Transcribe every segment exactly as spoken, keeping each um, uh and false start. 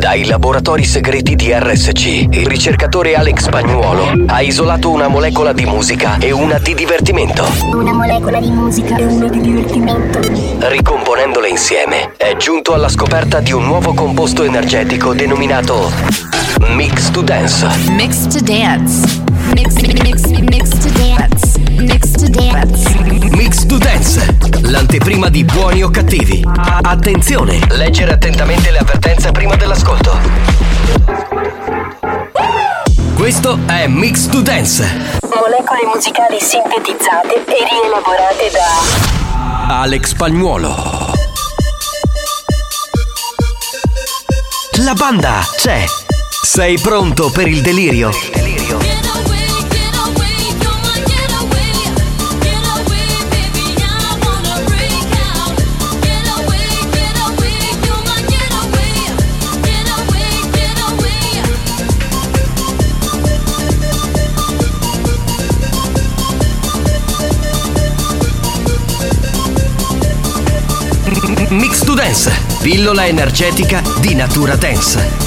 Dai laboratori segreti di R S C, il ricercatore Alex Spagnuolo ha isolato una molecola di musica e una di divertimento. Una molecola di musica e una di divertimento. Ricomponendole insieme, è giunto alla scoperta di un nuovo composto energetico denominato Mix to Dance. Mix to Dance. Mix, mix, mix to Dance. Mix to Dance. Mix to Dance, l'anteprima di Buoni o Cattivi. Attenzione, leggere attentamente le avvertenze prima dell'ascolto. Questo è Mix to Dance. Molecole musicali sintetizzate e rielaborate da Alex Spagnuolo. La banda c'è. Sei pronto per il delirio? Mix to Dance, pillola energetica di Natura Dance.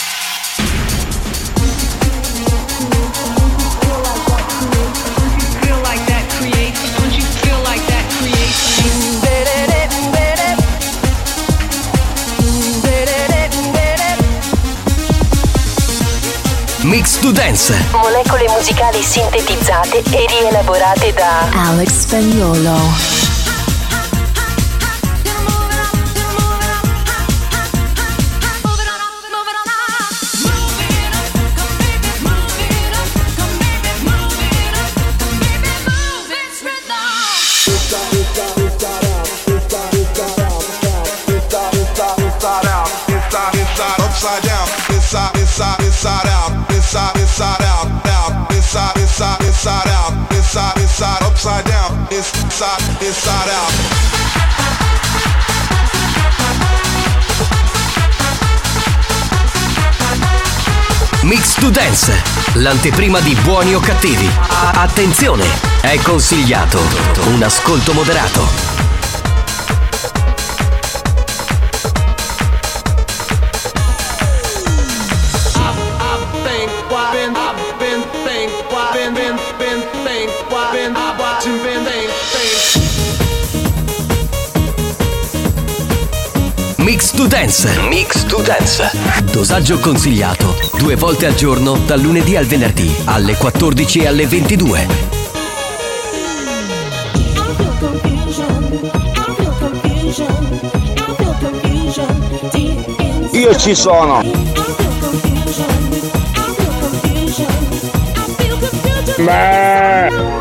Mix to Dance. Molecole musicali sintetizzate e rielaborate da Alex Spagnuolo. Upside down, inside, inside, inside out, inside, inside out, out, inside, inside, inside out, inside, inside, upside down, inside, inside out. Mix to Dance, l'anteprima di Buoni o Cattivi. Attenzione, è consigliato un ascolto moderato. Mix to Dance. Mix to Dance. Dosaggio consigliato due volte al giorno dal lunedì al venerdì alle quattordici e alle ventidue. Io ci sono. Ma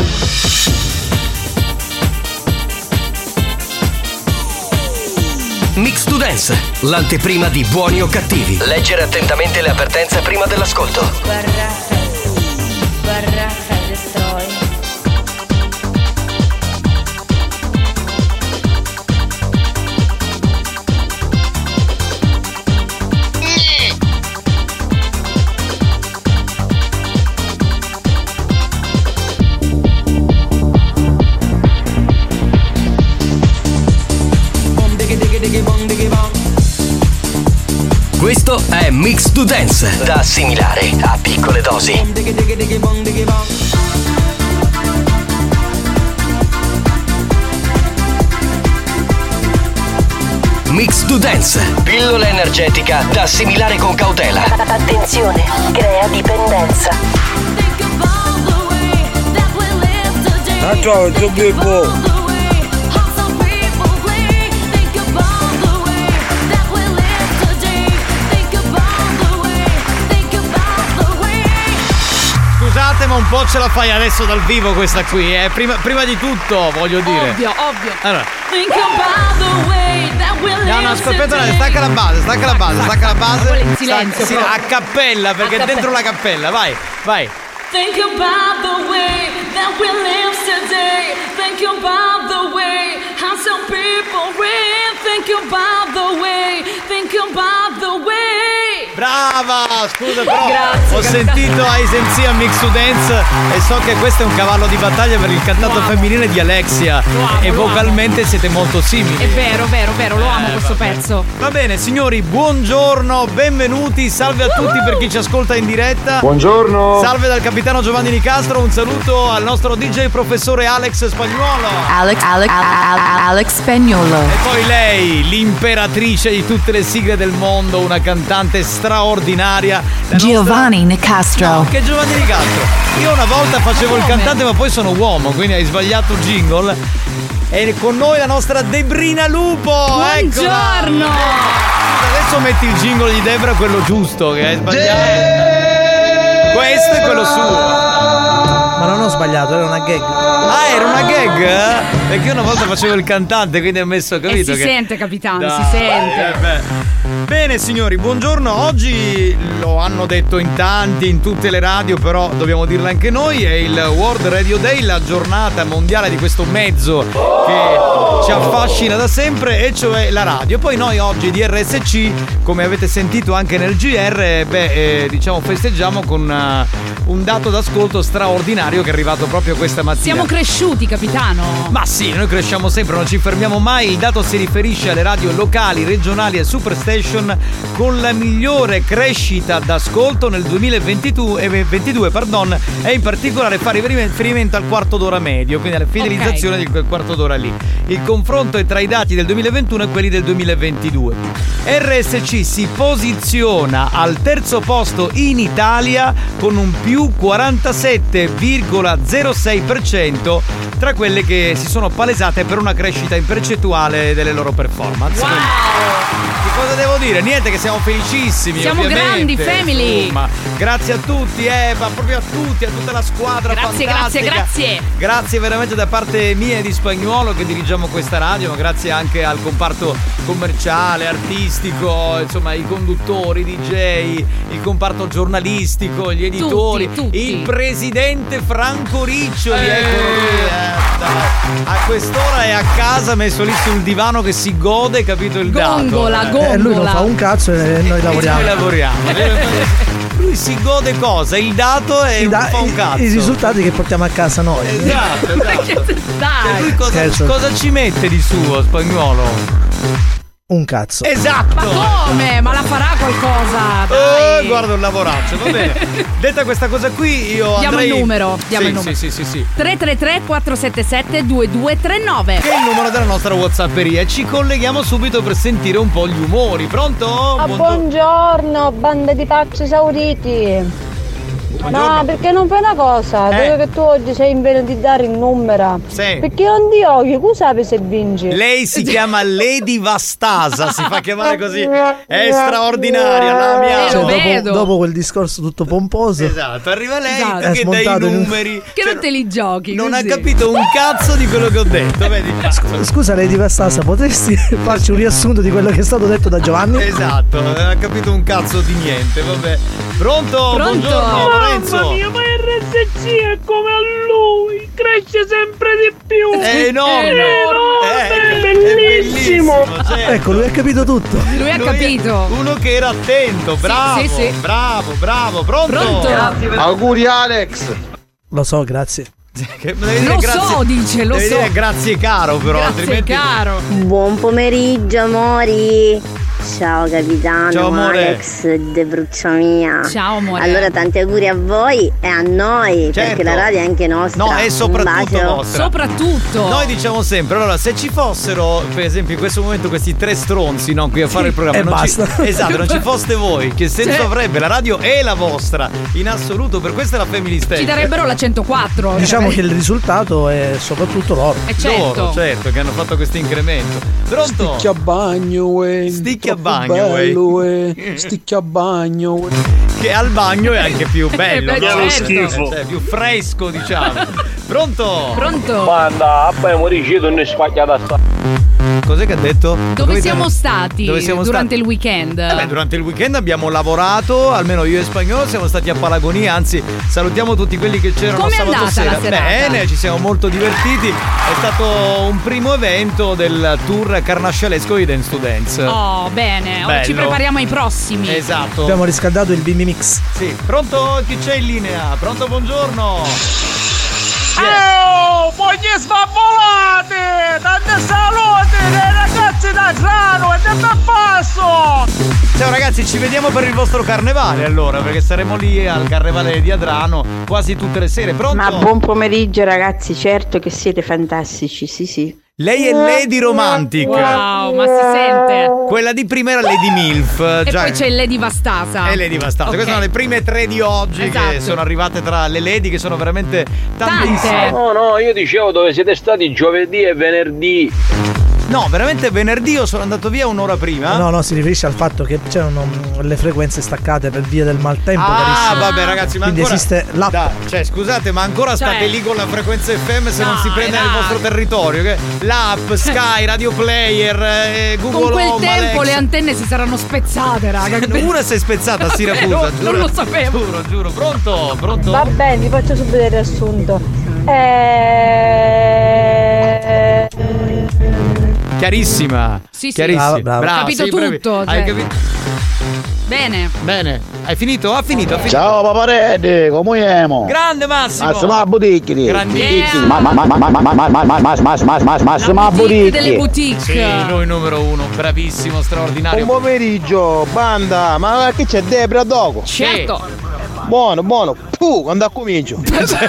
Mix to Dance, l'anteprima di Buoni o Cattivi. Leggere attentamente le avvertenze prima dell'ascolto. Barraffa, barraffa destroy. Questo è Mix to Dance, da assimilare a piccole dosi. Mix to Dance, pillola energetica da assimilare con cautela. Attenzione, crea dipendenza. ah, ciao, ciao, bimbo. Scusate, ma un po' ce la fai adesso dal vivo questa qui, eh? Prima, prima di tutto, voglio dire. Ovvio, ovvio. Allora. No, no, aspetta, stacca la base, stacca la base, stacca la base. In silenzio, sì, a cappella, perché è dentro la cappella, vai, vai. Think about the way that we live today. Think about the way how some people live. Think about the way. Think about the way. Brava! Scusa però Grazie, ho capitano. sentito Aisenzia Mix to Dance e so che questo è un cavallo di battaglia per il cantato Lo amo. femminile di Alexia. Lo amo, e lo vocalmente siete molto simili. È vero, vero, vero, lo amo Eh, questo vabbè. pezzo. Va bene signori, buongiorno, benvenuti, salve a tutti per chi ci ascolta in diretta. Buongiorno. Salve dal capitano Giovanni Nicastro, un saluto al nostro D J professore Alex Spagnuolo. Alex, Alex, Alex Spagnuolo. E poi lei, l'imperatrice di tutte le sigle del mondo, una cantante straordinaria. la Giovanni Nicastro. nostra- No, che Giovanni Nicastro. Io una volta facevo il cantante ma poi sono uomo, quindi hai sbagliato jingle. E con noi la nostra Debrina Lupo. Eccola. Buongiorno. Adesso metti il jingle di Debra, quello giusto, che hai sbagliato. Questo è quello suo. Ma non ho sbagliato, era una gag. Ah, era una gag? eh? Perché io una volta facevo il cantante, quindi ho messo, capito? E si che... sente, capitano, Dai, si sente. eh, beh. Bene signori, buongiorno. Oggi lo hanno detto in tanti, in tutte le radio, però dobbiamo dirlo anche noi, è il World Radio Day, la giornata mondiale di questo mezzo che ci affascina da sempre, e cioè la radio. Poi noi oggi di R S C, come avete sentito anche nel G R, beh, eh, diciamo festeggiamo con uh, un dato d'ascolto straordinario che è arrivato proprio questa mattina. Siamo cresciuti, capitano. Ma sì, noi cresciamo sempre, non ci fermiamo mai. Il dato si riferisce alle radio locali, regionali e superstation con la migliore crescita d'ascolto nel duemilaventidue, eh, ventidue, pardon, e in particolare fa riferimento al quarto d'ora medio, quindi alla fidelizzazione Ok. di quel quarto d'ora lì. Il confronto è tra i dati del duemilaventuno e quelli del duemilaventidue. R S C si posiziona al terzo posto in Italia con un più quarantasette virgola zero sei per cento tra quelle che si sono palesate per una crescita in percentuale delle loro performance. Wow. Che cosa devo dire? Niente, che siamo felicissimi. Siamo ovviamente. grandi, family. Insomma, grazie a tutti, eh, ma proprio a tutti, a tutta la squadra Grazie, fantastica. grazie, grazie. Grazie veramente da parte mia e di Spagnuolo che dirigiamo questa radio, ma grazie anche al comparto commerciale, artistico, insomma i conduttori, i D J, il comparto giornalistico, gli editori, Tutti, tutti. il presidente Franco Riccioli, eccolo lui, eh, dai. A quest'ora è a casa messo lì sul divano che si gode, capito il Gongola, dato. gongola. E lui non fa un cazzo e noi E lavoriamo. noi lavoriamo. Lui si gode cosa? Il dato e I, non da- fa un cazzo. i risultati che portiamo a casa noi. Esatto, esatto. E Dai. lui cosa, Scherzo. cosa ci mette di suo, Spagnuolo? Un cazzo. Esatto. Ma come? Ma la farà qualcosa? Eh, Dai. guarda un lavoraccio, va bene. Detta questa cosa qui, io Diamo andrei... il numero, diamo sì, il numero. Sì, sì, sì, sì. tre tre tre quattro sette sette due due tre nove. Che è il numero della nostra WhatsApperia. Ci colleghiamo subito per sentire un po' gli umori. Pronto? Ah, buongiorno, banda di pazzi esauriti. Buongiorno. No, perché non fai una cosa? Eh. Vedo che tu oggi sei in vena di dare il numero. Sì. Perché non ti occhi, tu sai se vinci. Lei si chiama Lady Vastasa, si fa chiamare così. È straordinaria, la mia. Eh, Cioè, lo dopo, vedo. dopo quel discorso tutto pomposo. Esatto, arriva lei Esatto. È che dà i smontato in un- numeri. Che Cioè, non te li giochi. non così. ha capito un cazzo di quello che ho detto, vedi? Scusa Lady Vastasa, potresti farci un riassunto di quello che è stato detto da Giovanni? Esatto, non ha capito un cazzo di niente, vabbè. Pronto? Pronto? Buongiorno Lorenzo. Mamma mia, ma R S C è come a lui, cresce sempre di più. È enorme. È enorme, Eh, è bellissimo. certo. Ecco, lui ha capito tutto. Lui ha Lui è capito. Uno che era attento, bravo, sì, sì. bravo, bravo, pronto? Pronto? Auguri Alex. Lo so, grazie. Che- devi dire Lo grazie- so, dice, lo devi so. dire grazie caro, però, Grazie, altrimenti. caro. Buon pomeriggio, amori. Ciao capitano, Ciao, amore. Alex de Bruccia mia. Ciao, amore. Allora tanti auguri a voi e a noi, Certo. perché la radio è anche nostra. No, è soprattutto Un bacio. vostra. Soprattutto. Noi diciamo sempre, allora, se ci fossero, per esempio, in questo momento questi tre stronzi, no, qui a fare il programma, E non basta. Ci, esatto, non ci foste voi, che senso Sì. avrebbe? La radio è la vostra, in assoluto, per questo è la Family Station. Ci darebbero la centoquattro. Diciamo cioè, che il risultato è soprattutto loro. è certo. Loro, certo, che hanno fatto questo incremento. Pronto? Sticchi a bagno, uè. Sticchi a Troppo bagno, bello, uè. uè. Sticchi a bagno, uè. Che al bagno è anche più bello, Eh, beh, no? certo. Eh, cioè, più fresco, diciamo. Pronto? Pronto? Banda, poi morì, non è sbagliata sta. Cos'è che ha detto? Dove Come siamo te- stati Dove siamo durante stati? il weekend? Eh beh, durante il weekend abbiamo lavorato, almeno io e Spagnolo siamo stati a Palagonia, anzi salutiamo tutti quelli che c'erano Com'è sabato andata sera. la serata? Bene, ci siamo molto divertiti. È stato un primo evento del tour carnascialesco di Dance to Dance. Oh, bene. Ora Bello. ci prepariamo ai prossimi. Esatto. Abbiamo riscaldato il Bimbi Mix. Sì, pronto? Chi c'è in linea? Pronto, buongiorno. Oh, foglie svavolate! Tante salute dei ragazzi da Grano e del passo! Ciao ragazzi, ci vediamo per il vostro carnevale allora, perché saremo lì al carnevale di Adrano quasi tutte le sere. Pronto? Ma buon pomeriggio ragazzi, certo che siete fantastici, sì sì. Lei è Lady Romantic. Wow, ma si sente. Quella di prima era Lady Milf. E già poi c'è Lady Vastasa. E Lady Vastasa. Ok. Queste sono le prime tre di oggi Esatto. che sono arrivate tra le lady, che sono veramente tantissime. No, no, io dicevo dove siete stati giovedì e venerdì. No, veramente venerdì io sono andato via un'ora prima. No, no, si riferisce al fatto che c'erano mm, le frequenze staccate per via del maltempo. Ah, carissimo. vabbè ragazzi, ma Quindi ancora esiste l'app. Da, cioè, scusate, ma ancora Cioè. state lì con la frequenza F M se non Dai, si prende dai. nel vostro territorio? Che l'app, Sky, Radio Player, eh, Google Con quel Home, tempo Alexa. le antenne si saranno spezzate, raga. Una si è spezzata a Siracusa. Davvero? giuro, Non lo sapevo. Giuro, giuro. Pronto? Pronto? Va bene, vi faccio subito il riassunto. Eh... Chiarissima. Sì, sì. Chiarissima. Brava, brava. Brava, Ho capito sei bravi. tutto, Hai cioè. capito? Bene. Bene. Hai finito? Ha finito, ha finito. Ciao papareddi, come siamo? Grande Massimo. Massimo Buticchi. Grandissimo. Ma ma ma ma ma ma ma ma ma ma ma ma ma Massimo La boutique delle Buticchi. boutique. Sì, lui numero uno, bravissimo, straordinario. Buon pomeriggio, banda, ma che c'è Debra dopo? Certo. Buono, buono. Puh, quando comincio.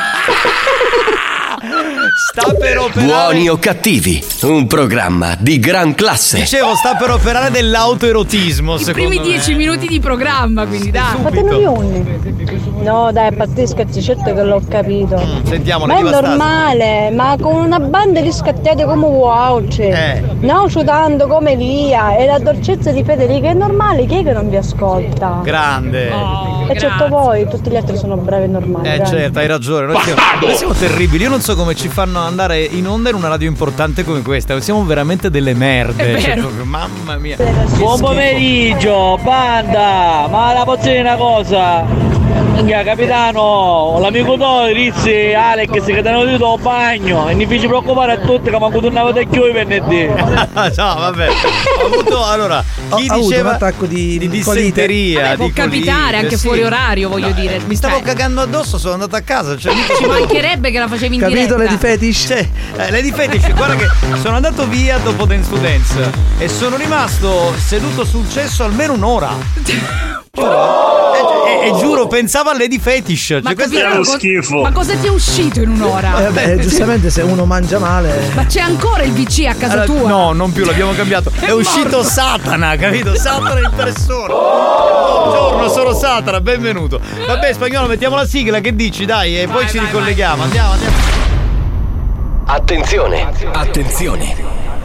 Sta per operare. Buoni o cattivi, un programma di gran classe. Dicevo, sta per operare dell'autoerotismo, I secondo primi me. dieci minuti di programma, quindi dai. Fatemi gli unni. No, dai, pazzeschi, certo che l'ho capito. Mm, sentiamo, Ma Lady è Vastasa. normale, ma con una banda di scattiate come wow, Eh. no, ciudando come Lia e la dolcezza di Federica è normale, chi è che non vi ascolta? Grande. Oh, E certo grazie. voi, tutti gli altri sono bravi e normali. Eh dai. certo, hai ragione. Noi siamo, noi siamo terribili. Io non so come ci fanno andare in onda in una radio importante come questa. Siamo veramente delle merde. È Cioè, vero. proprio, mamma mia. Buon pomeriggio, banda! Ma la posso dire una cosa? Minchia, capitano, l'amico tuo, Rizzi, Alex, che ti hanno detto al bagno e non vi ci preoccupare a tutti che manco tornavate più i venerdì. No, vabbè. Ho avuto, allora, Ho, chi ho avuto un diceva attacco di, di colite. dissenteria, Vabbè, può di capitare colite, anche sì. fuori orario, voglio No, dire. eh, Mi stavo Cioè, cagando addosso, sono andato a casa. Cioè, mica Ci potevo- mancherebbe che la facevi in Capito diretta. Lady Fetish? Cioè, eh, Lady Fetish, guarda che sono andato via dopo Dance to Dance e sono rimasto seduto sul cesso almeno un'ora. Giuro. E, e- e giuro, pensavo a Lady Fetish. Cioè, Ma, questo capito, era co- schifo. ma cosa ti è uscito in un'ora? Eh, beh, giustamente se uno mangia male. Ma c'è ancora il V C a casa Allora, tua? no, non più, l'abbiamo cambiato. È, È uscito morto. Satana, capito? Satana in persona. Buongiorno, sono Satana, benvenuto. Vabbè, Spagnolo, mettiamo la sigla, che dici? Dai, e poi Vai, ci vai, ricolleghiamo. Andiamo, andiamo. Attenzione, attenzione.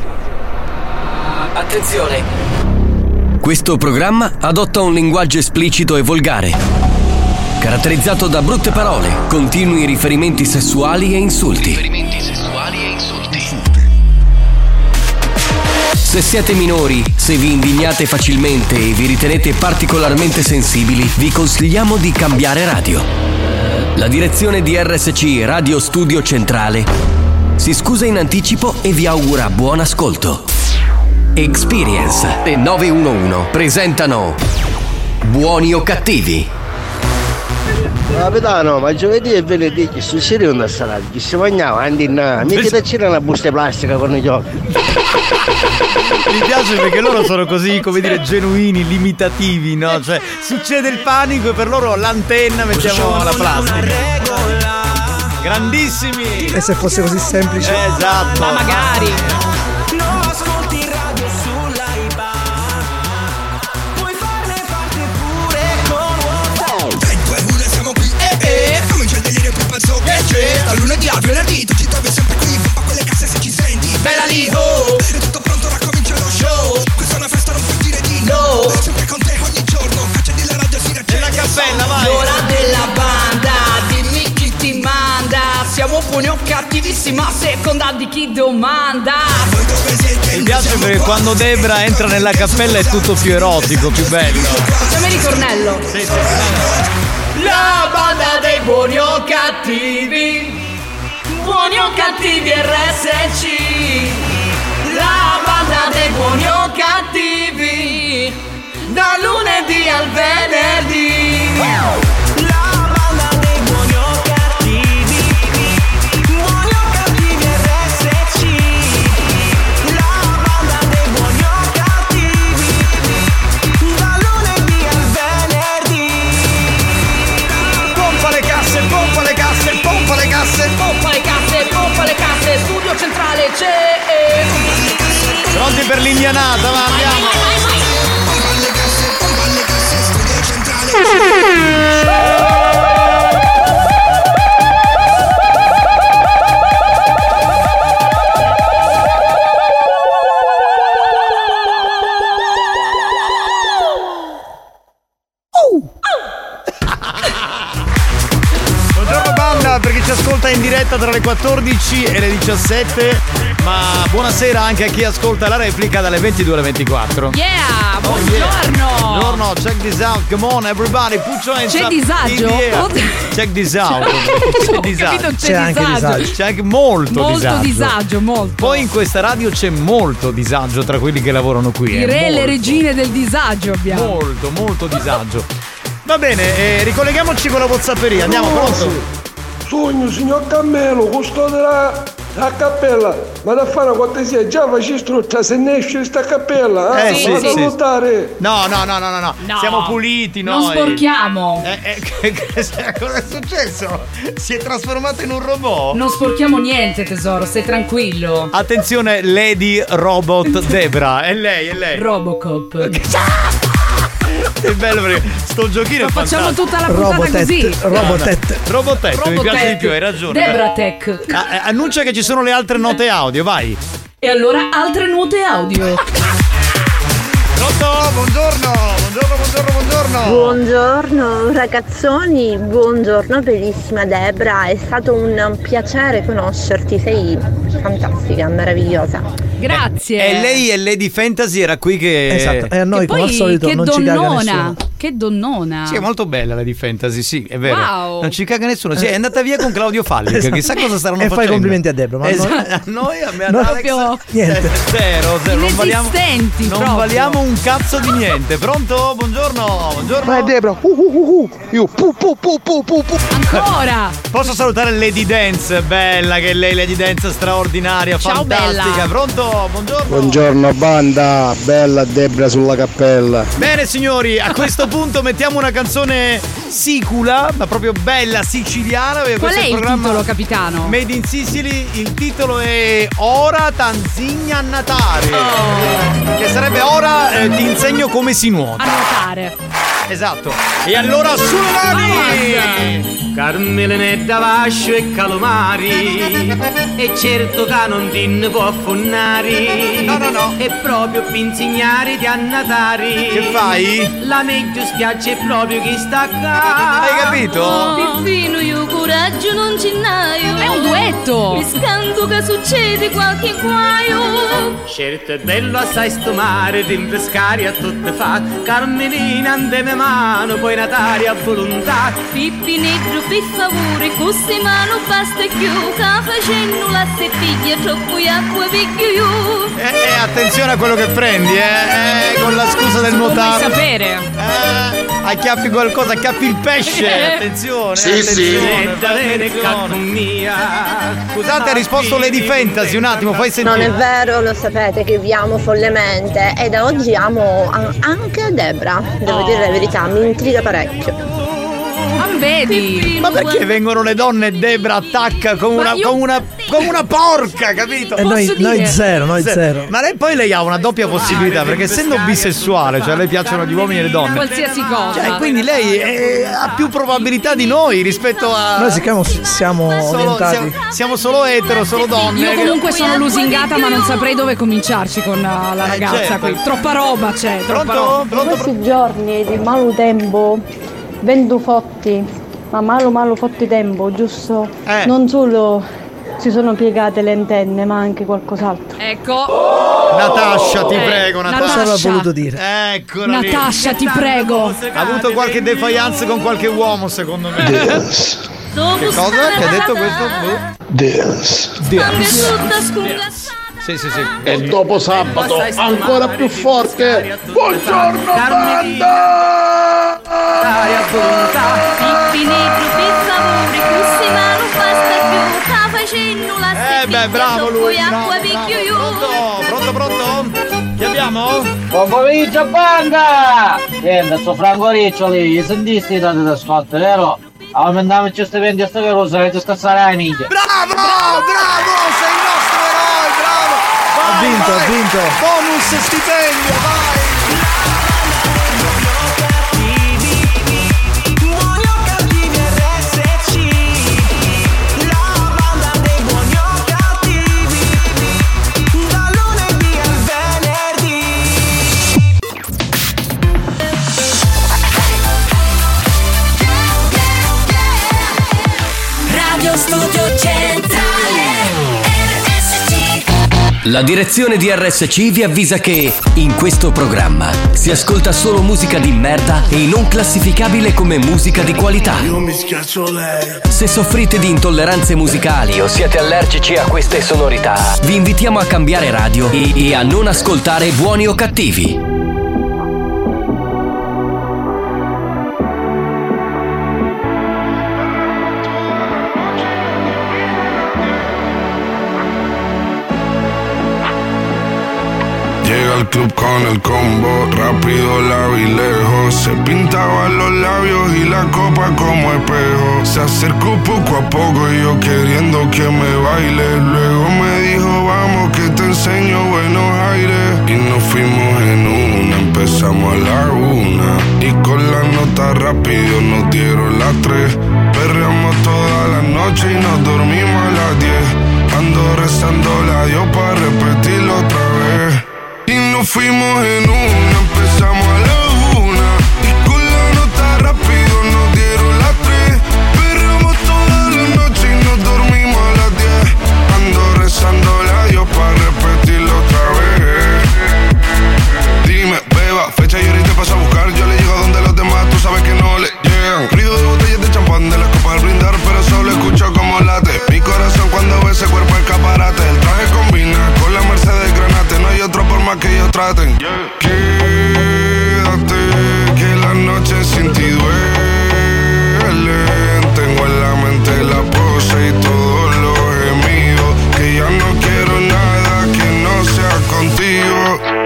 Attenzione. Questo programma adotta un linguaggio esplicito e volgare, caratterizzato da brutte parole, continui riferimenti sessuali e insulti. Riferimenti sessuali e insulti. Se siete minori, se vi indignate facilmente e vi ritenete particolarmente sensibili, vi consigliamo di cambiare radio. La direzione di R S C Radio Studio Centrale si scusa in anticipo e vi augura buon ascolto. Experience e nove uno uno presentano Buoni o cattivi. Capitano, ma giovedì e venerdì che sul serio non sarà, che si mangiava, andina, mica da c'era una busta plastica con gli occhi. Mi piace perché loro sono così, come dire, genuini, limitativi, no? Cioè, succede il panico e per loro l'antenna mettiamo la plastica. Grandissimi! E se fosse così semplice? Esatto! Ma magari! Non ascolti radio sull'iPad, puoi farne parte pure con WhatsApp. tre, due, uno siamo qui, eh eh, comincia il delirio più pazzo che c'è. Da lunedì al venerdì tu ci trovi sempre qui, pompa quelle casse se ci senti. Bella lì, oh, è tutto pronto, ora comincia lo show. Questa è una festa, non puoi dire di no. Sempre con te ogni giorno, accendi la radio, si raccende. La cappella, vai! L'ora della banda, dimmi chi ti manda. Siamo buoni o cattivissimi a seconda di chi domanda. Mi piace perché quando Debra entra nella cappella è tutto più erotico, più bello. Facciamo il ritornello. Sì, sì. La banda dei buoni o cattivi, buoni o cattivi R S C. La banda dei buoni o cattivi, da lunedì al venerdì. La banda dei buoni o cattivi, buoni o cattivi R S C. La banda dei buoni o cattivi, da lunedì al venerdì. Pompa le casse, pompa le casse, pompa le casse, pompa le casse, pompa le casse, studio centrale c'è. Pronti per l'indianata, va, andiamo. Buongiorno banda, per chi ci ascolta in diretta tra le quattordici e le diciassette, ma buonasera anche a chi ascolta la replica dalle ventidue alle ventiquattro. Yeah, buongiorno. Buongiorno, check this out, come on everybody, put your hands C'è up disagio? in the air. Check this out. C'è disagio. Capito, c'è, c'è anche disagio. C'è anche molto, molto disagio. disagio, molto. Poi in questa radio c'è molto disagio tra quelli che lavorano qui. I re e le regine del disagio abbiamo. Molto, molto disagio. Va bene, eh, ricolleghiamoci con la WhatsApperia. Andiamo, pronto? Sogno, signor Cammelo, custode la, la cappella. Ma da fare una cortesia, già facci strutta se ne esce sta cappella. Eh, Eh, sì, ma sì, salutare. No, no, no, no, no, no. No. Siamo puliti noi. Non sporchiamo. Eh, eh, che- che- cosa è successo? Si è trasformato in un robot? Non sporchiamo niente, tesoro, stai tranquillo. Attenzione, Lady Robot Debra. È lei, è lei. Robocop. È bello perché sto giochino Ma è facciamo fantastico. tutta la puntata Robotet, così. Robotet. Robotet, mi piace di più, hai ragione. Debratech. Ah, eh, annuncia che ci sono le altre note audio, vai. E allora altre note audio. Pronto? Buongiorno, buongiorno, buongiorno, buongiorno. Buongiorno ragazzoni, buongiorno bellissima Debra, è stato un piacere conoscerti, sei fantastica, meravigliosa. Grazie. E lei e Lady Fantasy era qui che... Esatto, e a noi E come al poi solito che non ci caga donnona. nessuno. Che donnona. Sì, è molto bella Lady Fantasy, sì, è vero. Wow. Non ci caga nessuno. Sì, è andata via con Claudio Fallic, Esatto. chissà cosa staranno E facendo. fai complimenti a Debra, ma Esatto. noi- a noi, a me, a No, Alex, proprio niente. eh, zero, zero, non valiamo, Inesistenti non proprio. valiamo un cazzo di niente. Pronto? Buongiorno, buongiorno. Vai Debra, uh, uh, uh, uh. Io pu pu pu pu pu pu. Ancora. Posso salutare Lady Dance, bella che è lei, Lady Dance straordinaria, Ciao, fantastica. bella. Pronto? Buongiorno. Buongiorno banda, bella Debra sulla cappella. Bene signori, a questo punto mettiamo una canzone sicula, ma proprio bella siciliana. perché Qual questo è il programma titolo, capitano? Made in Sicily, il titolo è Ora Tanzigna a Natare. Oh. Che sarebbe ora eh, ti insegno come si nuota. A nuotare. Esatto. E allora sulle mani! Carmelenetta vascio e calomari, e certo che non ti ne può affonnare. No, no, no. E proprio per insegnare di annatari. Che fai? La meglio spiaggia è proprio chi sta qua. Hai capito? Pippino io coraggio non ce n'aio. È un duetto. Mi scanto che succede qualche guaio. Certo è bello assai sto mare, rinfrescare a tutte fa. Carmelina andeme mano, poi natare a volontà. Pippi negro per favore, così mano basta più. Che facendo la seppiglia troppo acqua piglio io. E eh, eh, attenzione a quello che prendi, eh, eh con la scusa del Vuoi nuotare. sapere? Eh, acchiappi qualcosa, acchiappi il pesce. Attenzione, Sì, attenzione, sì. Da bene attenzione. mia. Scusate, ha risposto Lady Fantasy, un attimo, fai sentire. Non è vero, lo sapete che vi amo follemente e da oggi amo a- anche Debra, devo dire la verità, mi intriga parecchio. Ah, vedi? Ma perché vengono le donne e Debra attacca come Ma una, io- come una, come una porca, capito? E noi, Posso noi dire? zero, noi zero. Ma lei, poi lei ha una doppia possibilità, perché essendo bisessuale, cioè a lei piacciono gli uomini e le donne. Qualsiasi cosa. Cioè, quindi lei è- ha più probabilità di noi rispetto a. Noi siamo, siamo Solo- orientati. siamo, siamo solo etero, solo donne. Io comunque sono lusingata, ma non saprei dove cominciarci con uh, la Eh, ragazza certo. qui. Troppa roba c'è, troppa Pronto? roba. Pronto? Questi giorni di malo tempo, vento forti, ma malo malo forte tempo, giusto? Eh. Non solo si sono piegate le antenne, ma anche qualcos'altro. Ecco. Natascia, ti Eh, prego, Natascia. Cosa aveva voluto dire? Eccola lì. Natascia, ti prego. Ha avuto qualche defiance con qualche uomo, secondo me. Dance. Che cosa? Che ha detto questo? Dance. Sì, sì, sì. E dopo sabato ancora più forte. Buongiorno banda! Aria volontà. Pippi negro per favore, così ma non basta più. Sta facendo la Eh beh, bravo lui. poi acqua bravo, picchio io. Pronto, pronto, pronto? Chi abbiamo? Buon pomeriggio banda! Niente, sto Franco Riccioli, sentiste i dati d'ascolto, vero? Aumentiamoci stipendi a sto che lo sarete scassare la minchia. Bravo, bravo, sei il nostro eroe, bravo. Vai, Ha vinto, vai. ha vinto. Bonus stipendio, vai. Studio Centrale R S C. La direzione di R S C vi avvisa che in questo programma si ascolta solo musica di merda e non classificabile come musica di qualità. Io mi schiaccio lei. Se soffrite di intolleranze musicali o siete allergici a queste sonorità, vi invitiamo a cambiare radio e, e a non ascoltare Buoni o Cattivi. Llega al club con el combo, rápido la vi lejos. Se pintaba los labios y la copa como espejo. Se acercó poco a poco y yo queriendo que me baile. Luego me dijo vamos que te enseño buenos aires. Y nos fuimos en una, empezamos a la una. Y con la nota rápido nos dieron las tres. Perreamos toda la noche y nos dormimos a las diez. Ando rezando la Dios para repetirlo otra vez. Y nos fuimos en una, empezamos a la una. Y con la nota rápido nos dieron las tres. Perreamos toda la noche y nos dormimos a las diez. Ando rezando la Dios para repetirlo otra vez. Dime, beba, fecha y ahorita paso a buscar. Yo le llego donde los demás, tú sabes que no le llegan. Ruido de botellas de champán, de las copas al brindar, pero solo escucho como late mi corazón cuando ve ese cuerpo escaparate. El traje combina con la Mercedes Granate. No hay otro por más que ellos traten. Quédate, que la noche sin ti duele. Tengo en la mente la pose y todos los gemidos. Que ya no quiero nada que no sea contigo.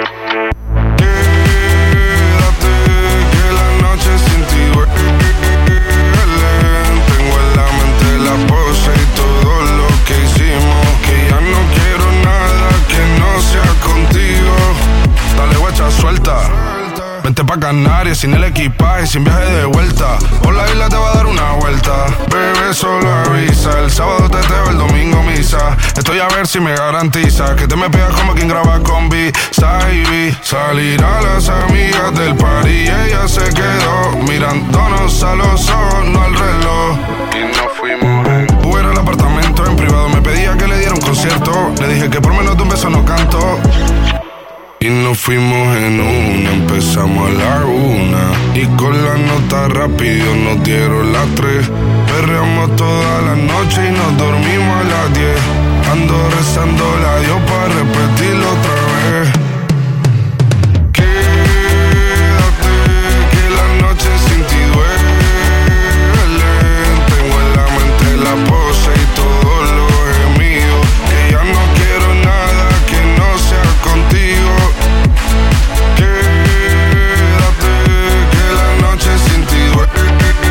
Quédate, que la noche sin ti duele. Tengo en la mente la pose y todo lo que hicimos. Que ya no quiero nada que no sea contigo. Dale guacha, suelta. Vente pa' Canarias sin el equipaje, sin viaje de vuelta. Por la isla te va a dar una vuelta. Bebé, solo avisa. El sábado te teo, el domingo misa. Estoy a ver si me garantiza que te me pegas como quien graba con B. Saibi. Salir a las amigas del party y ella se quedó mirándonos a los ojos, no al reloj. Y nos fuimos en Uber al apartamento en privado. Me pedía que le diera un concierto. Le dije que por menos de un beso no canto. Y nos fuimos en una, empezamos a la una. Y con la nota rápido nos dieron las tres. Perreamos toda la noche y nos dormimos a las diez. Ando rezando la Dios para repetirlo otra vez. Quédate, que la noche sin ti duele. Tengo en la mente la pose y todos los gemidos. Que ya no quiero nada que no sea contigo. Quédate, que la noche sin ti duele.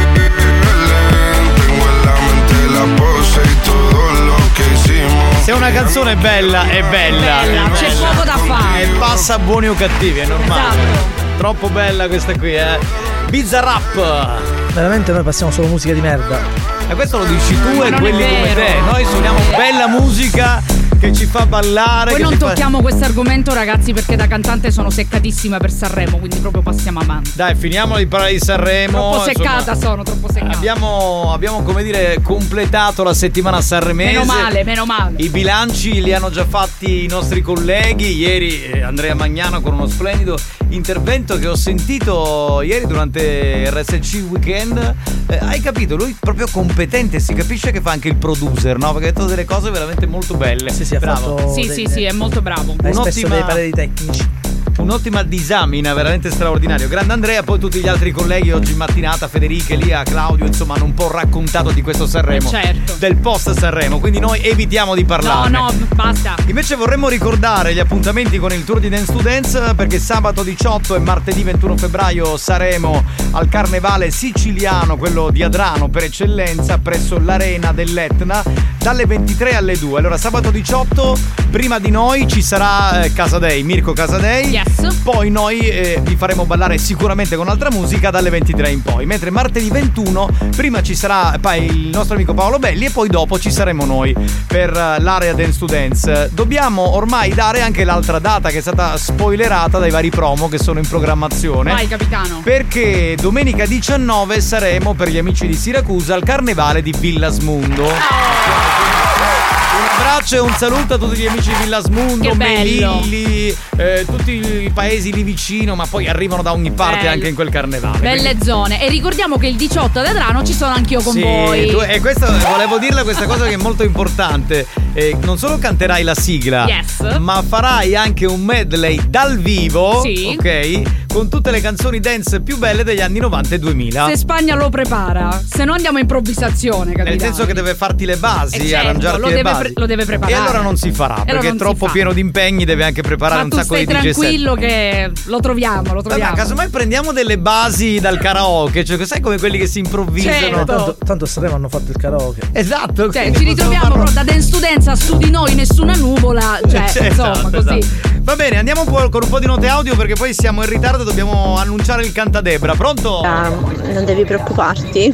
Tengo en la mente la pose y todo lo que hicimos. Se una canzone è bella, è bella. Bella, è c'è bella. poco da fare. E passa buoni o cattivi, è normale. Esatto. Troppo bella questa qui, eh. Bizarrap. Veramente noi passiamo solo musica di merda. E questo lo dici tu Ma e non quelli è come vero. te. Noi suoniamo bella musica che ci fa ballare. Poi che non ci fa- tocchiamo questo argomento, ragazzi, perché da cantante sono seccatissima per Sanremo, quindi proprio passiamo avanti. Dai, finiamo di parlare di Sanremo. Troppo seccata insomma, sono, troppo seccata. Abbiamo, abbiamo, come dire, completato la settimana sanremese. Meno male, meno male. I bilanci li hanno già fatti i nostri colleghi. Ieri eh, Andrea Magnano con uno splendido intervento che ho sentito ieri durante R S C Weekend. Eh, hai capito? Lui proprio competente, si capisce che fa anche il producer, no? Perché ha detto delle cose veramente molto belle. Sì, sì, ha bravo. fatto Sì, dei- sì, sì, è molto bravo. Hai spesso Un'ottima- dei pareri tecnici. Un'ottima disamina, veramente straordinario. Grande Andrea, poi tutti gli altri colleghi oggi in mattinata, Federica, Elia, Claudio, insomma, hanno un po' raccontato di questo Sanremo. Eh, certo. Del post Sanremo, quindi noi evitiamo di parlarne. No, no, basta. Invece vorremmo ricordare gli appuntamenti con il Tour di Dance to Dance, perché sabato diciotto e martedì ventuno febbraio saremo al Carnevale siciliano, quello di Adrano per eccellenza, presso l'Arena dell'Etna, dalle ventitré alle due. Allora sabato diciotto, prima di noi ci sarà eh, Casadei, Mirko Casadei. Yes. Poi noi eh, vi faremo ballare sicuramente con altra musica dalle ventitré in poi. Mentre martedì ventuno prima ci sarà poi il nostro amico Paolo Belli e poi dopo ci saremo noi per uh, l'area Dance to Dance. Dobbiamo ormai dare anche l'altra data che è stata spoilerata dai vari promo che sono in programmazione. Vai, capitano. Perché domenica diciannove saremo per gli amici di Siracusa al Carnevale di Villasmundo. Un abbraccio e un saluto a tutti gli amici di Villasmundo, Che bello. Melilli, eh, tutti i paesi lì vicino, ma poi arrivano da ogni parte Bello. anche in quel carnevale. Belle Quindi- zone. E ricordiamo che il diciotto ad Adrano ci sono anch'io con Sì, voi. tu- e questo volevo dirle questa cosa che è molto importante. Eh, non solo canterai la sigla, Yes. ma farai anche un medley dal vivo, Sì. ok? Con tutte le canzoni dance più belle degli anni novanta e duemila. Se Spagna lo prepara, se no andiamo a improvvisazione, capitano. Nel senso che deve farti le basi, Eh, certo, arrangiarti lo le deve basi. pre- lo deve preparare. E allora non si farà, E allora perché è non si troppo fa. pieno di impegni, deve anche preparare Ma un tu sacco stai di D J set. tranquillo che lo troviamo, lo troviamo. Vabbè, casomai prendiamo delle basi dal karaoke, cioè sai come quelli che si improvvisano. Certo. Tanto, tanto a Sanremo hanno fatto il karaoke. Esatto. Cioè, quindi ci possiamo ritroviamo farlo- però da Dance to Dance a su di noi nessuna nuvola. Cioè, Cioè, insomma, esatto, così. esatto. Va bene, andiamo un po' con un po' di note audio perché poi siamo in ritardo e dobbiamo annunciare il cantadebra. Pronto? Ah, non devi preoccuparti.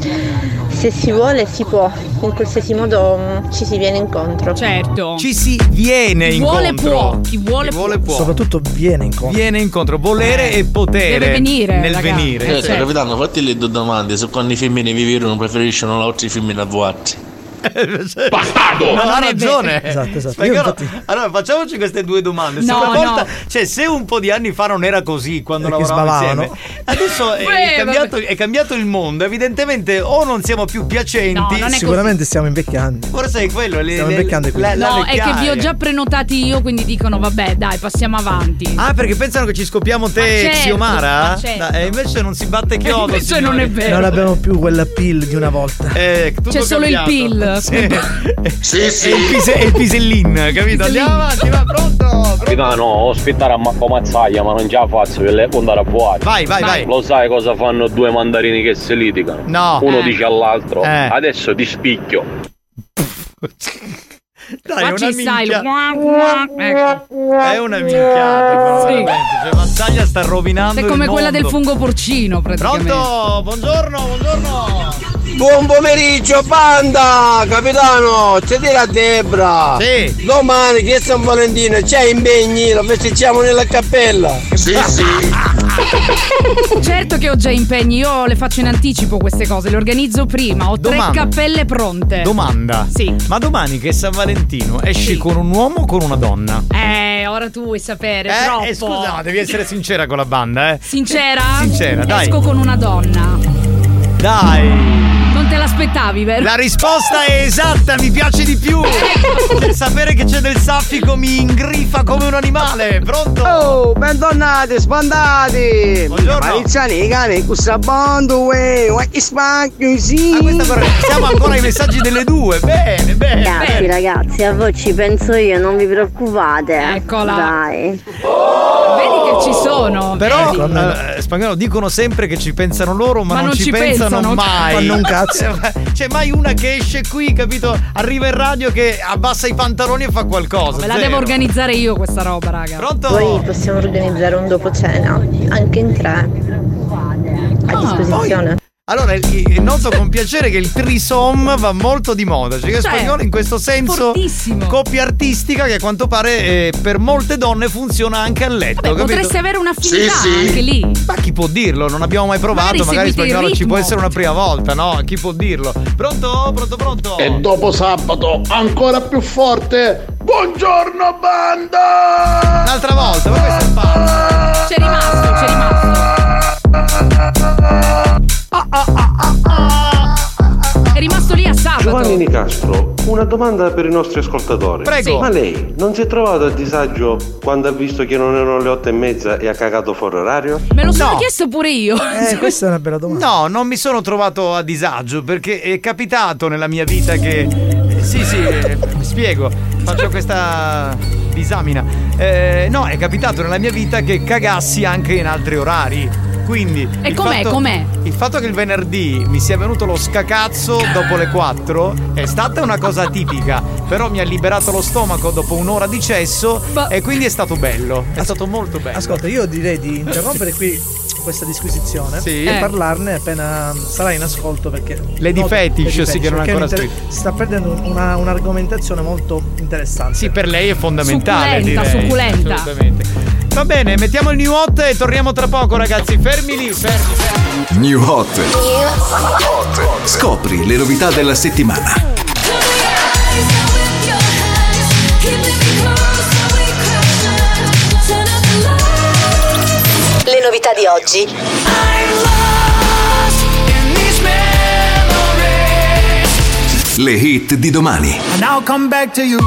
Se si vuole si può, in qualsiasi modo mm, ci si viene incontro. Certo. Ci si viene Chi vuole incontro. può, chi vuole Chi vuole può. Soprattutto viene incontro. Viene incontro, volere Eh, e potere. deve venire, nel ragazzi. venire. Eh, certo. Capitano, fatti le due domande su quando i femmine vivono preferiscono le altre femmine avvoati. Bastardo! No, Ma ha non è ragione. vero. Esatto, esatto. Perché Io no- infatti- Allora facciamoci queste due domande. Se No, una volta, no. cioè, se un po' di anni fa non era così quando Perché lavoravamo sbavavano. insieme, adesso è, Beh, cambiato, è cambiato il mondo. Evidentemente, o non siamo più piacenti. No, non è Sicuramente stiamo invecchiando. Forse è quello. Le, Stiamo le- invecchiando qui. la- la No, è che vi ho vecchiaia. già prenotati io, quindi dicono vabbè, dai, passiamo avanti. Ah, perché pensano che ci scopiamo te Ma e certo, Xiomara? ma certo. E invece non si batte chiodo. Invece non è vero. Non abbiamo più quella pill di una volta. Eh, tutto C'è solo il cambiato. pill. Sì. Sì, sì. E il, pise- e il pisellin, capito? Andiamo avanti, va pronto. Capitano, ospitare a Marco Mazzaglia, ma non ce la faccio per le andare a fuori. Vai, vai, vai. Lo sai cosa fanno due mandarini che si litigano? No. Uno Eh. dice all'altro, Eh. adesso ti spicchio. Dai, Qua è una ci stai. minchia. Ecco. È una minchiata, però, Sì. veramente. Cioè, Mazzaglia sta rovinando È come il quella del mondo. fungo porcino, praticamente. Pronto? Buongiorno, buongiorno. Buon pomeriggio, banda! Capitano, c'è dire a Debra. Sì. Domani che è San Valentino, c'è impegni, lo festeggiamo nella cappella. Sì, sì. Certo che ho già impegni, io le faccio in anticipo queste cose, le organizzo prima, ho Domanda. tre cappelle pronte. Domanda. Sì. Ma domani che è San Valentino esci Sì. con un uomo o con una donna? Eh, ora tu vuoi sapere, Eh, troppo. eh, scusa, no, devi essere sincera con la banda, eh. Sincera? Sincera, dai. Esco con una donna. Dai. Non te l'aspettavi, vero? La risposta è esatta, mi piace di più. Il sapere che c'è del saffico mi ingrifa come un animale. Pronto? Oh, bentornati, spandati! Buongiorno. Mariziani, i cani, questa banda, uè, uè, che spacchio, sì! Ah, questa però siamo ancora ai messaggi delle due. Bene, bene. Ragazzi, bene. ragazzi, a voi ci penso io, non vi preoccupate. Eccola. Dai. Vedi che ci sono. Però vedi? eh, Spagnolo dicono sempre che ci pensano loro, ma, Ma non, non ci ci pensano, pensano. mai. Fanno un cazzo. C'è mai una che esce qui, capito? Arriva in radio che abbassa i pantaloni e fa qualcosa. Me la zero. devo organizzare io questa roba, raga. Pronto? Poi possiamo organizzare un dopo cena, anche in tre, a Ah, disposizione. Allora, noto con piacere che il trisom va molto di moda. Cioè, in Cioè, spagnolo in questo senso fortissimo. coppia artistica che a quanto pare eh, per molte donne funziona anche a letto. Vabbè, capito? potresti avere un'affinità Sì, sì. anche lì. Ma chi può dirlo? Non abbiamo mai provato, Magari magari in seguite il spagnolo ci ritmo. può essere una prima volta, no? Chi può dirlo? Pronto? Pronto, pronto? E dopo sabato ancora più forte. Buongiorno banda! Un'altra volta, ma questo è il fatto. C'è rimasto, c'è rimasto. Ah, ah, ah, ah, ah. È rimasto lì a sabato. Giovanni Nicastro, una domanda per i nostri ascoltatori. Prego. Ma lei non si è trovato a disagio quando ha visto che non erano le otto e mezza e ha cagato fuori orario? Me lo sono No. chiesto pure io. Eh, questa è una bella domanda. No, non mi sono trovato a disagio perché è capitato nella mia vita che. eh, Sì, sì, eh, mi spiego. Faccio questa disamina. Eh, no, è capitato nella mia vita che cagassi anche in altri orari. Quindi. E il com'è, fatto- com'è? Il fatto che il venerdì mi sia venuto lo scacazzo dopo le quattro è stata una cosa tipica. Però mi ha liberato lo stomaco dopo un'ora di cesso e quindi è stato bello. È stato molto bello. Ascolta, io direi di interrompere qui questa disquisizione Sì. e Eh. parlarne appena sarà in ascolto, perché Lady noto- Fetish, Lady sì, che non è perché ancora è un inter- scritto. si sta prendendo una, un'argomentazione molto interessante. Sì, per lei è fondamentale. Succulenta, direi. succulenta. Assolutamente. Va bene, mettiamo il new hot e torniamo tra poco, ragazzi. Fermi lì, fermi, fermi. New Hot. Scopri le novità della settimana. Le novità di oggi. Le hit di domani. And I'll come back to you.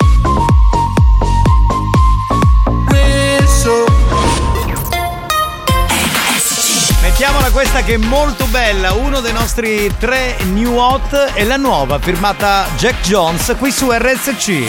Mettiamola questa che è molto bella. Uno dei nostri tre new hot è la nuova, firmata Jack Jones, qui su R S C.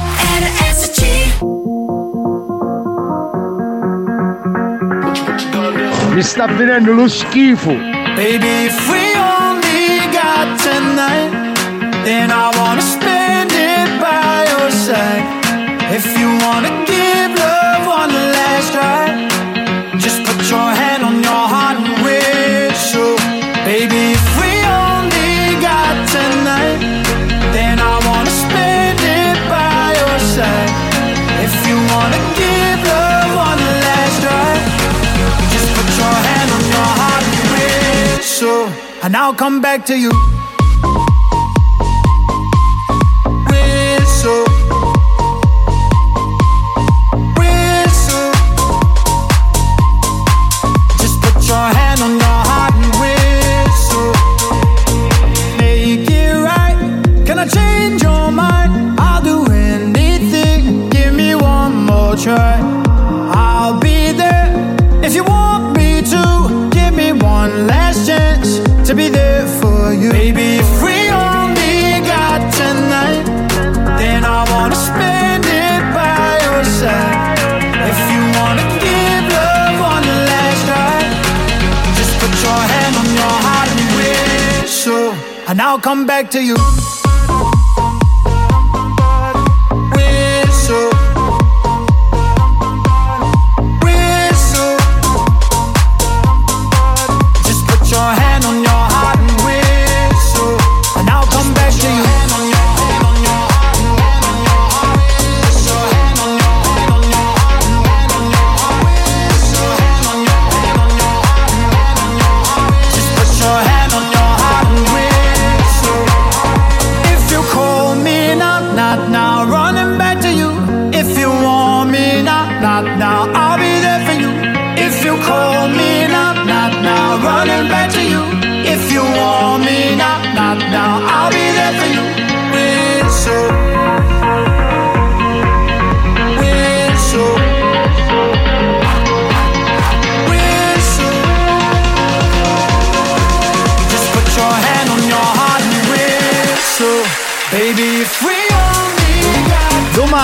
Mi sta venendo lo schifo. Baby, if we only got tonight, then I wanna spend it by your side. If you wanna give love one last try, just put your hand on your heart and whistle. Baby, if we only got tonight, then I wanna spend it by your side. If you wanna give love one last try, just put your hand on your heart and whistle, and I'll come back to you. Whistle, whistle, just put your hand on your heart and whistle. Make it right. Can I change your mind? I'll do anything. Give me one more try. I'll be there if you want me to. Give me one last chance to be there for you. Baby, if we only got tonight, then I wanna spend it by your side. If you wanna give love one last try, just put your hand on your heart and whistle, and I'll come back to you. Whistle, whistle, just put your hand on your heart and whistle, and I'll come back to you. Just put your hand on your heart and whistle. If you call me now, not now, running back to you. If you want me now, not now, I'll be there for you. If you call me now, not now, running back to you. If you want me now, not now, I'll be there for you. Whistle, whistle, whistle. Just put your hand on your heart and whistle. Baby, if we only got Domani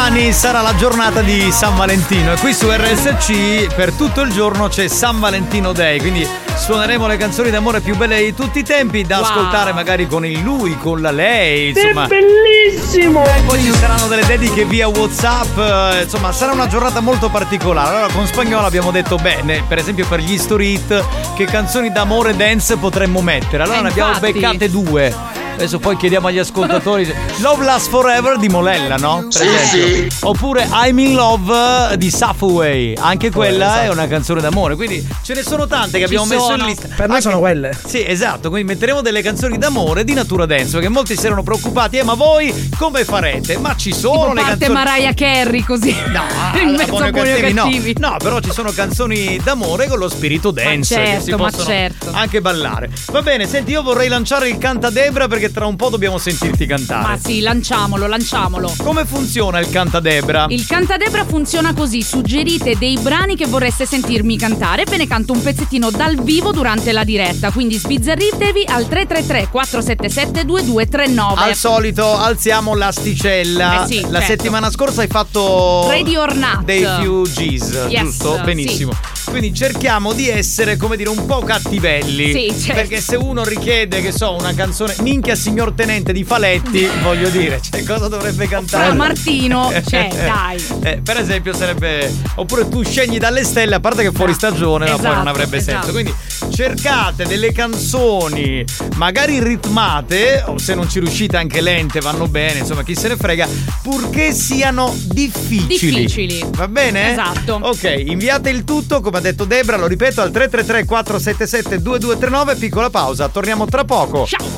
domani sarà la giornata di San Valentino e qui su R S C per tutto il giorno c'è San Valentino Day, quindi suoneremo le canzoni d'amore più belle di tutti i tempi da wow. ascoltare magari con il lui, con la lei, insomma. È bellissimo! E poi ci saranno delle dediche via WhatsApp, insomma sarà una giornata molto particolare. Allora con Spagnolo abbiamo detto bene, per esempio per gli History Hit, che canzoni d'amore dance potremmo mettere. Allora eh, ne abbiamo beccate due. Adesso poi chiediamo agli ascoltatori. Love Lasts Forever di Molella, no? Per sì, sì. Oppure I'm in Love di Safway. Anche quella oh, esatto. è una canzone d'amore. Quindi ce ne sono tante che Ci abbiamo sono. messo in lista. Per noi Anche... sono quelle. Sì, esatto. Quindi metteremo delle canzoni d'amore di natura dance. Perché molti si erano preoccupati. Eh, ma voi come farete? Ma ci sono tipo le parte canzoni. Mariah Carey così. No, in mezzo a buoni o cattivi. No. no, però ci sono canzoni d'amore con lo spirito dance. Ma certo, che si ma possono certo. anche ballare. Va bene, senti, io vorrei lanciare il Cantadebra perché tra un po' dobbiamo sentirti cantare. Ma sì, lanciamolo, lanciamolo. Come funziona il Cantadebra? Il Cantadebra funziona così: suggerite dei brani che vorreste sentirmi cantare e ve ne canto un pezzettino dal vivo durante la diretta. Quindi sbizzarritevi al tre tre tre quattro sette sette due due tre nove. Al solito alziamo l'asticella. Eh sì, la certo. settimana scorsa hai fatto Ready or Not dei few G's, yes, giusto? Benissimo. Sì. Quindi cerchiamo di essere, come dire, un po' cattivelli. Sì, certo. Perché se uno richiede, che so, una canzone minchia signor tenente di Faletti, voglio dire, cioè cosa dovrebbe cantare? Fra Martino, cioè, dai. Eh, per esempio sarebbe. Oppure tu scegli dalle stelle, a parte che fuori stagione, esatto, ma poi non avrebbe esatto. senso. Quindi cercate delle canzoni magari ritmate, o se non ci riuscite anche lente, vanno bene, insomma, chi se ne frega, purché siano difficili. Difficili. Va bene? Esatto. Ok, inviate il tutto, come ha detto Debra, lo ripeto, al tre tre tre quattro sette sette due due tre nove, piccola pausa, torniamo tra poco. Ciao.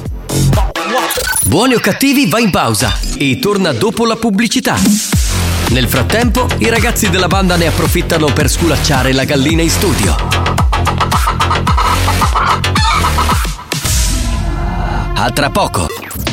Buoni o cattivi va in pausa e torna dopo la pubblicità. Nel frattempo, i ragazzi della banda ne approfittano per sculacciare la gallina in studio. A tra poco.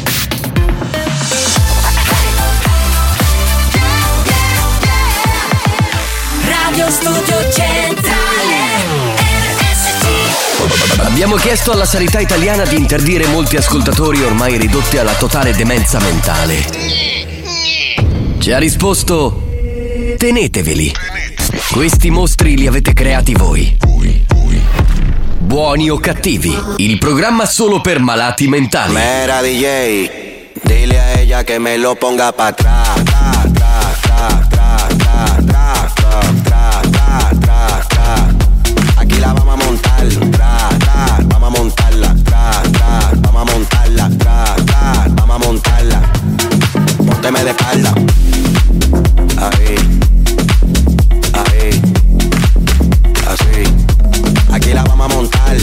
Radio Studio Centrale R S C. Abbiamo chiesto alla sanità italiana di interdire molti ascoltatori ormai ridotti alla totale demenza mentale. Ci ha risposto: teneteveli. Questi mostri li avete creati voi. Buoni o cattivi, il programma solo per malati mentali. Mera D J, dile a ella que me lo ponga pa' atrás. Tra, tra, tra, tra, tra, tra, tra, tra, tra, tra. Aquí la vamos a montar, tra, tra, vamos a montarla, tra, tra, vamos a montarla, tra, tra, vamos a montarla. Pónteme de espalda. Ahí, ahí, así. Aquí la vamos a montar.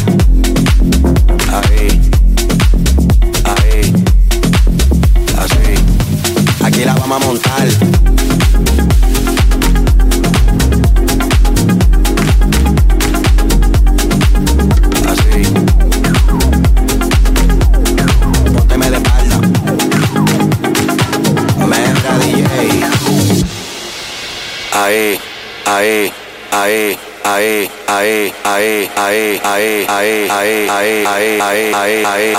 Ahí, ahí, así. Aquí la vamos a montar. Así. Pónteme de espalda. Mera D J. Ahí, ahí, ahí. Ahí, ahí, ahí, ahí, ahí, ahí, ahí, ahí, ahí, ahí, ahí, ahí,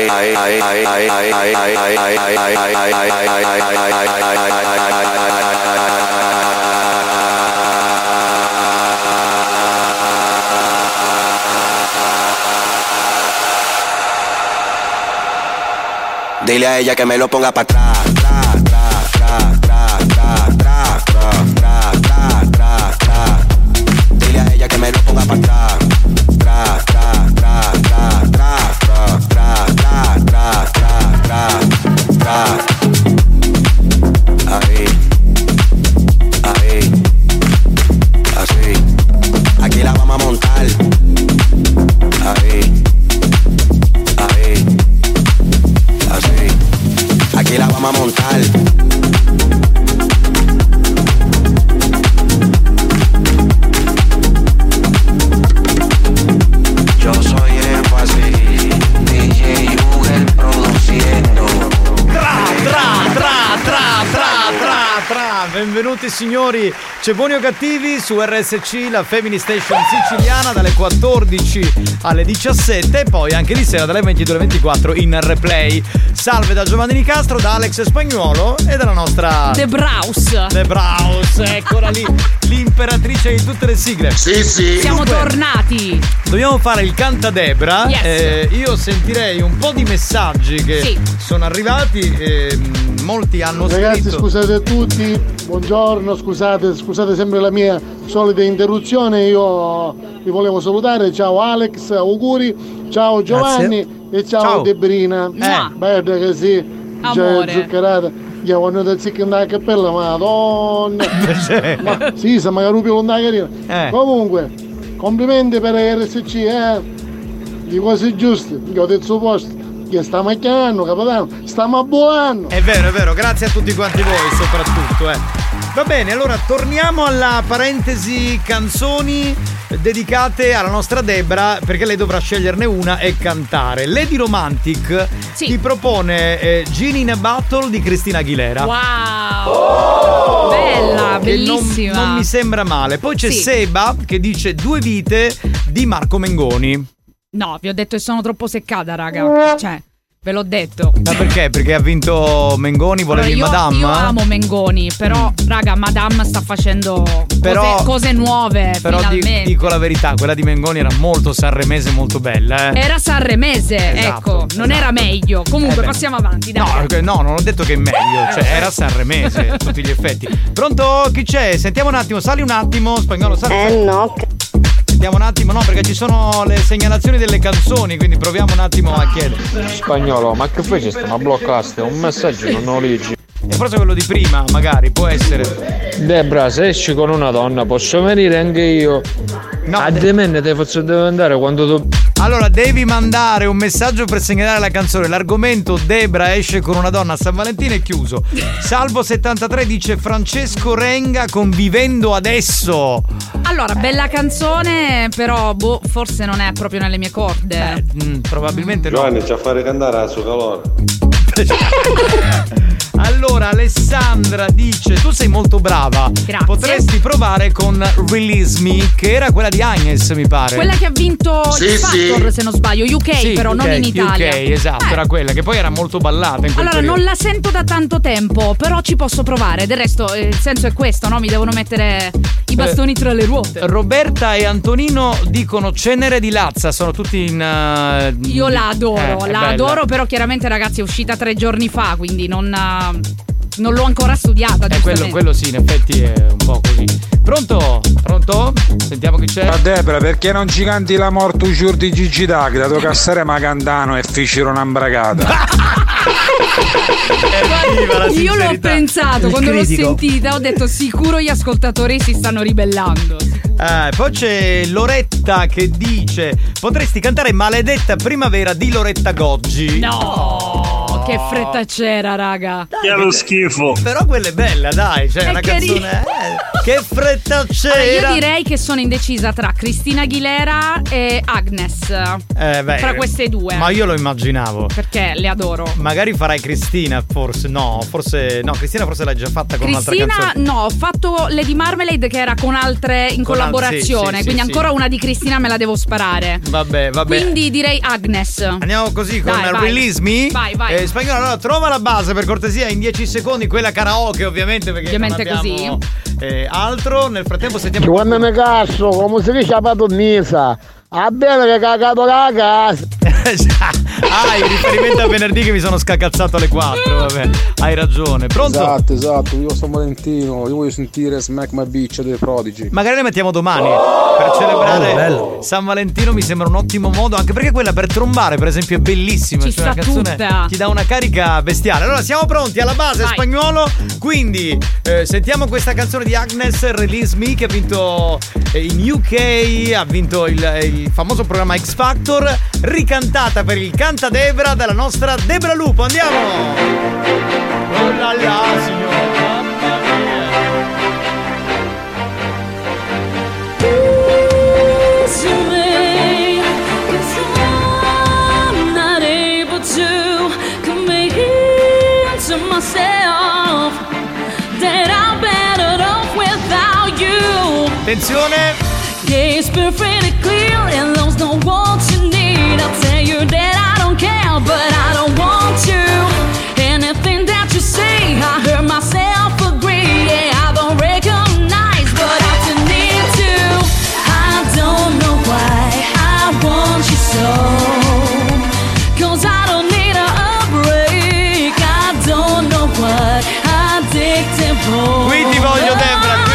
dile a ella que me lo ponga para atrás. Tra, tra, tra, tra, tra, tra, tra, tra, tra, tra. Dile a ella que me lo ponga para atrás. Tra, tra, tra, tra, tra, tra, tra, tra, tra, tra, tra. Ahí, ahí, así. Aquí la vamos a montar. Ahí, ahí, así. Aquí la vamos a montar. benvenuti signori. C'è Buoni o Cattivi su R S C, la Family Station siciliana, dalle quattordici alle diciassette e poi anche di sera dalle ventidue alle ventiquattro in replay. Salve da Giovanni Nicastro, da Alex Spagnuolo e dalla nostra The Braus. The Braus, eccola lì, l'imperatrice di tutte le sigle. Sì, sì. Siamo Dunque, tornati. dobbiamo fare il Cantadebra. Yes. Eh, io sentirei un po' di messaggi che Sì. sono arrivati. Eh, molti hanno Ragazzi, scritto. scusate a tutti, buongiorno, scusate, scusate sempre la mia solita interruzione, io vi volevo salutare, ciao Alex, auguri, ciao Giovanni e ciao, Ciao. Debrina. Eh. Bella che sì, Amore. già zuccherata. Io quando ti zicca andare a cappella, madonna. Ma, sì, se magari rupi una carina. Eh. Comunque, complimenti per R S C, eh. Di cose giuste, io ho detto posto. Che stiamo chiamando, capitano, stiamo volando. È vero, è vero, grazie a tutti quanti voi soprattutto, eh. Va bene, allora torniamo alla parentesi canzoni dedicate alla nostra Debra, perché lei dovrà sceglierne una e cantare. Lady Romantic Sì. ti propone eh, Genie in a Battle di Cristina Aguilera. Wow. Bella, Che non, bellissima. non mi sembra male. Poi c'è Sì. Seba che dice Due vite di Marco Mengoni. No, vi ho detto che sono troppo seccata, raga. Cioè, ve l'ho detto. Ma perché? Perché ha vinto Mengoni, volevi Allora, io, Madame? io amo Mengoni, però, raga, Madame sta facendo Però- cose, cose nuove, Però di- finalmente. dico la verità, quella di Mengoni era molto sanremese, molto bella, eh. Era sanremese, Esatto, ecco, non era meglio. Comunque, Eh beh. passiamo avanti, dai. No, perché- no, non ho detto che è meglio, cioè era sanremese a tutti gli effetti. Pronto? Chi c'è? Sentiamo un attimo, sali un attimo, Spagnolo, sali. Eh no. Sentiamo un attimo, no, perché ci sono le segnalazioni delle canzoni, quindi proviamo un attimo a chiedere. Spagnolo, ma che fai? Stiamo a bloccare, un messaggio non lo leggi. E forse quello di prima, magari, può essere. Debra, se esci con una donna posso venire anche io. No, a de- Demenne te faccio devo andare quando tu. Allora, devi mandare un messaggio per segnalare la canzone. L'argomento Debra esce con una donna a San Valentino è chiuso. Salvo settantatré dice Francesco Renga con Vivendo Adesso. Allora, bella canzone, però, boh, forse non è proprio nelle mie corde. Mm, probabilmente no. Giovanni ci fa ricantare a suo calore. Allora Alessandra dice tu sei molto brava. Grazie. Potresti provare con Release Me, che era quella di Agnes, mi pare. Quella che ha vinto Sì, il Factor, sì. se non sbaglio, U K, Sì, però U K, non in Italia. U K, esatto, Eh. era quella che poi era molto ballata in quel Allora, periodo. non la sento da tanto tempo, però ci posso provare. Del resto, eh, il senso è questo, no? Mi devono mettere i bastoni tra le ruote. Roberta e Antonino dicono Cenere di Lazza, sono tutti in uh, Io la adoro, eh, è la bella. adoro, però chiaramente, ragazzi, è uscita tre giorni fa, quindi non, eh, non l'ho ancora studiata. Eh, quello, giustamente. quello sì, in effetti è un po' così. Pronto? Pronto? Sentiamo chi c'è. Ma Debra, perché non ci canti la morte un giorno di Gigi D'Agri, dato cassare ma cantano e ficero una bragata. Io l'ho pensato quando l'ho sentita, ho detto sicuro gli ascoltatori si stanno ribellando. Eh, poi c'è Loretta che dice potresti cantare Maledetta Primavera di Loretta Goggi. No, che fretta c'era, raga. Che lo schifo. Però quella è bella, dai, cioè È una carina. canzone. eh, che fretta c'era. Allora, io direi che sono indecisa tra Cristina Aguilera e Agnes. Eh, beh, Tra queste due. Ma io lo immaginavo. Perché le adoro. Magari farai Cristina, forse. No, forse. No, Cristina forse l'hai già fatta con un'altra Cristina, canzone. no, ho fatto Lady Marmalade che era con altre in Con al- collaborazione, sì, sì, quindi sì, ancora sì. una di Cristina me la devo sparare. Vabbè, vabbè. Quindi direi Agnes. Andiamo così con Dai, vai. Release Me. Vai, vai. Eh, Spagnolo, allora trova la base per cortesia in dieci secondi, quella karaoke ovviamente perché Ovviamente non abbiamo, eh, altro. Nel frattempo sentiamo Quando mi cazzo, come si dice a padonnisa, a bene che cagato la casa. Ah, il riferimento a venerdì che mi sono scacazzato alle quattro, vabbè. Hai ragione. Pronto? Esatto, esatto, io San Valentino, io voglio sentire Smack My Bitch dei Prodigy. Magari le mettiamo domani per celebrare San Valentino, mi sembra un ottimo modo, anche perché quella per trombare per esempio è bellissima. Ci cioè una sta canzone tutta. ti dà una carica bestiale. Allora siamo pronti alla base, Vai. Spagnolo. Quindi eh, sentiamo questa canzone di Agnes, Release Me, che ha vinto eh, in U K, ha vinto il, il famoso programma X Factor, ricantata per il Cantadebra dalla nostra Debra Lupo. Andiamo! Oh là là, signora, mamma mia. Myself that I'm better Attenzione. Yeah, it's been pretty clear and those know what you need. I'll tell you that I don't care, but I don't want you. Anything that you say, I heard myself agree. Yeah, I don't recognize, but I still need to. I don't know why I want you so. Cause I don't need a break. I don't know what addicted boy. Qui ti voglio, Debra, qui.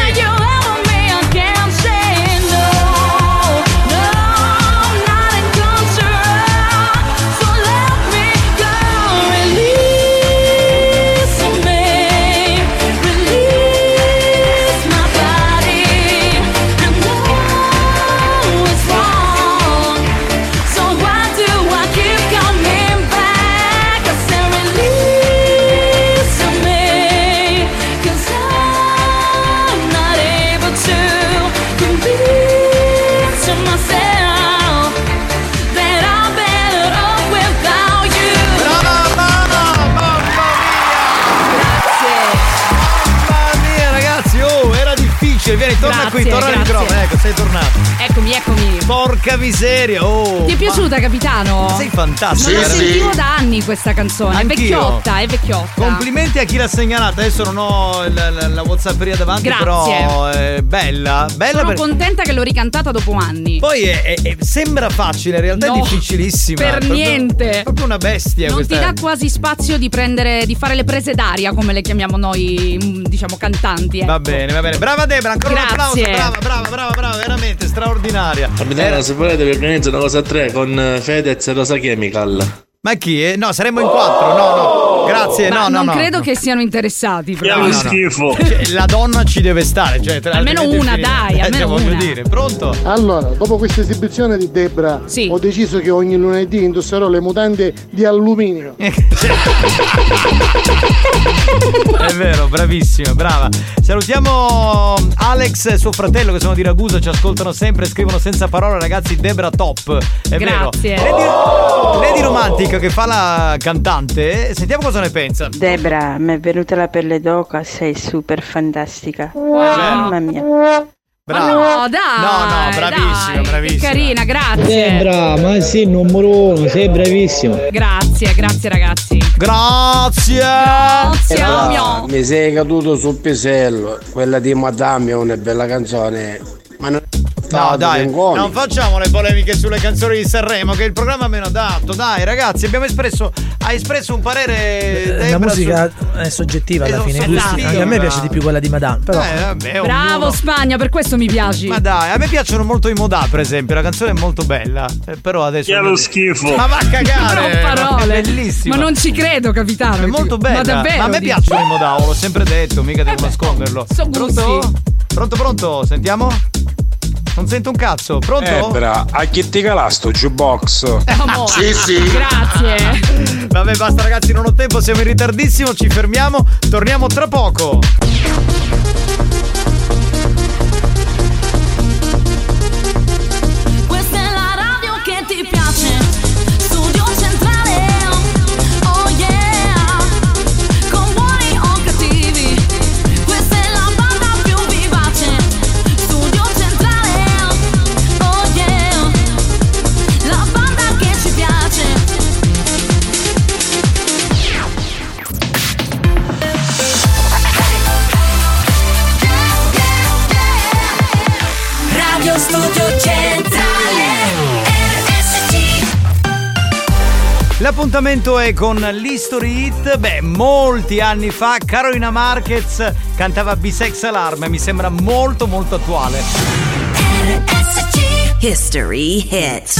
Vieni, torna Grazie, qui, torna al grazie. microfono, ecco, sei tornato. Eccomi, eccomi. Porca miseria, oh. Ti è piaciuta, capitano? Sei fantastico. Non la Sì, sentivo sì. da anni questa canzone. Anch'io. È vecchiotta, è vecchiotta. Complimenti a chi l'ha segnalata. Adesso non ho la, la, la WhatsApperia davanti, Grazie. però è bella. Bella Sono per... contenta che l'ho ricantata dopo anni. Poi è, è- è- sembra facile, in realtà No, è difficilissima. per È proprio- niente. È proprio una bestia Non questa. ti dà quasi spazio di prendere, di fare le prese d'aria, come le chiamiamo noi, mm, diciamo, cantanti. Ecco. Va bene, va bene. Brava Debra, ancora Grazie. un applauso. Brava, brava, brava, brava, veramente straordinaria. Capitano, se volete vi organizzo una cosa a tre con eh, Fedez e Rosa Chemical. Ma chi? è? No, saremmo in quattro. No, no. Grazie, Ma no, no, non no. credo che siano interessati. No, no, no. schifo. Cioè, la donna ci deve stare, cioè, tra- Almeno altrimenti una, è finita. dai, Eh, almeno voglio una. dire, pronto? Allora, dopo questa esibizione di Debra, ho deciso che ogni lunedì indosserò le mutande di alluminio. È vero, bravissima, brava. Salutiamo Alex e suo fratello che sono di Ragusa, ci ascoltano sempre, scrivono senza parole, ragazzi. Debra top. È Grazie. vero. Lady, Lady Romantica che fa la cantante, sentiamo cosa ne pensa. Debra, mi è venuta la pelle d'oca, sei super fantastica. Mamma mia. Brava. No, dai. No, no, bravissima, dai, bravissima. Che carina, grazie. Debra, ma sì, numero uno, sei bravissimo. Grazie, grazie ragazzi. Grazie. Grazie. Allora, mio. mi sei caduto sul pisello. Quella di Madame è una bella canzone. Ma non No, dai, non facciamo le polemiche sulle canzoni di Sanremo, che è il programma meno adatto. Dai, ragazzi, abbiamo espresso. Ha espresso un parere. La Debra, musica su- è soggettiva alla È fine. soggettiva. Gusti. Anche a me piace di più quella di Madame. Però. Eh, vabbè, Bravo ognuno- Spagna, per questo mi piaci. Ma dai, a me piacciono molto i Modà, per esempio. La canzone è molto bella. eh, però adesso. Che è lo schifo. Ma va a cagare! Non parole. È bellissima. Ma non ci credo, capitano. È molto bella. Ma davvero? Ma a me dici? piacciono i Modà, l'ho sempre detto, mica devo nasconderlo. so Pronto? gusti. Pronto, pronto? Sentiamo? Non sento un cazzo. Pronto? Debra, a chi ti calà sto jukebox? Amore. Sì, sì. Grazie. Vabbè, basta ragazzi, non ho tempo, siamo in ritardissimo, ci fermiamo, torniamo tra poco. Questa è la radio che ti piace. Studio centrale. Oh yeah. Con buoni o cattivi. Questa è la banda più vivace. Studio centrale. Oh yeah. La banda che ci piace. Radio Studio Centrale R S C. L'appuntamento è con l'History Hit. Beh, molti anni fa Carolina Marquez cantava Bisex Alarm e mi sembra molto molto attuale. History Hit.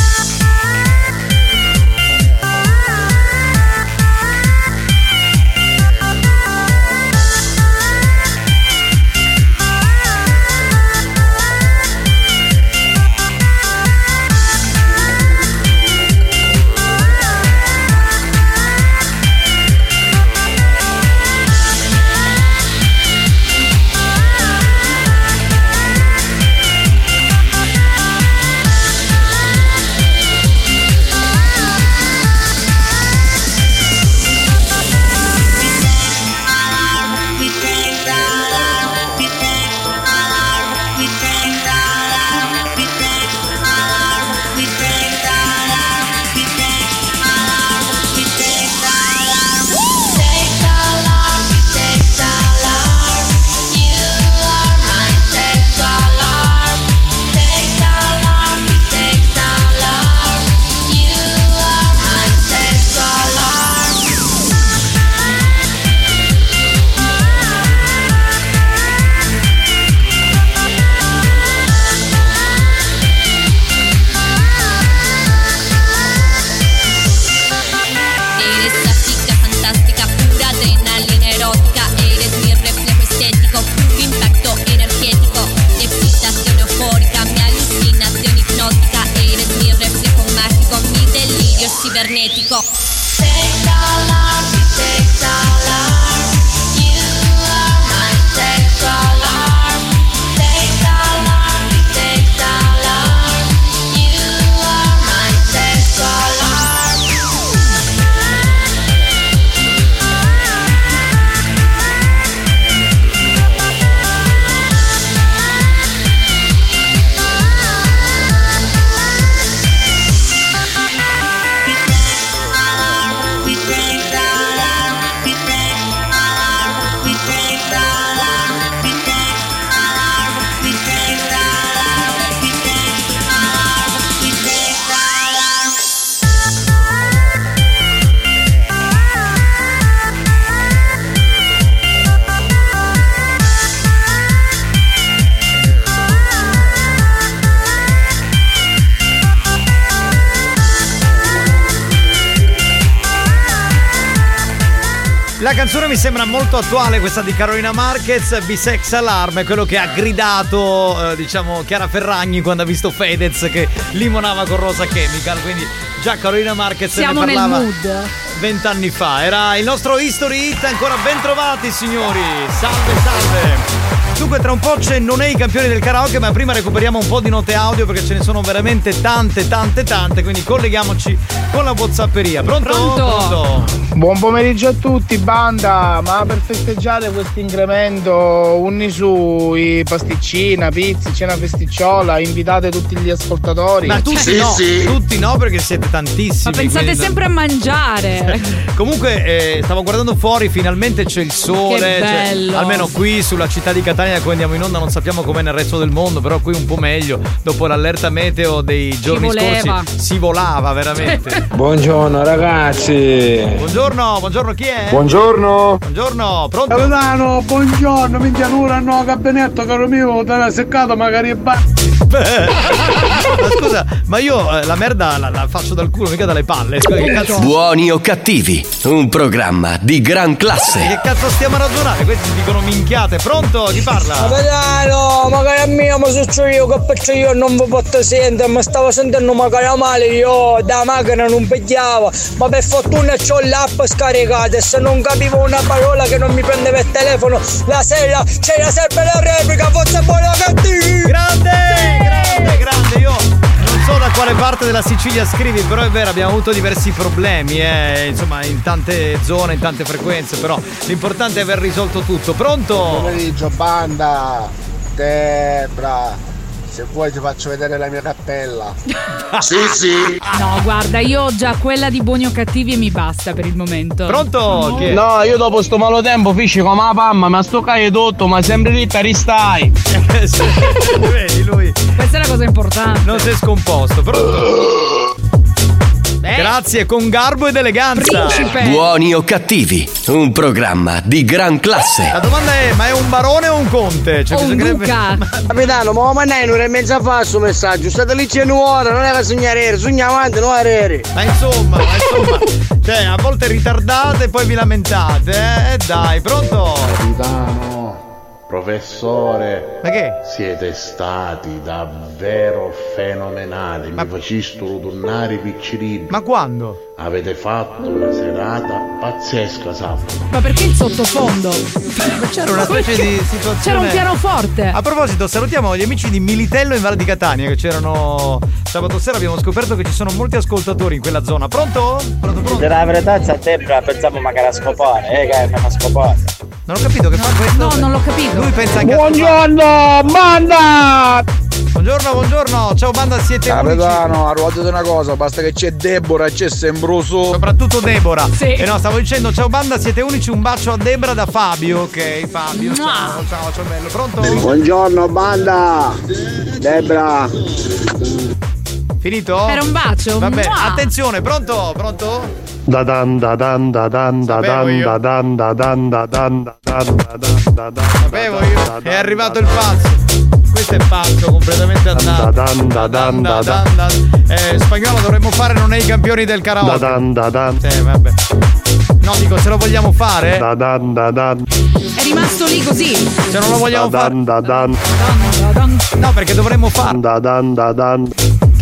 cibernetico. La canzone mi sembra molto attuale, questa di Carolina Marquez, Bisex Alarm, è quello che ha gridato, eh, diciamo, Chiara Ferragni quando ha visto Fedez che limonava con Rosa Chemical, quindi già Carolina Marquez Siamo ne parlava nel mood. vent'anni fa. Era il nostro History Hit, ancora ben trovati signori, salve salve. Dunque tra un po' c'è Non è i campioni del karaoke, ma prima recuperiamo un po' di note audio perché ce ne sono veramente tante tante tante, quindi colleghiamoci con la WhatsApperia. Pronto? Pronto? Pronto? Buon pomeriggio a tutti banda, ma per festeggiare questo incremento unni su i pasticcina, pizzi, cena festicciola, invitate tutti gli ascoltatori. Ma tutti sì, no, sì. tutti no perché siete tantissimi. Ma pensate quindi- sempre a mangiare. Comunque eh, stavo guardando fuori, finalmente c'è il sole, Che cioè, bello. almeno qui sulla città di Catania da cui andiamo in onda, non sappiamo com'è nel resto del mondo, però qui un po' meglio. Dopo l'allerta meteo dei giorni voleva. scorsi si volava veramente. Buongiorno ragazzi. Buongiorno, buongiorno, chi è? Buongiorno. Buongiorno, pronto? Capitano, buongiorno, minchia Nura, no, gabinetto, caro mio, te l'ha seccato magari e ba- Ma scusa, ma io eh, la merda la, la faccio dal culo, mica dalle palle. Scusa, che cazzo, Buoni o cattivi, un programma di gran classe. che cazzo stiamo a ragionare? Questi dicono minchiate. Pronto? Chi parla? Capitano, magari a me, ma se io che perciò io non vi posso sentire, ma stavo sentendo magari male, io da macchina non pigliavo, ma per fortuna c'ho l'app scaricata e se non capivo una parola che non mi prendeva il telefono, la sera c'era sempre la replica, forse buono o cattivi! Grande, grande, grande, io non so da quale parte della Sicilia scrivi, però è vero, abbiamo avuto diversi problemi, eh, insomma, in tante zone, in tante frequenze, però l'importante è aver risolto tutto. Pronto? Pomeriggio banda, Debra, se vuoi ti faccio vedere la mia cappella. Sì, sì. No, guarda, io ho già quella di Buoni o Cattivi e mi basta per il momento. Pronto? Chi è? No, io dopo sto malo tempo fisci come la pamma, ma sto caio tutto, ma sempre dritta ristai. Vedi lui? Questa è la cosa importante. Non si è scomposto. Pronto? Grazie, con garbo ed eleganza. Buoni o cattivi, un programma di gran classe. La domanda è, ma è un barone o un conte? Cioè, O un duca. Capitano, ma ma non è un'ora e mezza fa sto messaggio, state lì c'è un'ora, non è che sognare, sogna avanti, non arere. Ma insomma, ma insomma, cioè a volte ritardate e poi vi lamentate, eh? Eh, dai, pronto? Capitano, professore, ma che? Siete stati davvero fenomenali, mi faciste tornare piccirini. Ma quando? Avete fatto una serata pazzesca, sabato. Ma perché il sottofondo? C'era una specie di situazione. C'era un pianoforte. A proposito, salutiamo gli amici di Militello in Valle di Catania che c'erano sabato sera. Abbiamo scoperto che ci sono molti ascoltatori in quella zona. Pronto? Pronto, pronto? Se la verità a Debra pensavo magari a scopare, eh che mi fa scopare. Non ho capito che fa questo. No, non l'ho capito. Lui pensa anche a Buongiorno, banda! Buongiorno, buongiorno. Ciao banda, siete unici. Capitano, arruolate una cosa, basta che c'è Deborah e c'è Sembroso. Soprattutto Deborah. Sì. E no, stavo dicendo, ciao banda, siete unici. Un bacio a Debra da Fabio. Ok, Fabio. Ciao, ciao, ciao bello. Pronto? Buongiorno banda, Debra. Finito? Era un bacio. Vabbè, Mua. attenzione, pronto? Pronto? Da dan da dan da dan da Sapevo dan io. da dan da dan da dan da dan da dan da dan. Sapevo io. È arrivato il pazzo. Questo è pazzo, completamente andato. Da dan da dan da dan. Dan, dan. Eh, spagnolo dovremmo fare Non è i campioni del Da karaoke. dan da dan. Eh, vabbè. No, dico, se lo vogliamo fare? Da dan da dan. È rimasto lì così. Se non lo vogliamo Da fare? dan da dan. No, perché dovremmo farlo. Da dan da dan. Che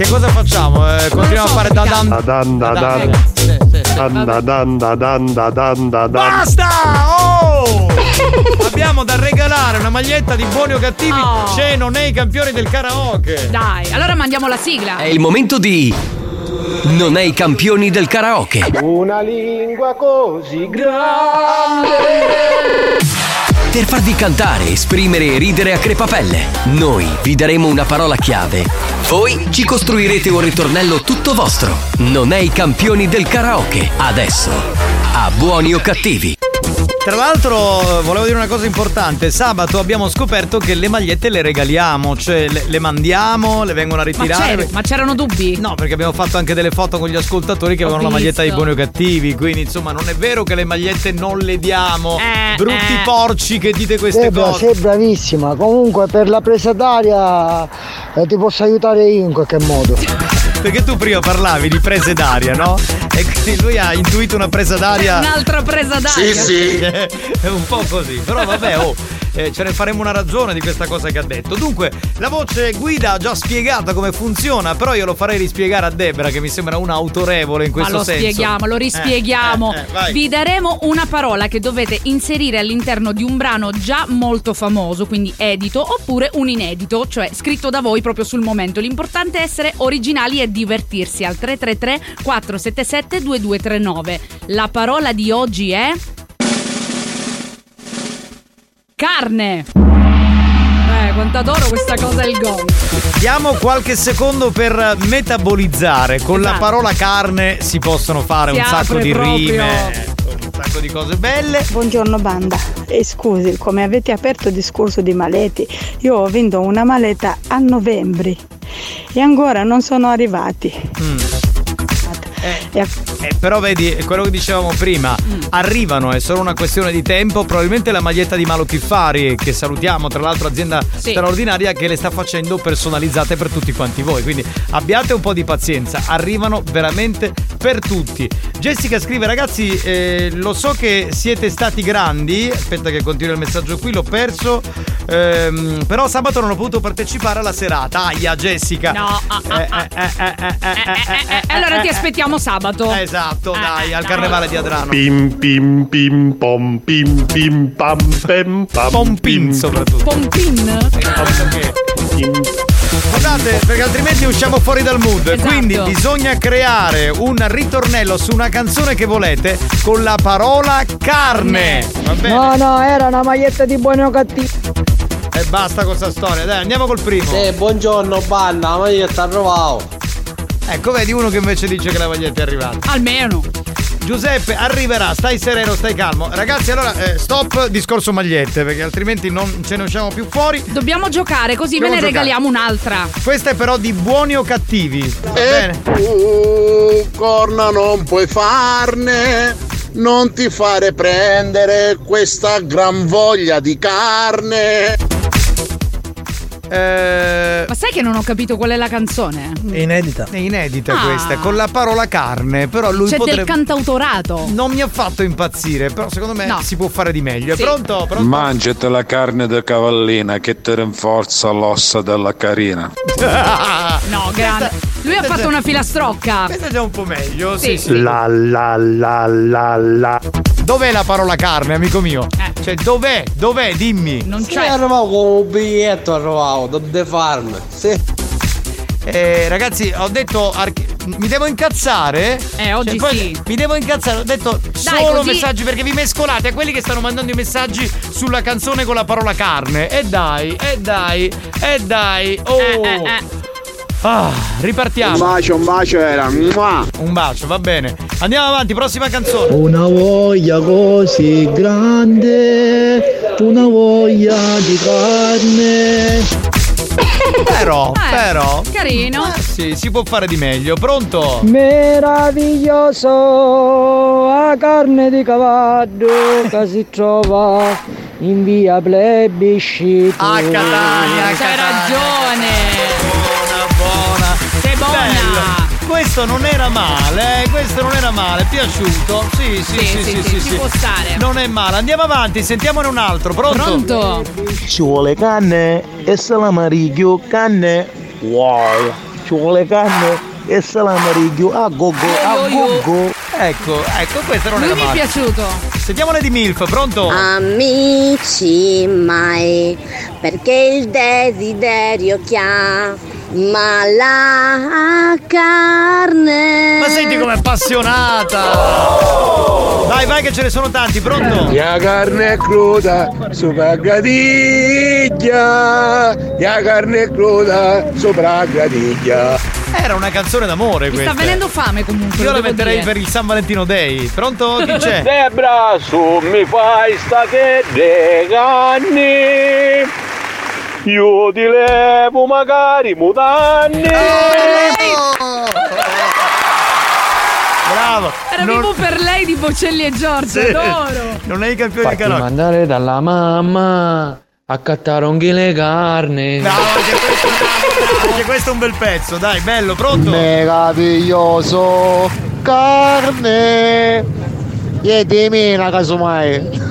Che cosa facciamo? Eh, continuiamo so, a fare da dan da dan da dan da dan da dan da dan da dan. Basta! Oh! Abbiamo da regalare una maglietta di Buoni o Cattivi. Oh. C'è non è i campioni del karaoke. Dai, allora mandiamo la sigla. È il momento di Non è i campioni del karaoke. Una lingua così grande. Per farvi cantare, esprimere e ridere a crepapelle, noi vi daremo una parola chiave. Voi ci costruirete un ritornello tutto vostro. Non è i campioni del karaoke. Adesso, a Buoni o Cattivi. Tra l'altro volevo dire una cosa importante. Sabato abbiamo scoperto che le magliette le regaliamo. Cioè le, le mandiamo, le vengono a ritirare. Ma, ma c'erano dubbi? No, perché abbiamo fatto anche delle foto con gli ascoltatori che Ho avevano visto. la maglietta di Buoni o Cattivi. Quindi insomma non è vero che le magliette non le diamo. eh, Brutti eh. porci che dite queste Debra, cose. sei bravissima. Comunque per la presa d'aria eh, ti posso aiutare io in qualche modo. Perché tu prima parlavi di prese d'aria, no? E quindi lui ha intuito una presa d'aria. Un'altra presa d'aria. Sì, sì. È un po' così. Però vabbè, oh, eh, ce ne faremo una ragione di questa cosa che ha detto. Dunque, la voce guida ha già spiegata come funziona, però io lo farei rispiegare a Debra, che mi sembra una autorevole in questo Ma lo senso. spieghiamo, lo rispieghiamo. Eh, eh, eh, vai. Vi daremo una parola che dovete inserire all'interno di un brano già molto famoso, quindi edito, oppure un inedito, cioè scritto da voi proprio sul momento. L'importante è essere originali e divertirsi. Al tre tre tre quattro sette sette due due tre nove. La parola di oggi è carne. Eh, quanto adoro questa cosa il gong. Diamo qualche secondo per metabolizzare. Con Esatto. la parola carne si possono fare Si un sacco apre di proprio. rime, un sacco di cose belle. Buongiorno banda, e scusi, come avete aperto il discorso di maleti, io ho vinto una maletta a novembre e ancora non sono arrivati. Mm. Eh, eh, però vedi, è quello che dicevamo prima, mm. arrivano, è solo una questione di tempo. Probabilmente la maglietta di Malo Piffari, che salutiamo, tra l'altro azienda Sì. straordinaria, che le sta facendo personalizzate per tutti quanti voi, quindi abbiate un po' di pazienza, arrivano veramente per tutti. Jessica scrive: ragazzi, eh, lo so che siete stati grandi. Aspetta che continua il messaggio qui, l'ho perso. Ehm, però sabato non ho potuto partecipare alla serata. Aia Jessica. No, ah, ah, ah. Eh, eh, eh, eh, eh, eh, eh, Allora ti eh, aspettiamo sabato. Esatto, dai, al carnevale di Adrano. Pim pim pim pom pim pim pam pem pam. Pompin soprattutto. Pompin? Scusate, perché altrimenti usciamo fuori dal mood. Esatto. Quindi bisogna creare un ritornello su una canzone che volete con la parola carne. Va bene? No, no, era una maglietta di Buoni o Cattivi. E basta con sta storia, dai, andiamo col primo. Sì, buongiorno banda, la maglietta arrivavo. Ecco, vedi uno che invece dice che la maglietta è arrivata. Almeno. Giuseppe arriverà, stai sereno, stai calmo. Ragazzi, allora eh, stop discorso magliette, perché altrimenti non ce ne usciamo più fuori. Dobbiamo giocare, così Dobbiamo ve ne giocare. regaliamo un'altra. Questa è però di Buoni o Cattivi. Va E bene? tu, corna, non puoi farne. Non ti fare prendere questa gran voglia di carne. Eh, Ma sai che non ho capito qual è la canzone? È inedita. È inedita Ah. questa, con la parola carne, però lui C'è potrebbe... del cantautorato. Non mi ha fatto impazzire, però secondo me No. si può fare di meglio. È Sì. pronto? Pronto? Mangiate la carne di cavallina che ti rinforza l'ossa della carina. No, grande. Lui ha fatto una filastrocca. Questa è già un po' meglio, sì, Sì. sì. La la la la la. Dov'è la parola carne, amico mio? Eh. Cioè, dov'è? Dov'è? Dimmi. Non Sì, c'è. arrivavo con un biglietto, arrivavo, da farme. Sì. Eh, ragazzi, ho detto archi- mi devo incazzare? Eh, oggi poi sì. Mi devo incazzare, ho detto Dai, solo così- messaggi perché vi mescolate a quelli che stanno mandando i messaggi sulla canzone con la parola carne. E dai, e dai, e dai. Oh. Eh, eh, eh. Ah, ripartiamo. Un bacio, un bacio era. Mua. Un bacio, va bene. Andiamo avanti, prossima canzone. Una voglia così grande, una voglia di carne. Però, Eh, però. Carino. Eh, sì, si può fare di meglio. Pronto? Meraviglioso, la carne di cavallo che si trova in via Plebiscito. A Catania, a C'hai Catania. ragione. Buona, buona. Sei buona. Bello. Questo non era male, eh? Questo non era male, è piaciuto? Sì, sì, sì, sì, sì, ci sì. può stare. Non è male. Andiamo avanti, sentiamone un altro. Pronto? Pronto? Ci vuole canne e salamariglio canne. Wow. Ci pesce con le canne e salamariglio a gogo, a gogo. Ecco, ecco, questa non Lui era mi è male. piaciuto. Sentiamo Lady Milf, pronto? Amici mai, perché il desiderio chiama la carne. Ma senti com'è appassionata! Vai, vai che ce ne sono tanti, pronto? La carne è cruda, sopra gradiglia. La carne è cruda, sopra gradiglia. Era una canzone d'amore Mi questa. sta venendo fame comunque. Io lo la devo metterei dire. per il San Valentino Day. Pronto? Chi c'è? Debra, su mi fai sta che reganni. Io ti levo magari mutanni. Bravo. Era Non- vivo per lei di Bocelli e Giorgio, Sì. adoro. Non è i campioni di Fatti karaoke. mandare dalla mamma a cattare le carne. No, anche questo, anche questo è un bel pezzo, dai, bello, pronto? Meraviglioso carne e di mina casomai.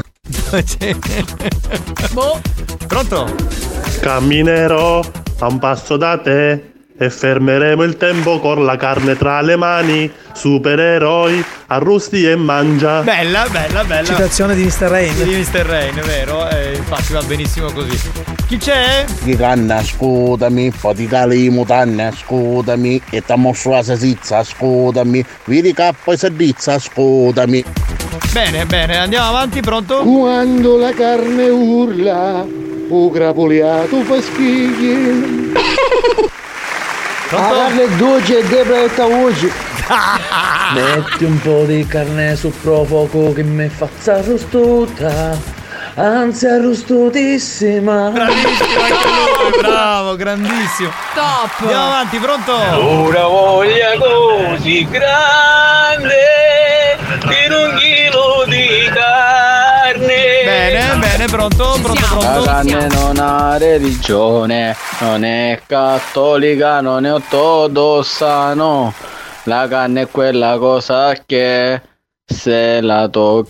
Boh. Pronto? Camminerò a un passo da te e fermeremo il tempo con la carne tra le mani. Supereroi, arrosti e mangia. Bella, bella, bella. Citazione di mister Rain. Di mister Rain, è vero? Eh, infatti va benissimo così. Chi c'è? Di canna, scusami, poi di cali mutanne, scusami, e ti mostro la salsiccia, scusami, vedi cappo e servizia, scusami. Bene, bene, andiamo avanti, pronto? Quando la carne urla, o crapoliato fa schigli. La carne è dolce e depretta oggi. Metti un po' di carne sul profuoco che mi faccia arrostuta, anzi arrostutissima. Bravissimo, anche lui, bravo, grandissimo. Top. Andiamo avanti, pronto? Una voglia così grande per un chilo di carne. Bene, bene, pronto, pronto, La pronto. carne non ha religione, non è cattolica, non è ortodossa, no. La carne è quella cosa che se la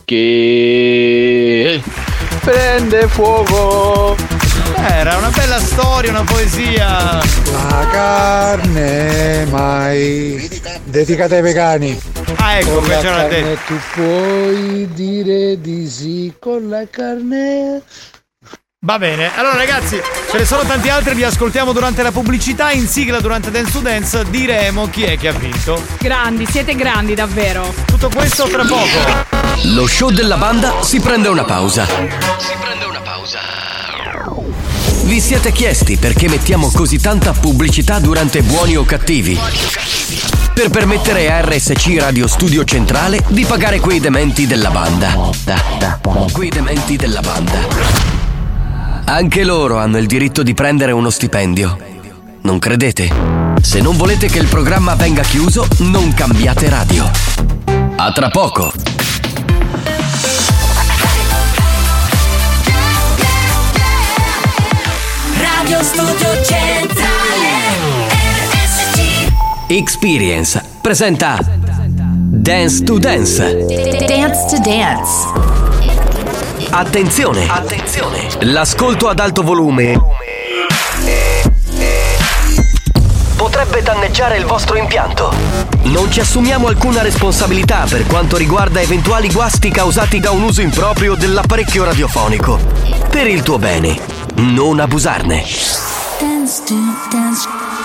tocchi prende fuoco. Era una bella storia, una poesia. La carne mai dedicata ai vegani. Ah, ecco, Con la questa era carne detto. tu puoi dire di sì con la carne. Va bene, allora ragazzi, ce ne sono tanti altri, li ascoltiamo durante la pubblicità, in sigla durante Dance to Dance diremo chi è che ha vinto. Grandi, siete grandi davvero. Tutto questo tra poco. Lo show della banda si prende una pausa. Si prende una pausa. Vi siete chiesti perché mettiamo così tanta pubblicità durante Buoni o Cattivi? Per permettere a R S C Radio Studio Centrale di pagare quei dementi della banda. Da, da, quei dementi della banda. Anche loro hanno il diritto di prendere uno stipendio. Non credete? Se non volete che il programma venga chiuso, non cambiate radio. A tra poco. Radio Studio Centrale R S C. Experience presenta Dance to Dance. Dance to Dance. Attenzione! Attenzione! L'ascolto ad alto volume potrebbe danneggiare il vostro impianto. Non ci assumiamo alcuna responsabilità per quanto riguarda eventuali guasti causati da un uso improprio dell'apparecchio radiofonico. Per il tuo bene, non abusarne. Dance to dance.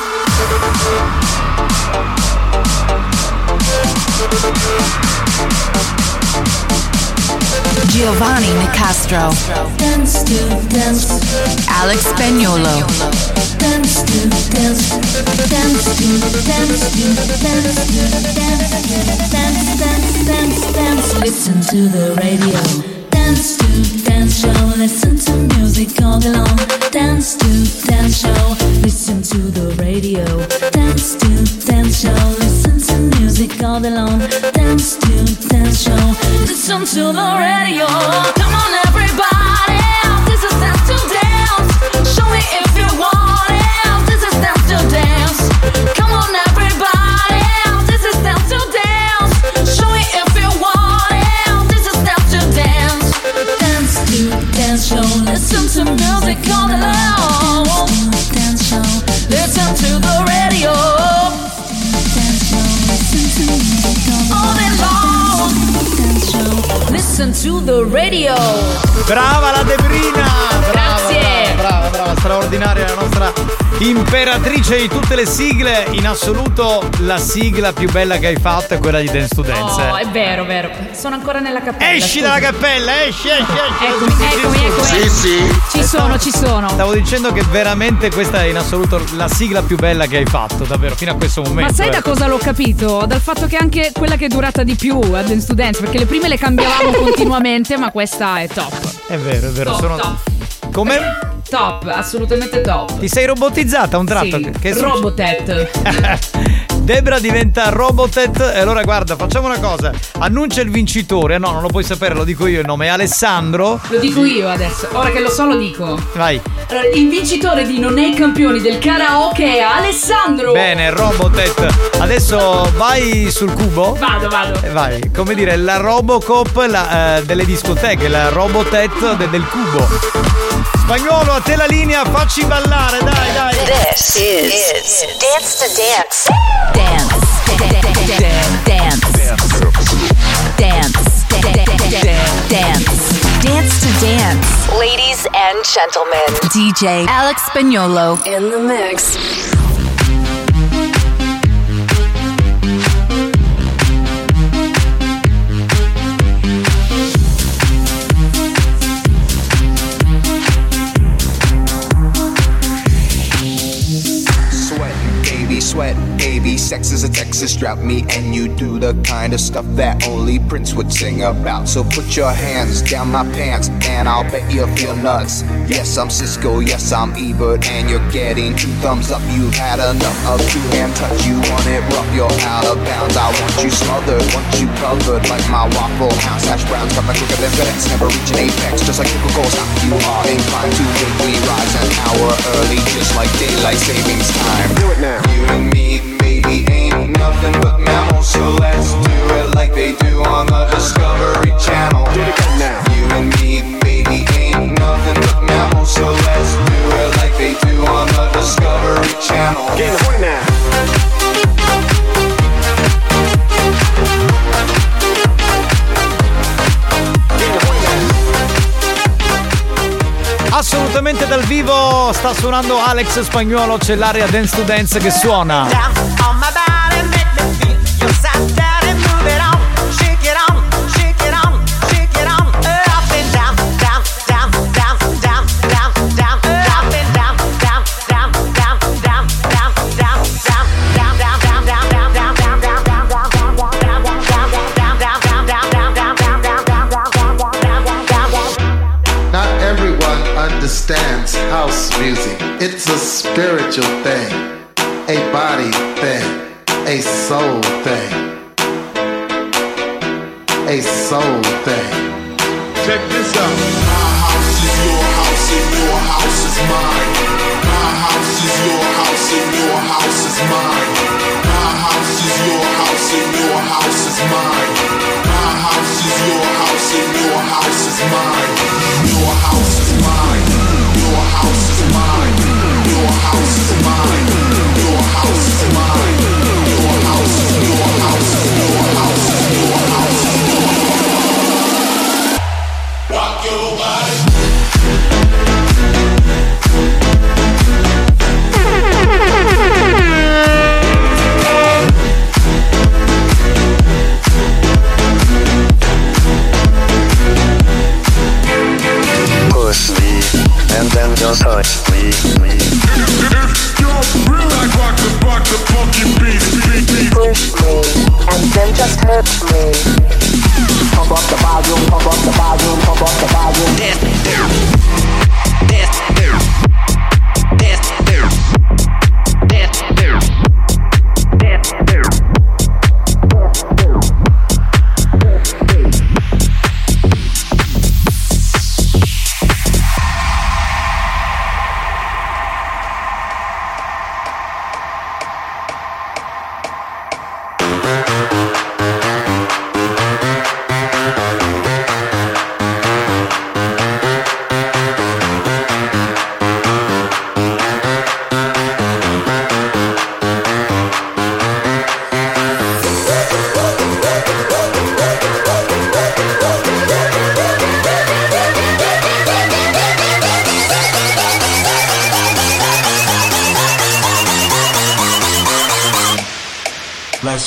Giovanni Nicastro. Dance to dance. Alex Spagnolo. Dance to dance. Dance to dance to dance to dance dance dance dance dance. Listen to the radio. Dance to dance show. Listen to music all day long. Dance to dance show. Listen to the radio. Dance to dance show. Listen to music all day long. Dance to dance show. Listen to the radio. Come on everybody. This is dance to dance. Show me if you want it. This is dance to dance. Come on everybody. This is dance to dance. Show me if you want it. This is dance to dance. Dance to dance show. Listen to music all day long. Dance show. Listen to the radio. listen to the radio. Brava la Debrina! Brava, Grazie. Brava, brava, brava, straordinaria la nostra imperatrice di tutte le sigle. In assoluto la sigla più bella che hai fatto è quella di Dance to Dance. Oh, è vero, vero. Sono ancora nella cappella. Esci scusi. dalla cappella, esci, esci, esci. Eccomi, eccomi, eccomi. Sì, sì. Ci sono, ci sono. Stavo dicendo che veramente questa è in assoluto la sigla più bella che hai fatto, davvero, fino a questo momento. Ma sai eh. da cosa l'ho capito? Dal fatto che anche quella che è durata di più a Dance to Dance, perché le prime le cambiavamo continuamente, ma questa è top. È vero, è vero, Top, sono top. Come? Top, assolutamente top. Ti sei robotizzata un tratto? Sì, che Robotet. Debra diventa Robotet. E allora guarda, facciamo una cosa. Annuncia il vincitore. No, non lo puoi sapere, lo dico io. Il nome è Alessandro. Lo dico io adesso. Ora che lo so lo dico. Vai. Allora, il vincitore di Non è i campioni del karaoke è Alessandro. Bene, Robotet. Adesso vai sul cubo. Vado, vado. E vai. Come dire, la Robocop la, eh, delle discoteche. La Robotet de- del cubo. Spagnolo, a te la linea, facci ballare, dai, dai. This is Dance to Dance. Dance. Dance. Dance. Dance. Dance to Dance. Ladies and gentlemen, D J Alex Spagnolo in the mix. Sweat, baby, sex is a Texas drought. Me and you do the kind of stuff that only Prince would sing about. So put your hands down my pants and I'll bet you'll feel nuts. Yes, I'm Cisco, yes, I'm Ebert, and you're getting two thumbs up. You've had enough of two-hand touch. You want it rough, you're out of bounds. I want you smothered, want you covered like my Waffle House hash browns. Coming quicker than FedEx, never reach an apex. Just like Coca Cola stop. You are inclined to make me rise an hour early, just like daylight savings time. Do it now. You and me, baby, ain't nothing but mammals, so let's do it like they do on the Discovery Channel. Do it again now. You and me, baby, ain't nothing but mammals, so let's do it like they do on the Discovery Channel. Get the point now. Assolutamente dal vivo sta suonando Alex Spagnolo, c'è l'area Dance to Dance che suona. Understands house music. It's a spiritual thing, a body thing, a soul thing, a soul thing. Check this out. My house is your house and your house is mine. My house is your house and your house is mine. My house is your house and your house is mine. My house is your house and your house is mine. Your house is mine. Your house is mine. Your house is mine. Your house is mine. Your house is your house is your house is your house is your house. Rock your body. Push me and then just touch me. Push me and then just hurt me. Pump up the volume, pump up the volume, pump up the volume. Dance, dance, dance, dance, dance, dance, dance.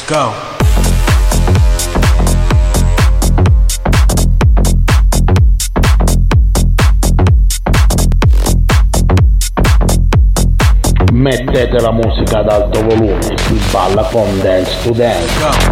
Go. Mettete la musica ad alto volume, si balla con Dance to Dance.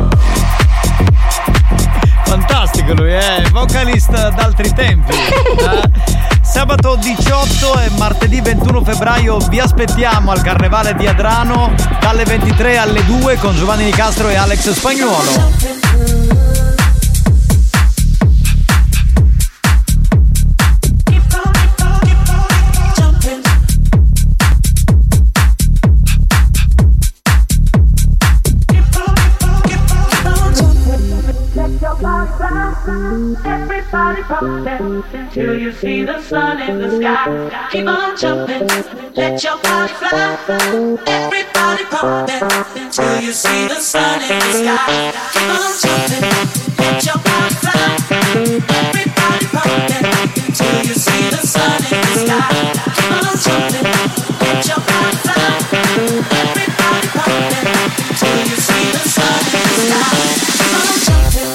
Fantastico lui, eh? Vocalist d'altri tempi. Eh? Sabato diciotto e martedì ventuno febbraio vi aspettiamo al Carnevale di Adrano dalle ventitré alle due con Giovanni Nicastro e Alex Spagnuolo. Everybody pump that till you see the sun in the sky. Keep on jumping, let your body fly. Everybody pump that till you see the sun in the sky. Keep on jumping, let your body fly. Everybody pump that till you see the sun in the sky. Keep on jumping, let your body fly. Everybody pump that till you see the sun in the sky. Keep on jumping.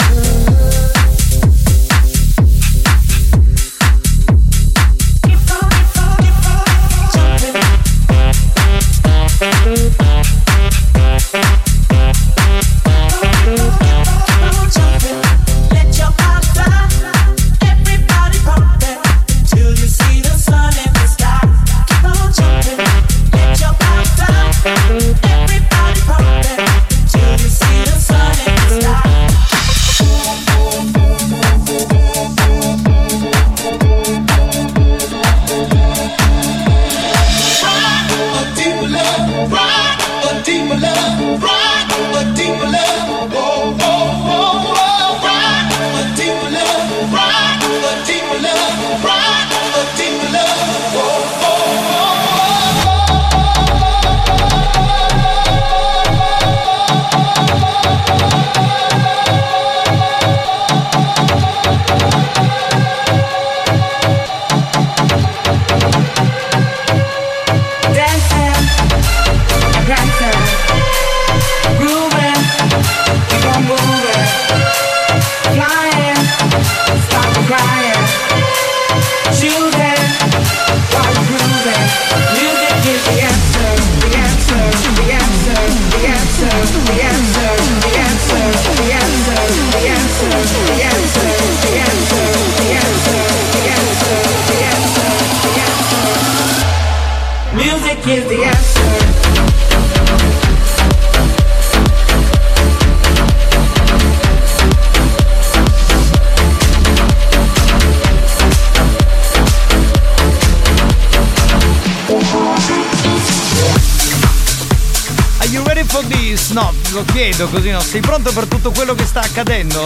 No, lo chiedo così, no? Sei pronto per tutto quello che sta accadendo?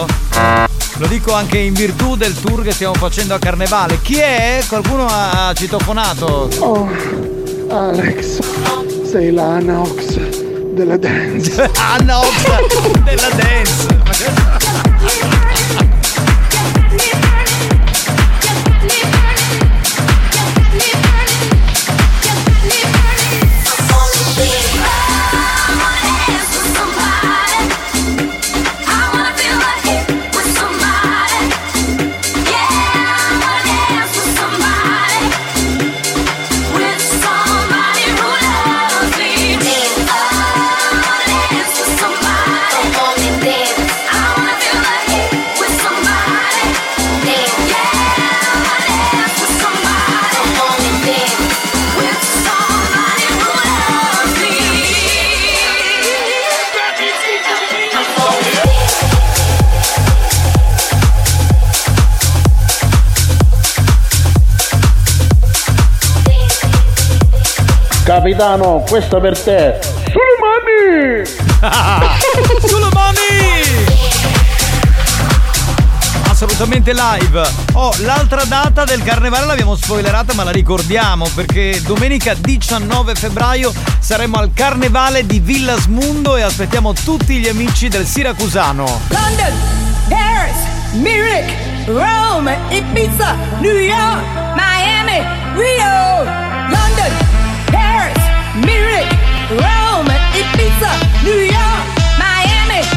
Lo dico anche in virtù del tour che stiamo facendo a Carnevale. Chi è? Qualcuno ha citofonato? Oh, Alex, sei la Anaox della dance. Anaox della dance. Capitano, questo per te. Sulle mani! Sulle mani! Assolutamente live. Oh, l'altra data del Carnevale l'abbiamo spoilerata, ma la ricordiamo perché domenica diciannove febbraio saremo al Carnevale di Villasmundo e aspettiamo tutti gli amici del Siracusano. London, Paris, Munich, Rome, Ibiza, New York, Miami, Rio. London, Paris, Munich, Rome, Ibiza, New York, Miami,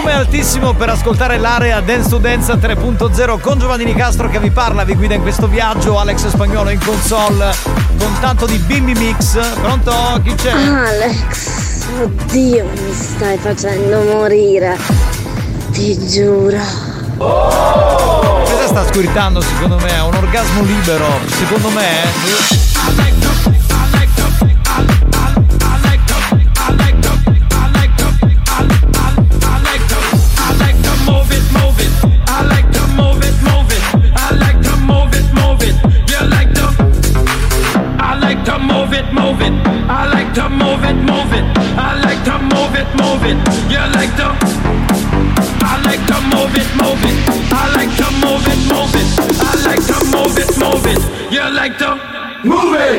volume altissimo per ascoltare l'area Dance to Dance tre punto zero con Giovanni Nicastro che vi parla, vi guida in questo viaggio, Alex Spagnuolo in console con tanto di bimbi mix. Pronto? Chi c'è? Alex, oddio, mi stai facendo morire, ti giuro. Cosa sta squirtando secondo me? È un orgasmo libero, secondo me. Move it, move it. I like to move it, move it. I like to move it, move it. You like to. I like to move it, move it. I like to move it, move it. I like to move it, move it. You like to move it.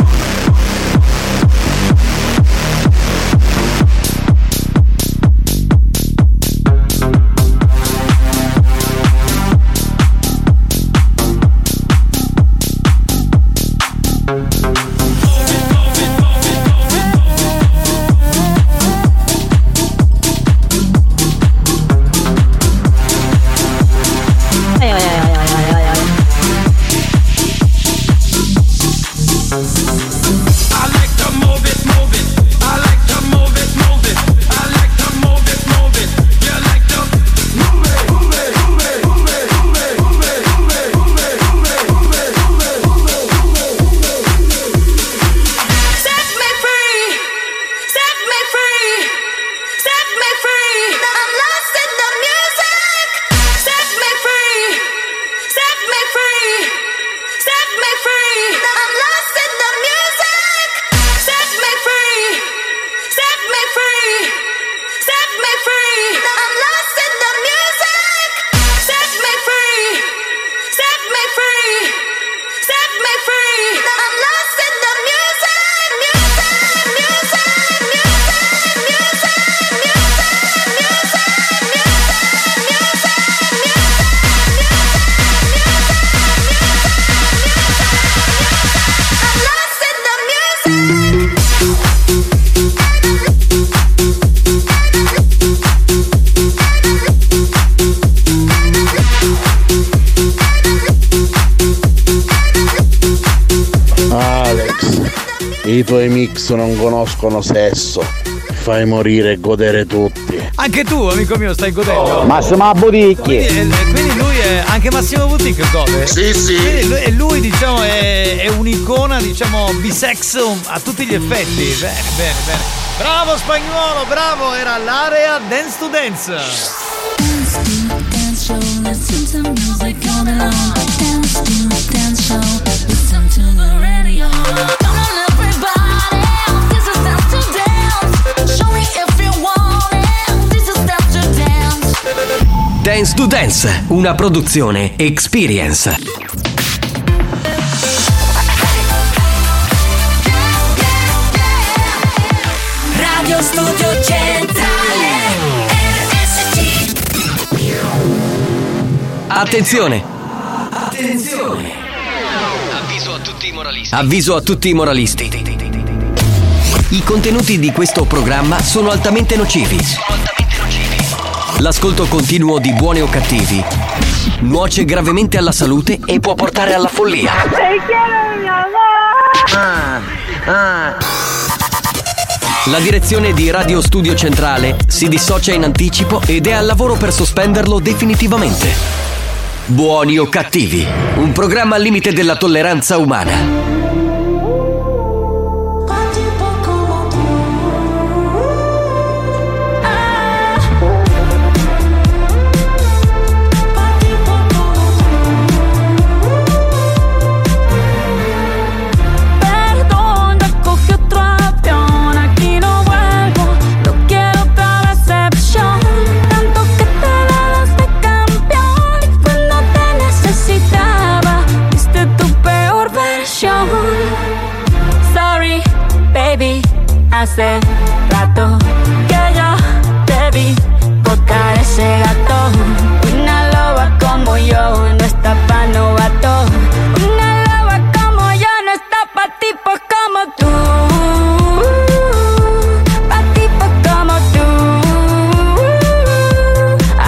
I tuoi mix non conoscono sesso, fai morire e godere tutti. Anche tu, amico mio, stai godendo? Massimo Buticchi. Quindi, quindi lui è anche Massimo Buticchi gode? Sì, sì. Quindi lui, e lui diciamo è, è un'icona, diciamo, bisex a tutti gli effetti. Bene, bene, bene. Bravo Spagnuolo, bravo, era l'area Dance to Dance. Dance to dance show, listen to music all day long. Dance to dance show, listen to the radio. Come on everybody, this is dance to dance. Show me if you want it, this is dance to dance. Dance to Dance, una produzione Experience. Radio Studio Centrale R S C. Attenzione! Attenzione! Avviso a tutti i moralisti. Avviso a tutti i moralisti. I contenuti di questo programma sono altamente nocivi. L'ascolto continuo di buoni o cattivi nuoce gravemente alla salute e può portare alla follia. Ah, ah. La direzione di Radio Studio Centrale si dissocia in anticipo ed è al lavoro per sospenderlo definitivamente. Buoni o cattivi, un programma al limite della tolleranza umana. Hace rato que yo te vi botar ese gato. Una loba como yo no está pa' novato. Una loba como yo no está pa' tipos como tú. Pa' tipos como tú.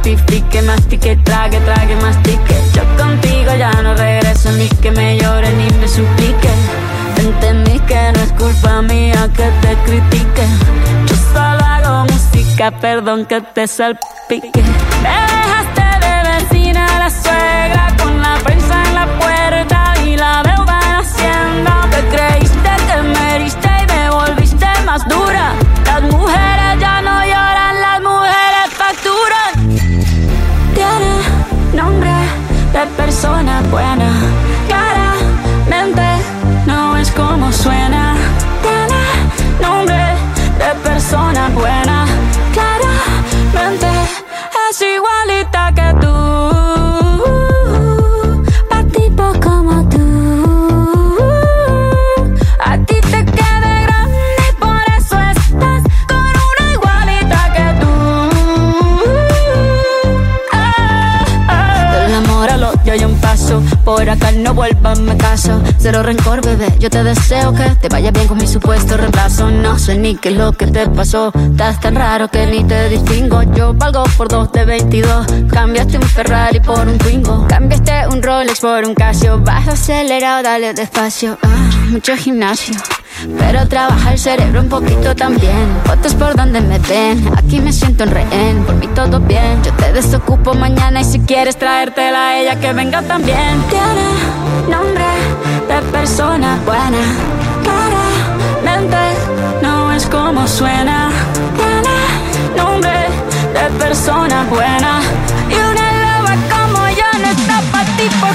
justifique, mastique, trague, trague, mastique. Yo contigo ya no regreso ni que me llore ni me suplique. Entendí que no es culpa mía que te critique. Yo solo hago música, perdón que te salpique. Me dejaste de vecina a la suegra con la prensa en la puerta y la deuda en Hacienda. Te creíste que me heriste y me volviste más dura. Las mujeres ya no lloran, las mujeres facturan. Tiene nombre de persona buena, claramente no es como suena. Tiene nombre de persona buena, claramente es igualita que tú. Pa' tipo como tú, a ti te queda grande y por eso estás con una igualita que tú. Ah, ah. Del amor al odio hay un paso, por acá no vuelvas, me caso. Cero rencor, bebé, yo te deseo que te vaya bien con mi supuesto reemplazo. No sé ni qué es lo que te pasó, estás tan raro que ni te distingo. Yo valgo por dos de veintidós, cambiaste un Ferrari por un Twingo. Cambiaste un Rolex por un Casio, vas acelerado, dale despacio. Ah, mucho gimnasio, pero trabaja el cerebro un poquito también. Fotos por donde me ven, aquí me siento en rehén. Por mí todo bien, yo te desocupo mañana y si quieres traértela a ella que venga también. Tiene nombre de persona buena, claramente no es como suena. Tiene nombre de persona buena y una loba como yo no está pa' tipos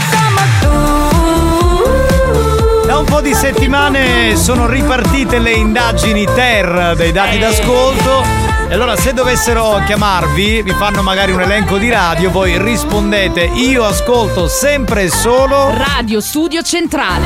como tú. Da un po' di settimane sono ripartite le indagini T E R dei dati d'ascolto. E allora se dovessero chiamarvi, vi fanno magari un elenco di radio, voi rispondete: io ascolto sempre e solo Radio Studio Centrale.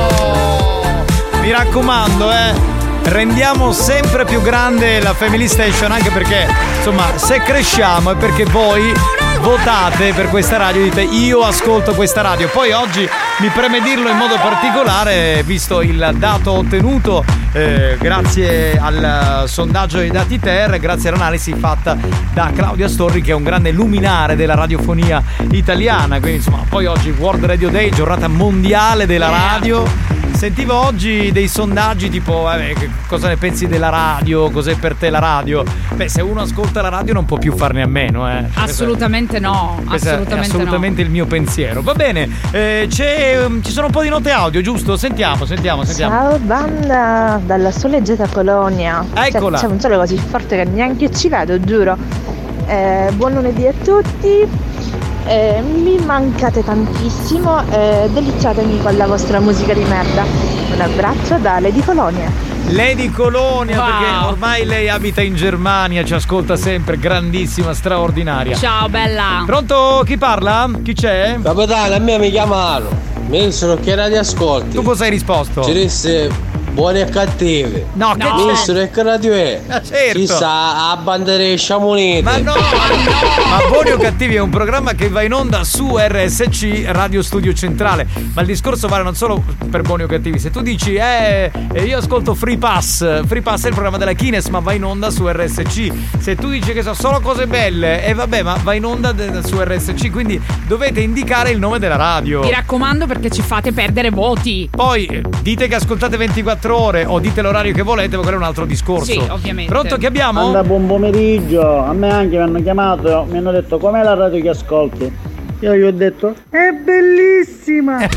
Oh, mi raccomando, eh, rendiamo sempre più grande la Family Station, anche perché insomma se cresciamo è perché voi votate per questa radio, dite io ascolto questa radio. Poi oggi mi preme dirlo in modo particolare, visto il dato ottenuto eh, grazie al sondaggio dei dati T E R, grazie all'analisi fatta da Claudia Storri, che è un grande luminare della radiofonia italiana. Quindi insomma, poi oggi World Radio Day, giornata mondiale della radio. Sentivo oggi dei sondaggi tipo eh, cosa ne pensi della radio, cos'è per te la radio? Beh, se uno ascolta la radio non può più farne a meno, eh. Assolutamente no, assolutamente, è assolutamente no. il mio pensiero. Va bene, eh, c'è, um, ci sono un po' di note audio, giusto? Sentiamo, sentiamo, sentiamo. Ciao banda, dalla soleggiata Colonia. Eccola. C'è un sole così forte che neanche ci vedo, giuro. Eh, buon lunedì a tutti. Eh, mi mancate tantissimo, eh, deliziatemi con la vostra musica di merda. Un abbraccio da Lady Colonia. Lady Colonia, wow. Perché ormai lei abita in Germania, ci ascolta sempre, grandissima, straordinaria. Ciao bella. Pronto? Chi parla? Chi c'è? Capitano, a me mi chiamano, mi dissero che era di ascolti. Tu cosa hai risposto? Ci disse buoni e cattivi. No, che mi dissero che radio è? Ah, certo. Chissà, a bandere i sciamoniti. Ma no, ma no. Ma Buoni o Cattivi è un programma che va in onda su R S C Radio Studio Centrale. Ma il discorso vale non solo per Buoni o Cattivi. Se tu dici eh io ascolto Free Pass, Free Pass è il programma della Kines, ma va in onda su R S C. Se tu dici che sono solo cose belle, e eh, vabbè, ma va in onda de- su R S C, quindi dovete indicare il nome della radio. Mi raccomando, perché ci fate perdere voti. Poi eh, dite che ascoltate ventiquattro ore o dite l'orario che volete, ma quello è un altro discorso. Sì, ovviamente. Pronto, che abbiamo? Anda, buon pomeriggio. A me anche mi hanno chiamato, mi hanno detto com'è la radio che ascolti. Io gli ho detto è bellissima. È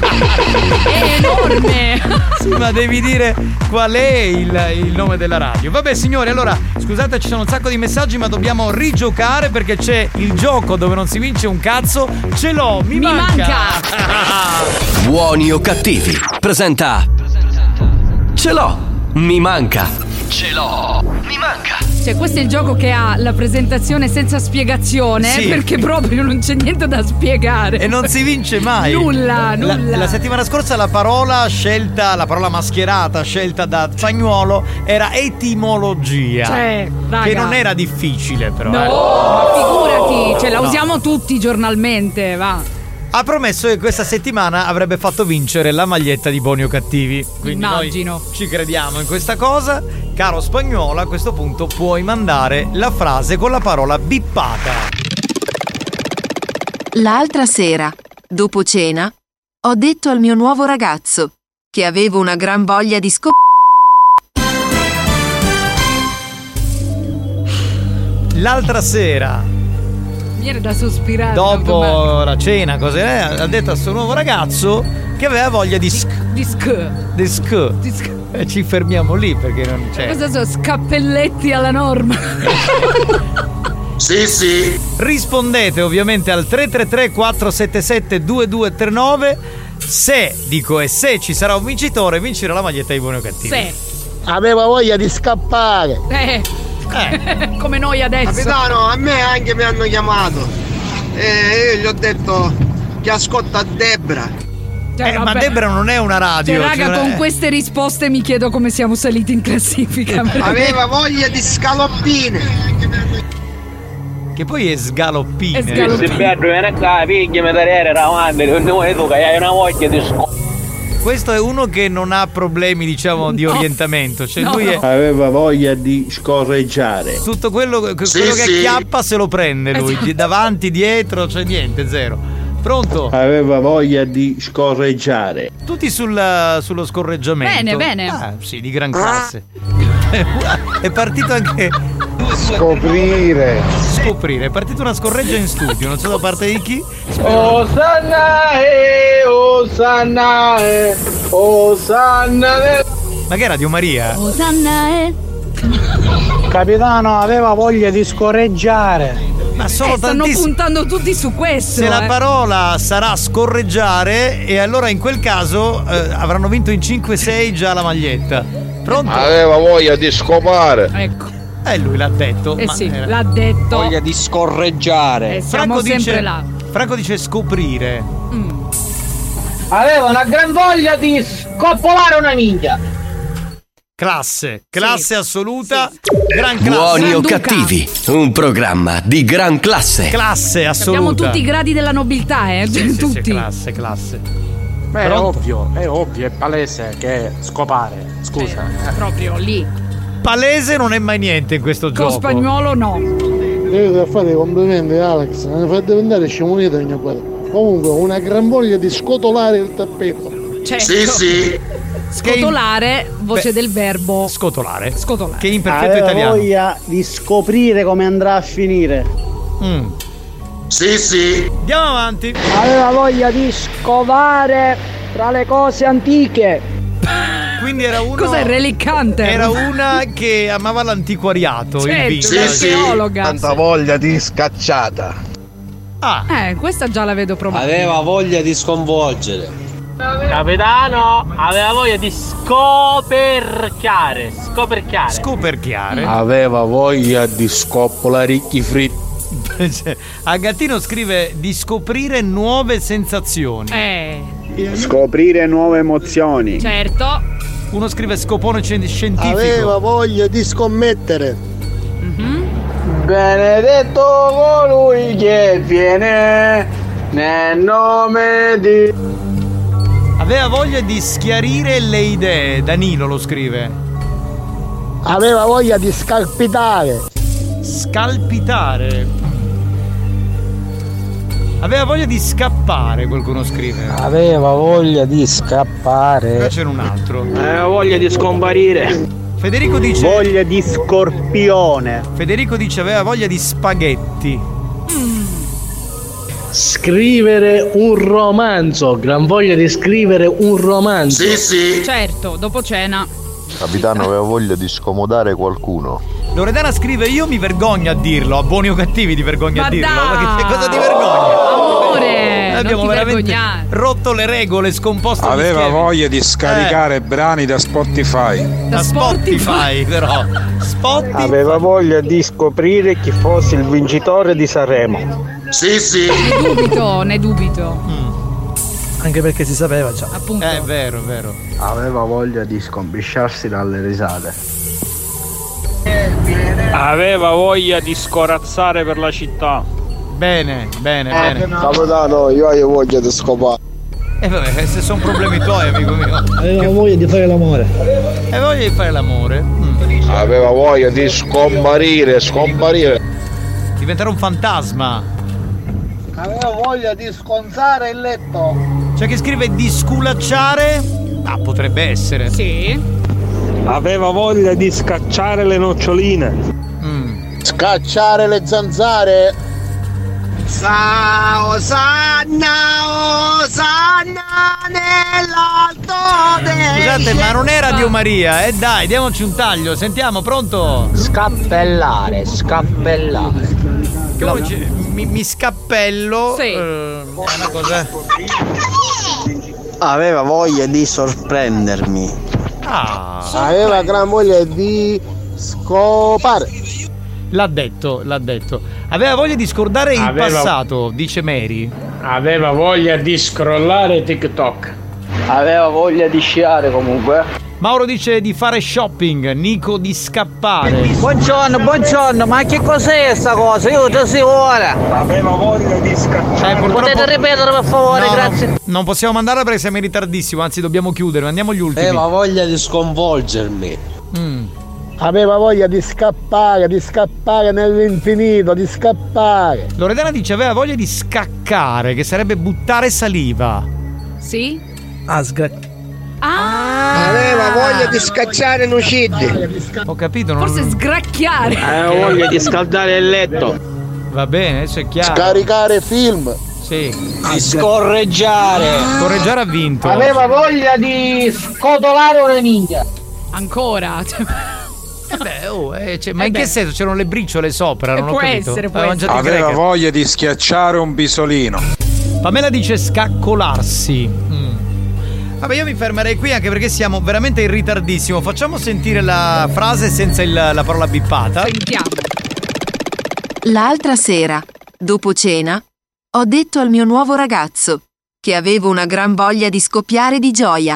enorme. Sì, ma devi dire qual è il, il nome della radio. Vabbè signori, allora scusate, ci sono un sacco di messaggi, ma dobbiamo rigiocare perché c'è il gioco dove non si vince un cazzo. Ce l'ho, mi, mi manca, manca. Buoni o Cattivi presenta Ce l'ho, mi manca. Ce l'ho, mi manca. Cioè, questo è il gioco che ha la presentazione senza spiegazione, sì, perché proprio non c'è niente da spiegare. E non si vince mai. Nulla, nulla. La, la settimana scorsa la parola scelta, la parola mascherata scelta da Spagnuolo era etimologia. Cioè, raga. Che non era difficile, però. No, eh. ma figurati, cioè la No. usiamo tutti giornalmente, va. Ha promesso che questa settimana avrebbe fatto vincere la maglietta di Buoni o Cattivi. Quindi immagino. Noi ci crediamo in questa cosa. Caro Spagnuolo, a questo punto puoi mandare la frase con la parola bippata. L'altra sera, dopo cena, ho detto al mio nuovo ragazzo che avevo una gran voglia di scop... L'altra sera, Mi viene da sospirare. dopo la cena, cos'è? Ha detto al suo nuovo ragazzo che aveva voglia di sc. Di sc. Di sc. E ci fermiamo lì perché non c'è. Cosa sono? Scappelletti alla norma. Sì, sì. Rispondete ovviamente al tre tre tre quattro sette sette due due tre nove. Se, dico e se ci sarà un vincitore, vincerà la maglietta di Buoni o Cattivi. Se. Aveva voglia di scappare. Eh. Eh. Come noi adesso. Capitano, a me anche mi hanno chiamato. E io gli ho detto che ascolta Debra. Cioè, Eh, ma vabbè. Debra non è una radio. Cioè, raga, cioè, con eh. queste risposte mi chiedo come siamo saliti in classifica. Aveva voglia di scaloppine. Che poi è sgaloppine. È sgaloppine. Se bello viene qua, piglia mi dare avanti, non vuoi tu che hai una voglia di sc... Questo è uno che non ha problemi, diciamo, di No. orientamento. Cioè, No, lui è. Aveva voglia di scorreggiare. Tutto quello, quello Sì, che sì. acchiappa se lo prende lui. Esatto. Davanti, dietro, c'è niente, zero. Pronto? Aveva voglia di scorreggiare. Tutti sul, sullo scorreggiamento. Bene, bene. Ah, sì, di gran classe. È partito anche. Scoprire. Scoprire, è partita una scorreggia in studio, non so da parte di chi. Osanna e Osanna e Osanna e... Ma che era Dio Maria? Osanna è. Capitano aveva voglia di scorreggiare. Ma sono Eh, stanno tantissimi. puntando tutti su questo. Se la eh. parola sarà scorreggiare, e allora in quel caso eh, avranno vinto in cinque sei già la maglietta. Pronto? Aveva voglia di scopare. Ecco. Eh, lui l'ha detto. Eh ma sì, era- l'ha detto. Voglia di scorreggiare. Eh, siamo Franco sempre dice, là. Franco dice scoprire. Mm. Aveva una gran voglia di scoppolare una minchia. Classe, classe Sì. assoluta, gran classe. Buoni o Granduca. cattivi, un programma di gran classe. Classe assoluta. Abbiamo tutti i gradi della nobiltà, eh. Sì, sì, tutti. sì, classe, classe. Beh, è Pronto? ovvio, è ovvio, è palese che scopare. Scusa. Eh, proprio lì. Palese non è mai niente in questo Con gioco. spagnolo no. Io devo fare i complimenti Alex, mi fa diventare scimunito mio padre. Comunque una gran voglia di scotolare il tappeto. Certo. Sì, sì. Scotolare, voce Beh, del verbo. Scotolare. Scotolare. Che in perfetto Aveva italiano. voglia di scoprire come andrà a finire. Mm. Sì, sì. Andiamo avanti. Aveva voglia di scovare tra le cose antiche. Quindi era uno. Cos'è Relic Hunter? Era una che amava l'antiquariato. il Certo, vintage. Sì, sì. l'archeologa. Tanta voglia di scacciata. Ah, Eh, questa già la vedo probabile. Aveva voglia di sconvolgere. Capitano, aveva voglia di scoperchiare. Scoperchiare. scoperchiare. Aveva voglia di scoppola ricchi fritti. Cioè, Agattino scrive di scoprire nuove sensazioni. Eh, Scoprire nuove emozioni. certo. Uno scrive scopone scien- scientifico. Aveva voglia di scommettere. Mhm. Benedetto colui che viene nel nome di... Aveva voglia di schiarire le idee. Danilo lo scrive. Aveva voglia di scalpitare. Scalpitare. Aveva voglia di scappare, qualcuno scrive. Aveva voglia di Qua scappare. c'era un altro. Aveva voglia di scomparire. Federico dice. Voglia di scorpione. Federico dice aveva voglia di spaghetti. Scrivere un romanzo, gran voglia di scrivere un romanzo. Sì, sì. Certo, dopo cena. Capitano aveva voglia di scomodare qualcuno. Loredana scrive io mi vergogno a dirlo, a buoni o cattivi ti vergogno Ma a dirlo. dai! Ma che cosa ti vergogni? Amore, non Abbiamo ti veramente vergognare. rotto le regole, scomposto gli Aveva schemi. voglia di scaricare brani da Spotify. Da Spotify, però. Spotify. Aveva voglia di scoprire chi fosse il vincitore di Sanremo. Sì, sì. Ne dubito, ne dubito. Anche perché si sapeva già. Appunto. Eh, è vero, è vero. Aveva voglia di scompisciarsi dalle risate. Aveva voglia di scorazzare per la città. Bene, bene, bene. Capitano, io ho voglia di scopare. E eh, vabbè, se sono problemi tuoi, amico mio. Aveva voglia di fare l'amore. Hai voglia di fare l'amore? Mm. Aveva voglia di scomparire, scomparire. Diventerà un fantasma. Avevo voglia di sconzare il letto. C'è chi scrive di sculacciare? Ah, potrebbe essere. Sì. Aveva voglia di scacciare le noccioline. Mm. Scacciare le zanzare. Sa Osanna, Osanna nell'alto del Scusate, ma non è Radio Maria, eh dai, diamoci un taglio, sentiamo, pronto? Scappellare, scappellare. Come dice, mi, mi scappello. Sì. Eh, è una cosa. Aveva voglia di sorprendermi. Ah. Aveva gran voglia di scopare. L'ha detto, l'ha detto. Aveva voglia di scordare il Aveva- passato, dice Mary. Aveva voglia di scrollare TikTok. Aveva voglia di sciare comunque. Mauro dice di fare shopping, Nico di scappare. Buongiorno, buongiorno, ma che cos'è sta cosa? Io già sei ora. Aveva voglia di scacciare. Eh, purtroppo- Potete ripetere per favore, No, grazie. no, non possiamo mandarla perché siamo in ritardissimo, anzi dobbiamo chiudere, andiamo agli ultimi. Aveva voglia di sconvolgermi. Mm. Aveva voglia di scappare, di scappare nell'infinito, di scappare. Loredana dice aveva voglia di scaccare, che sarebbe buttare saliva. Sì? Ah, sgra- Ah! Aveva voglia di scacciare nucidi. Ho capito, non... Forse sgracchiare. Aveva voglia di scaldare il letto. Va bene, adesso è chiaro. Scaricare film. Sì. Di scorreggiare. Scorreggiare ha vinto. Aveva voglia di scotolare una minchia. Ancora. Eh beh, oh, eh, cioè, ma Eh in beh. che senso c'erano le briciole sopra? Non Eh, ho può capito. essere, può Aveva essere. mangiato i Aveva cracker. voglia di schiacciare un bisolino. Pamela dice scaccolarsi. Mm. Vabbè, io mi fermerei qui anche perché siamo veramente in ritardissimo. Facciamo sentire la frase senza il- la parola bippata. Sentiamo. L'altra sera, dopo cena, ho detto al mio nuovo ragazzo che avevo una gran voglia di scoppiare di gioia.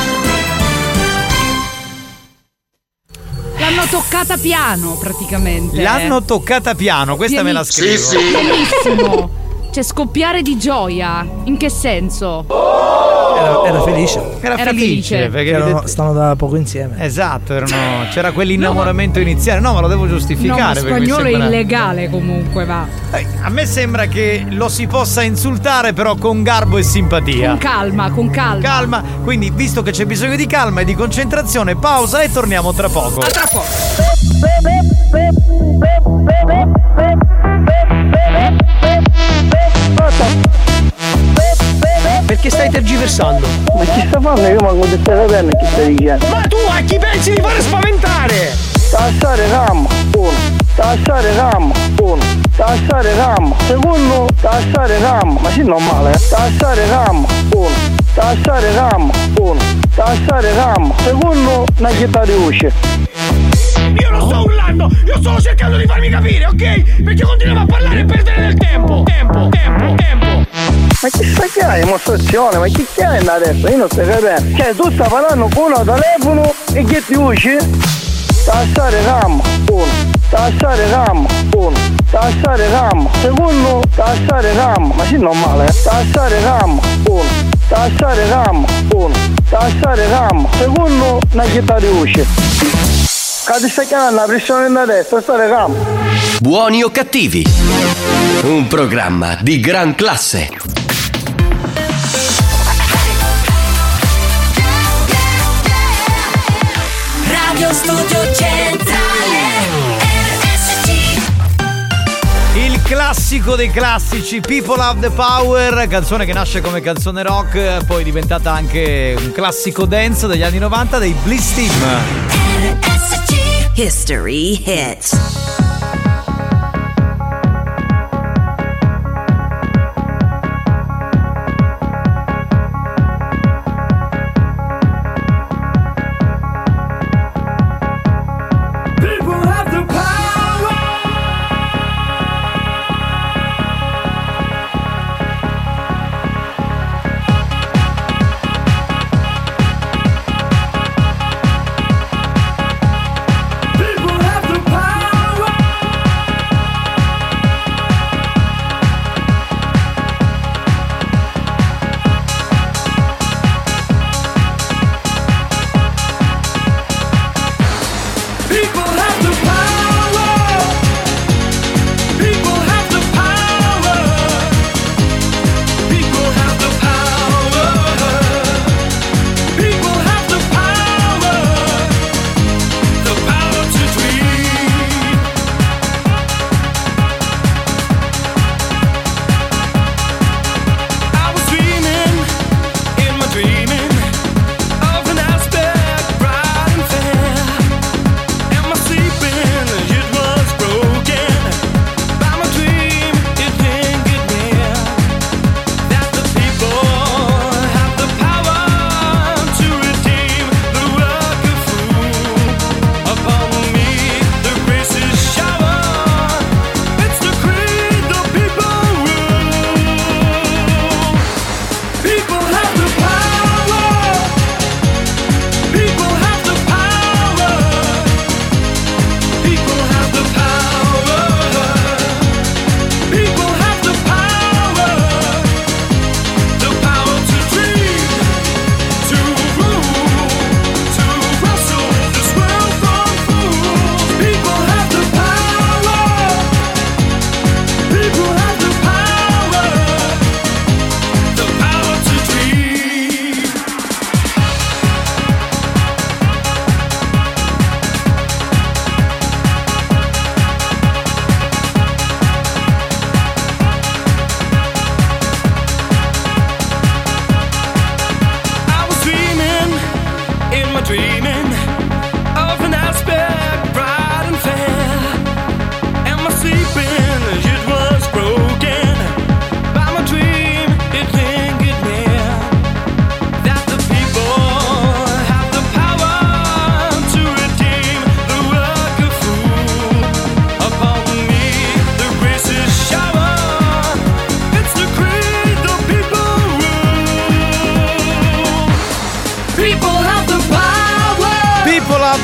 L'hanno toccata piano praticamente. L'hanno toccata piano, questa me la scrivo. Sì, sì. Benissimo. Cioè scoppiare di gioia. In che senso? Era, era felice. Era, Era felice, felice. perché Erano, stanno da poco insieme. esatto, erano, c'era quell'innamoramento iniziale. No, ma lo devo No, giustificare. ma perché mi spagnolo è sembra- illegale comunque, va. Eh, A me sembra che lo si possa insultare, però con garbo e simpatia. Con calma, con calma. Calma, quindi visto che c'è bisogno di calma e di concentrazione, pausa e torniamo tra poco. A tra poco. Perché stai tergiversando? Ma chi sta fanno? Io ma con stai sapendo chi stai dicendo? Ma tu a chi pensi di fare spaventare? Tassare gamma, uno. Tassare gamma, uno. Tassare gamma, secondo. Tassare gamma, ma sì normale, eh? Tassare gamma, uno. Tassare gamma, uno. Tassare gamma, secondo. Una chitarra di voce. Io non sto urlando, io sto cercando di farmi capire, ok? Perché continuiamo a parlare e perdere del tempo. Tempo, tempo, tempo. Ma che sta che hai dimostrazione? Ma chi che hai adesso? Io non stai capendo. Cioè tu stai parlando con uno telefono e che ti usci? Tassare gamma, uno. Tassare gamma, uno. Tassare gamma, secondo. Tassare gamma, ma sì normale, eh? Tassare gamma, uno. Tassare gamma, uno. Tassare gamma, secondo. Una chitarra di voce. Che ti stai chiamando la pressione da destra, tassare gamma. Buoni o cattivi? Un programma di gran classe. Radio Studio Centrale R S C. Il classico dei classici, People Have the Power, canzone che nasce come canzone rock, poi è diventata anche un classico dance degli anni novanta dei Bliss Team. R S C. History hits. People have the power. People have the power.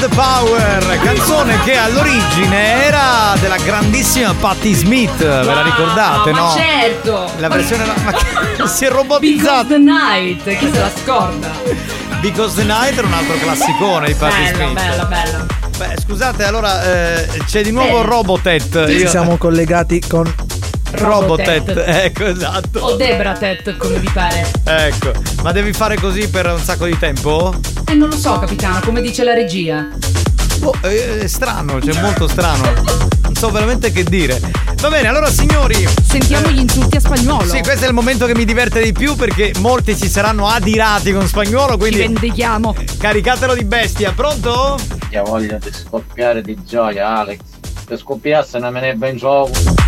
the Power, canzone che all'origine era della grandissima Patti Smith, ve la ricordate, ma no? certo. La versione ma che si è robotizzata. Because the Night, chi se la scorda? Because the Night era un altro classicone di Patti Bella, Smith. bella, bella. Beh, scusate, allora eh, c'è di nuovo Bene. Robotet. Ci Io- siamo collegati con Robotet, Robotet. ecco, esatto. O Debratet, come vi pare. Ecco, ma devi fare così per un sacco di tempo? E non lo so, capitano, come dice la regia. Boh, è, è strano, cioè molto strano. Non so veramente che dire. Va bene, allora signori, Sentiamo gli insulti a Spagnuolo. sì, questo è il momento che mi diverte di più perché molti si saranno adirati con Spagnuolo, Ci quindi vendichiamo. caricatelo di bestia. Pronto? Che voglia di scoppiare di gioia, Alex. Se scoppiasse non me ne ben gioco.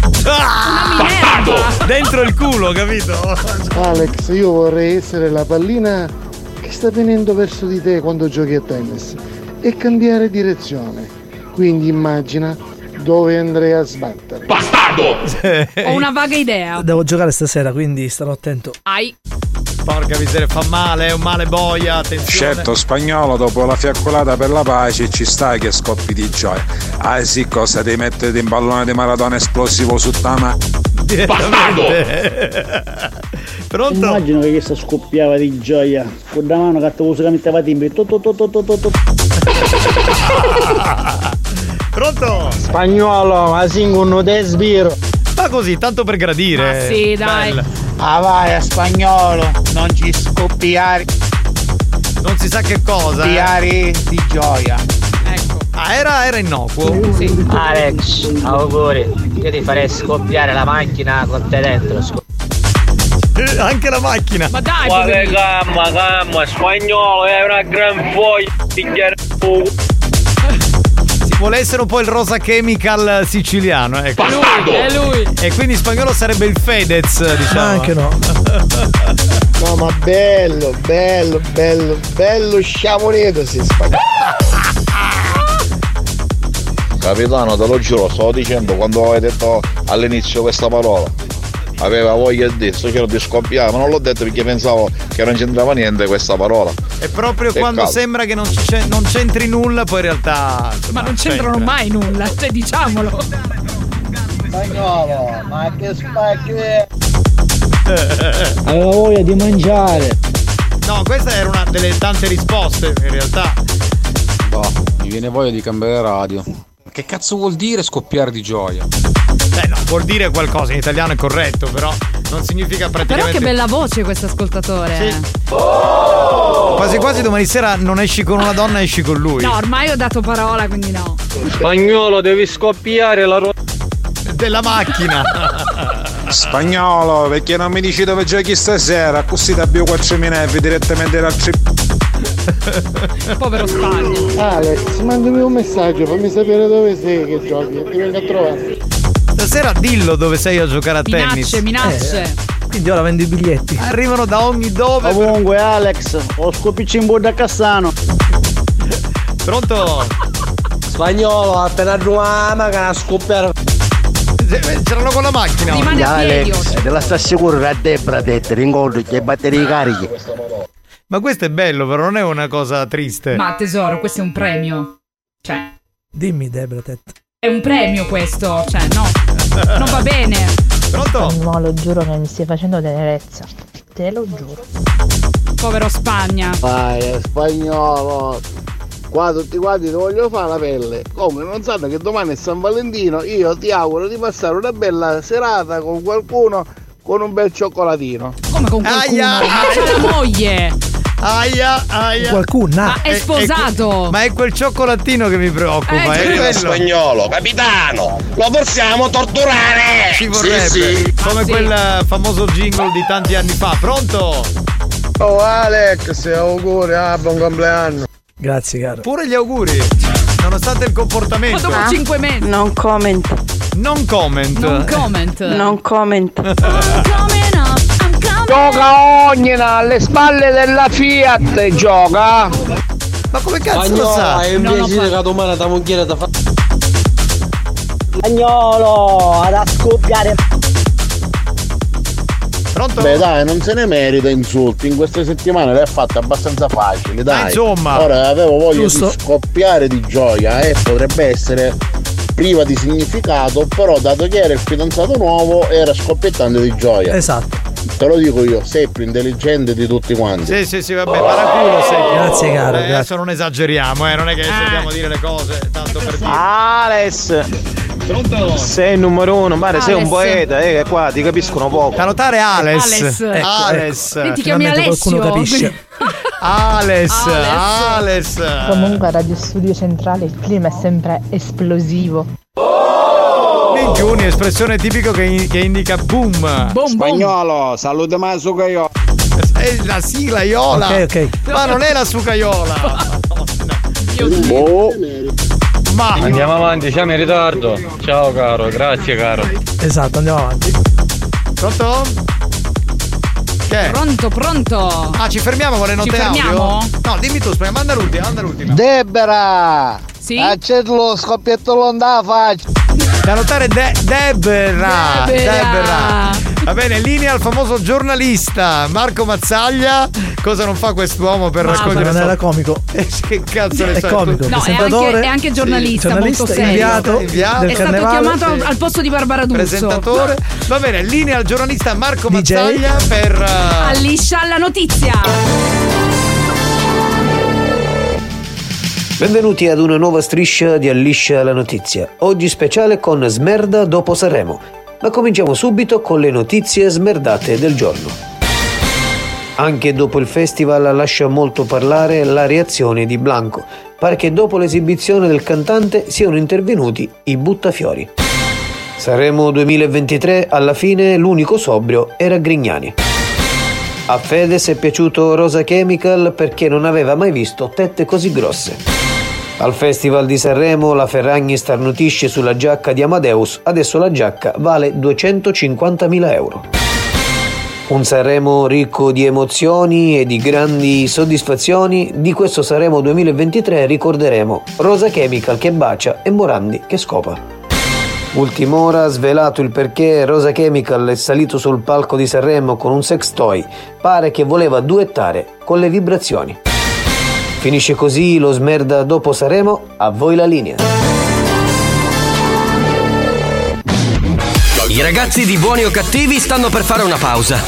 Ah! Dentro il culo, capito? Alex, io vorrei essere la pallina che sta venendo verso di te quando giochi a tennis e cambiare direzione. Quindi immagina dove andrei a sbattere. Bastardo! Ho una vaga idea. Devo giocare stasera, quindi starò attento. Ai. Porca miseria, fa male, è un male boia, attenzione. Certo, Spagnolo, dopo la fiaccolata per la pace ci sta che scoppi di gioia. Ah sì, cosa ti mettete in pallone di maratona esplosivo su tama? Direttamente. Pronto? Immagino che questa scoppiava di gioia con la mano che tu la metteva timbri. To, to, to, to, to, to, to. Pronto? Spagnolo, ma singono te sbiro. Ma così, tanto per gradire. Ma sì, dai. Bella. Ah vai a Spagnolo, non ci scoppiare. Non si sa che cosa. eh. Scoppiare di gioia. Ecco. Ah, era, era innocuo. Sì. Alex, auguri. Io ti farei scoppiare la macchina con te dentro. Eh, Anche la macchina. Ma dai, Guarda, poverino. calma, calma, Spagnolo è una gran voglia di chiaro. Vuole essere un po' il Rosa Chemical siciliano, ecco. Lui, è lui. E quindi Spagnolo sarebbe il Fedez, diciamo. Ma anche no. No, ma bello, bello, bello, bello sciamonito si spagna. Capitano, te lo giuro, stavo dicendo quando hai detto all'inizio questa parola. Aveva voglia di dire, io di scoppiare, ma non l'ho detto perché pensavo che non c'entrava niente questa parola. E proprio Peccato. quando sembra che non, ci c'è- non c'entri nulla, poi in realtà. insomma, Ma non c'entrano c'entra. mai nulla, cioè diciamolo. Spagnolo, ma che spacchio è? Aveva voglia di mangiare. No, questa era una delle tante risposte, in realtà. Boh, mi viene voglia di cambiare radio. Che cazzo vuol dire scoppiare di gioia? Beh, no, vuol dire qualcosa, in italiano è corretto, però non significa Però praticamente. che bella voce questo ascoltatore. Sì. Quasi quasi domani sera non esci con una donna, esci con lui. No, ormai ho dato parola, quindi no. Spagnolo, devi scoppiare la ro- Della macchina. Spagnolo, perché non mi dici dove giochi stasera? Così da bio quattro minuti direttamente dal trip. Povero Spagna. Alex, mandami un messaggio, fammi sapere dove sei che giochi, ti vengo a trovare. Stasera dillo dove sei a giocare a tennis. Minacce, minacce. Quindi ora vendo i biglietti. Arrivano da ogni dove. Comunque Alex, ho scopicci in bordo a Cassano. Pronto? Spagnolo, appena arrivata che a scoppiare. C'erano con la macchina. Rimane a piedi. Alex, te la sta sicuro che a Debra te, ti ricordo che batterie cariche. Ma questo è bello, però non è una cosa triste. Ma tesoro, questo è un premio. Cioè, Dimmi, Debra Tet. è un premio questo. Cioè, no. Non va bene. Pronto? No, lo giuro che mi stai facendo tenerezza. Te lo giuro. Povero Spagna. Vai, Spagnolo. Qua tutti quanti ti voglio fare la pelle. Come non sanno che domani è San Valentino, io ti auguro di passare una bella serata con qualcuno con un bel cioccolatino. Come con qualcuno? Aia, Ma c'è la moglie. Aia, aia. Qualcuno. Ma è sposato. Ma è quel cioccolattino che mi preoccupa. Eh, è quello. quello. Spagnolo, capitano, lo possiamo torturare! Ci vorrebbe. Sì, sì. Come sì. quel eh, famoso jingle di tanti anni fa. Pronto? Oh Alex, auguri, ah, buon compleanno. Grazie, caro. Pure gli auguri. Nonostante il Ma comportamento. dopo cinque mesi. Non comment. Non comment. Non comment. Non comment. Coming up, I'm coming. Gioca ognina alle spalle della Fiat, gioca. Ma come cazzo lo sa? è un No, no, piacere fa- che domani da moglie da fa. Spagnolo, ad scoppiare. Pronto? Beh dai, non se ne merita insulti, in queste settimane le ha fatte abbastanza facili, dai. Ma insomma. Ora avevo voglia Giusto. di scoppiare di gioia e eh, potrebbe essere priva di significato, però dato che era il fidanzato nuovo era scoppiettando di gioia. Esatto. Te lo dico io, sei più intelligente di tutti quanti. Sì, sì, sì, vabbè, paraculo sei. Grazie, caro, Eh, grazie. adesso non esageriamo, eh, non è che dobbiamo dire le cose tanto per dire. Alex, Pronto? sei il numero uno, pare sei un Alex. poeta, eh, qua ti capiscono poco. Da notare Alex. Alex. Ecco, Alex. Quindi ti chiami Finalmente Alessio. qualcuno capisce. Alex. Alex. Alex. Comunque a Radio Studio Centrale il clima è sempre esplosivo. Minchioni, espressione tipica che, che indica boom. Boom, boom. Spagnolo, saluta mai su io. È la sigla Iola. Ok, ok. Ma non è la sucaiola. Boh. Ma Andiamo avanti, siamo in ritardo. Ciao caro, grazie caro. Esatto, andiamo avanti. pronto? Che è? Pronto, pronto. Ah, ci fermiamo con le note Ci fermiamo? audio? No, dimmi tu, aspetta, manda l'ultima, manda l'ultima. Debra! Sì? Accetta lo scoppiettolo da faccia! Da notare De- Debra. Debra. Debra. Va bene, in linea al famoso giornalista Marco Mazzaglia. Cosa non fa quest'uomo per Mamma. raccogliere Non era soldi? comico. Eh, che cazzo ne È sai comico, tu? No, è presentatore. anche, è anche giornalista, giornalista, molto serio. inviato, Inviato. del È stato carnevale. chiamato al, al posto di Barbara D'Urso. Presentatore. Va bene, in linea al giornalista Marco D J. Mazzaglia per uh, Alliscia la notizia. Benvenuti ad una nuova striscia di Alliscia la notizia. Oggi speciale con Smerda dopo Sanremo. Ma cominciamo subito con le notizie smerdate del giorno. Anche dopo il festival lascia molto parlare la reazione di Blanco. Pare che dopo l'esibizione del cantante siano intervenuti i buttafiori. Sanremo duemilaventitré, alla fine l'unico sobrio era Grignani. A Fedez è piaciuto Rosa Chemical perché non aveva mai visto tette così grosse. Al Festival di Sanremo la Ferragni starnutisce sulla giacca di Amadeus, adesso la giacca vale duecentocinquantamila euro. Un Sanremo ricco di emozioni e di grandi soddisfazioni. Di questo Sanremo duemilaventitré ricorderemo Rosa Chemical che bacia e Morandi che scopa. Ultima ora ha svelato il perché Rosa Chemical è salito sul palco di Sanremo con un sex toy. Pare che voleva duettare con le vibrazioni. Finisce così lo Smerda dopo Sanremo, a voi la linea. I ragazzi di Buoni o Cattivi stanno per fare una pausa.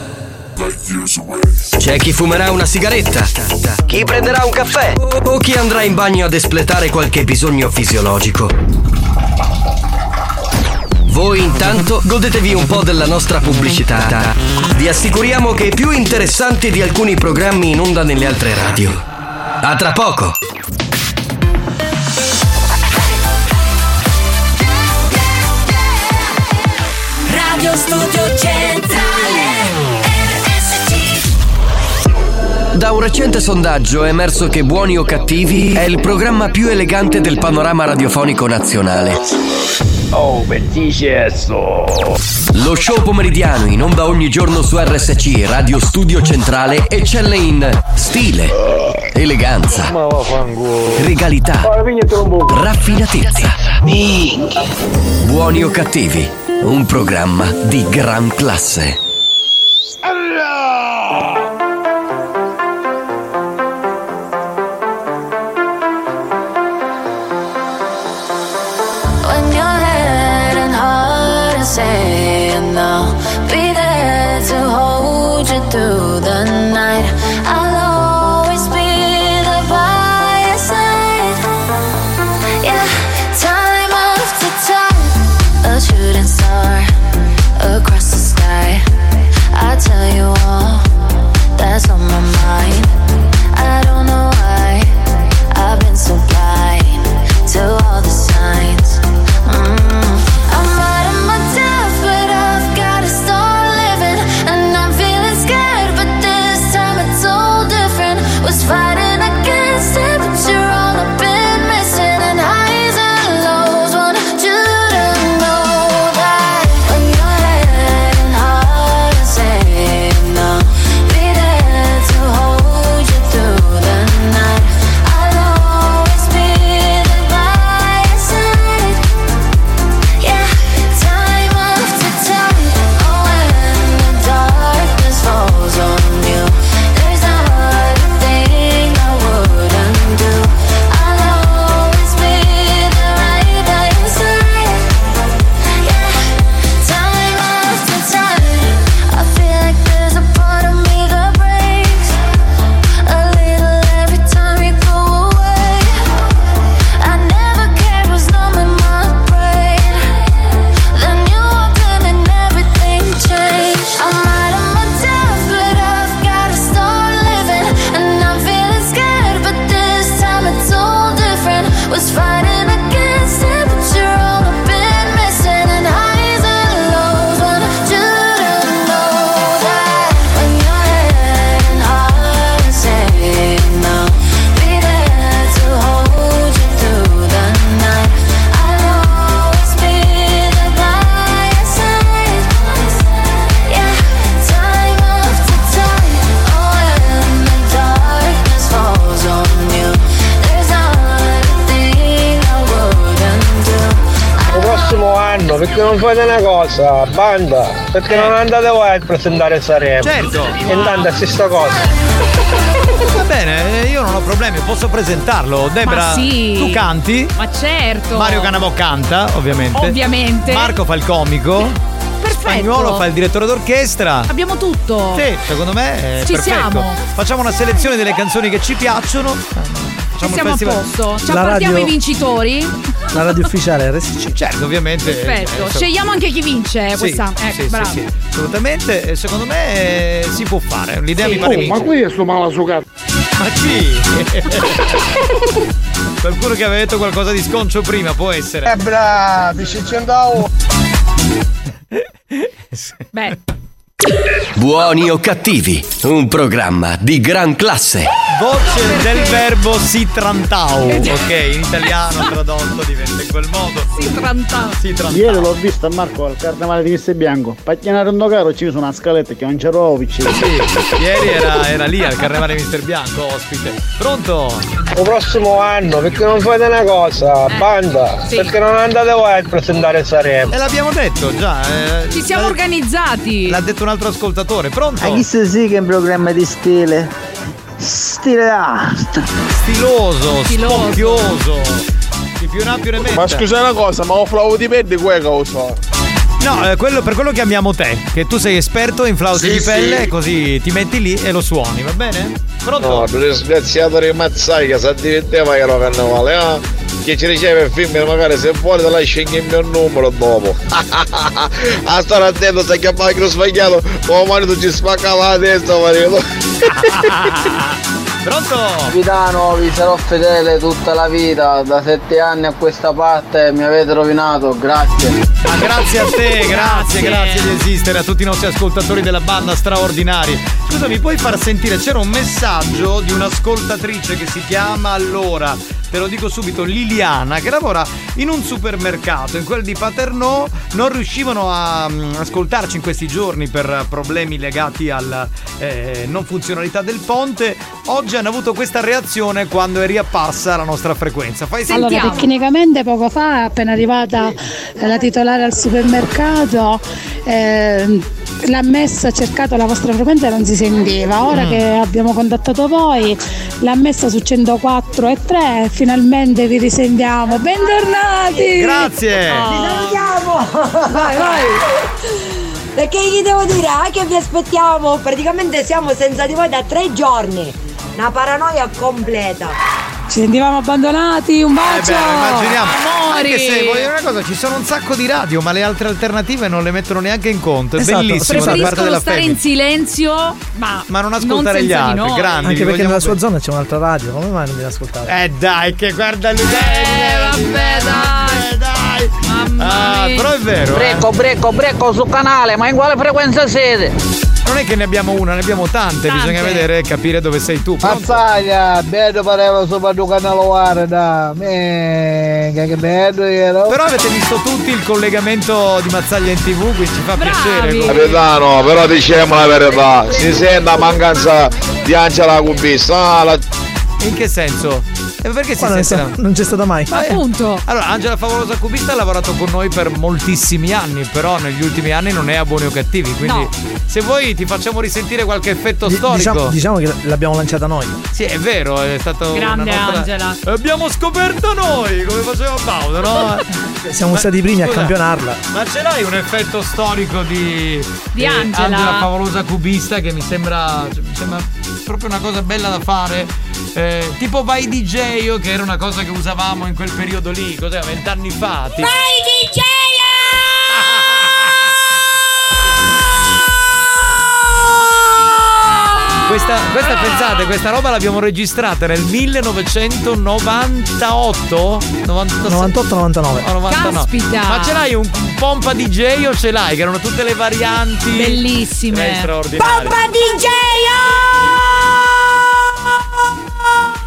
C'è chi fumerà una sigaretta, chi prenderà un caffè o chi andrà in bagno ad espletare qualche bisogno fisiologico. Voi intanto godetevi un po' della nostra pubblicità. Vi assicuriamo che è più interessante di alcuni programmi in onda nelle altre radio. A tra poco! Radio Studio Centrale R S C. Da un recente sondaggio è emerso che Buoni o Cattivi è il programma più elegante del panorama radiofonico nazionale. Oh, bellissimo! Lo show pomeridiano in onda ogni giorno su R S C Radio Studio Centrale eccelle in stile, eleganza, regalità, raffinatezza. Buoni o Cattivi, un programma di gran classe. When your head and heart is saying no, be there to hold you through the night. I'll always be there by your side. Yeah, time after time, a shooting star across the sky. I tell you all, prossimo anno, perché non fate una cosa, banda, perché non andate voi a presentare Sanremo. Certo. E intanto è stessa cosa. Va bene, io non ho problemi, posso presentarlo. Debra, Ma sì. tu canti. Ma certo. Mario Cannavò canta, ovviamente. Ovviamente. Marco fa il comico. Perfetto. Spagnuolo fa il direttore d'orchestra. Abbiamo tutto. Sì, secondo me è Ci perfetto. siamo. Facciamo una selezione delle canzoni che ci piacciono. Ci Facciamo siamo un a festival. posto. Ci La appartiamo radio- i vincitori. La radio ufficiale R S C. Certo, ovviamente. Perfetto. eh, Scegliamo anche chi vince sì, questa. sì, Ecco, sì, bravo. sì, assolutamente. E secondo me eh, si può fare. L'idea Sì. mi pare Oh, ma vincere. qui è sto malasucato. Ma chi? Qualcuno che aveva detto qualcosa di sconcio prima, può essere. Eh bravi, ci centavo. Beh. Buoni o cattivi, un programma di gran classe. Voce del verbo si trantau. Ok, in italiano tradotto diventa in quel modo. Si trantau. Si trantau. Ieri l'ho visto a Marco al carnevale di mister Bianco. Pacchianare un caro ci sono una scaletta che non c'era vicino. Sì, ieri era, era lì al carnevale mister Bianco, ospite. Pronto? Il prossimo anno, perché non fate una cosa, banda, sì. perché non andate voi a presentare Sanremo. E l'abbiamo detto già. Eh, Ci siamo l'ha- organizzati. L'ha detto un altro ascoltatore. Pronto? Ma questo sì che è un programma di stile. Stile art. Stiloso, Stiloso. spocchioso. Di più ne ha più ne metta. Ma scusa una cosa, ma ho flauto di pelle quella cosa. No, eh, quello, per quello chiamiamo te, che tu sei esperto in flauti Sì, di pelle, sì. così ti metti lì e lo suoni, va bene? Pronto? No, disgraziato di Mazzai che si diverteva che era carnevale, eh? Che ci riceve il film, magari se vuole te la scegli il mio numero dopo. A stare attento, sai che fai che lo sbagliato, tuo marito ci spacca la testa, marito. Pronto? Capitano, vi sarò fedele tutta la vita, da sette anni a questa parte mi avete rovinato, grazie. Ma grazie a te, grazie, Grazie. grazie di esistere, a tutti i nostri ascoltatori della banda straordinari. Scusa, mi puoi far sentire? C'era un messaggio di un'ascoltatrice che si chiama allora, te lo dico subito, Liliana, che lavora in un supermercato, in quel di Paternò. Non riuscivano a mm, ascoltarci in questi giorni per problemi legati alla eh, non funzionalità del ponte. Oggi hanno avuto questa reazione quando è riapparsa la nostra frequenza. Fai sentire. Allora, tecnicamente poco fa, appena arrivata eh, la titolare al supermercato, eh, l'ha messa, ha cercato la vostra frequenza e non si sentiva. Ora Mm. che abbiamo contattato voi, l'ha messa su centoquattro e tre e finalmente vi risentiamo. Bentornati! Grazie! Vi salutiamo! Vai, vai! Perché gli devo dire, anche vi aspettiamo, praticamente siamo senza di voi da tre giorni. Una paranoia completa. Ci sentivamo abbandonati, un Eh bacio! beh, immaginiamo. Amori. Anche se voglio dire una cosa, ci sono un sacco di radio, ma le altre alternative non le mettono neanche in conto. È Esatto. bellissimo da parte Preferiscono della stare femmina. in silenzio, ma, Ma non ascoltare gli senza di altri, noi. grandi. Anche vi perché vogliamo nella sua bene. zona c'è un'altra radio, come mai non viene ascoltata? Eh dai, che guarda lui. Eh, vabbè, dai. Eh, dai. Mamma Ah, mia. però è vero. eh. Brecco, brecco, brecco sul canale, ma in quale frequenza siete? Non è che ne abbiamo una, ne abbiamo tante, Tante. bisogna vedere e capire dove sei tu. Pronto? Mazzaglia, bello pareva sopra il canale guarda, mega che bello ero. Però avete visto tutti il collegamento di Mazzaglia in tivù, quindi ci fa Bravi. piacere. Capitano, però diciamo la verità, si sente la mancanza di Angela Cubista. Ah, la... In che senso? E perché si Qua non, è sente? sta- non c'è stata mai. Ma è- Appunto. Allora, Angela Favolosa Cubista ha lavorato con noi per moltissimi anni, però negli ultimi anni non è a buoni o cattivi, quindi No. se vuoi ti facciamo risentire qualche effetto Di- storico. diciamo, diciamo che l'abbiamo lanciata noi. Sì, è vero, è stato Grande una nostra... Angela. Abbiamo scoperto noi, come faceva Paolo, no? Siamo Ma- stati i primi scusa, a campionarla. Ma ce l'hai un effetto storico di Di eh, Angela? Favolosa Cubista che mi sembra, cioè, mi sembra proprio una cosa bella da fare. Eh, tipo Vai D J, che era una cosa che usavamo in quel periodo lì, cos'era, vent'anni fa? Tipo... D J! Questa, questa pensate, questa roba l'abbiamo registrata nel millenovecentonovantotto? novantotto novantotto novantanove. Oh, novantanove. Caspita. Ma ce l'hai un un pompa D J o ce l'hai? Che erano tutte le varianti. Bellissime. Eh, straordinarie. Pompa D J!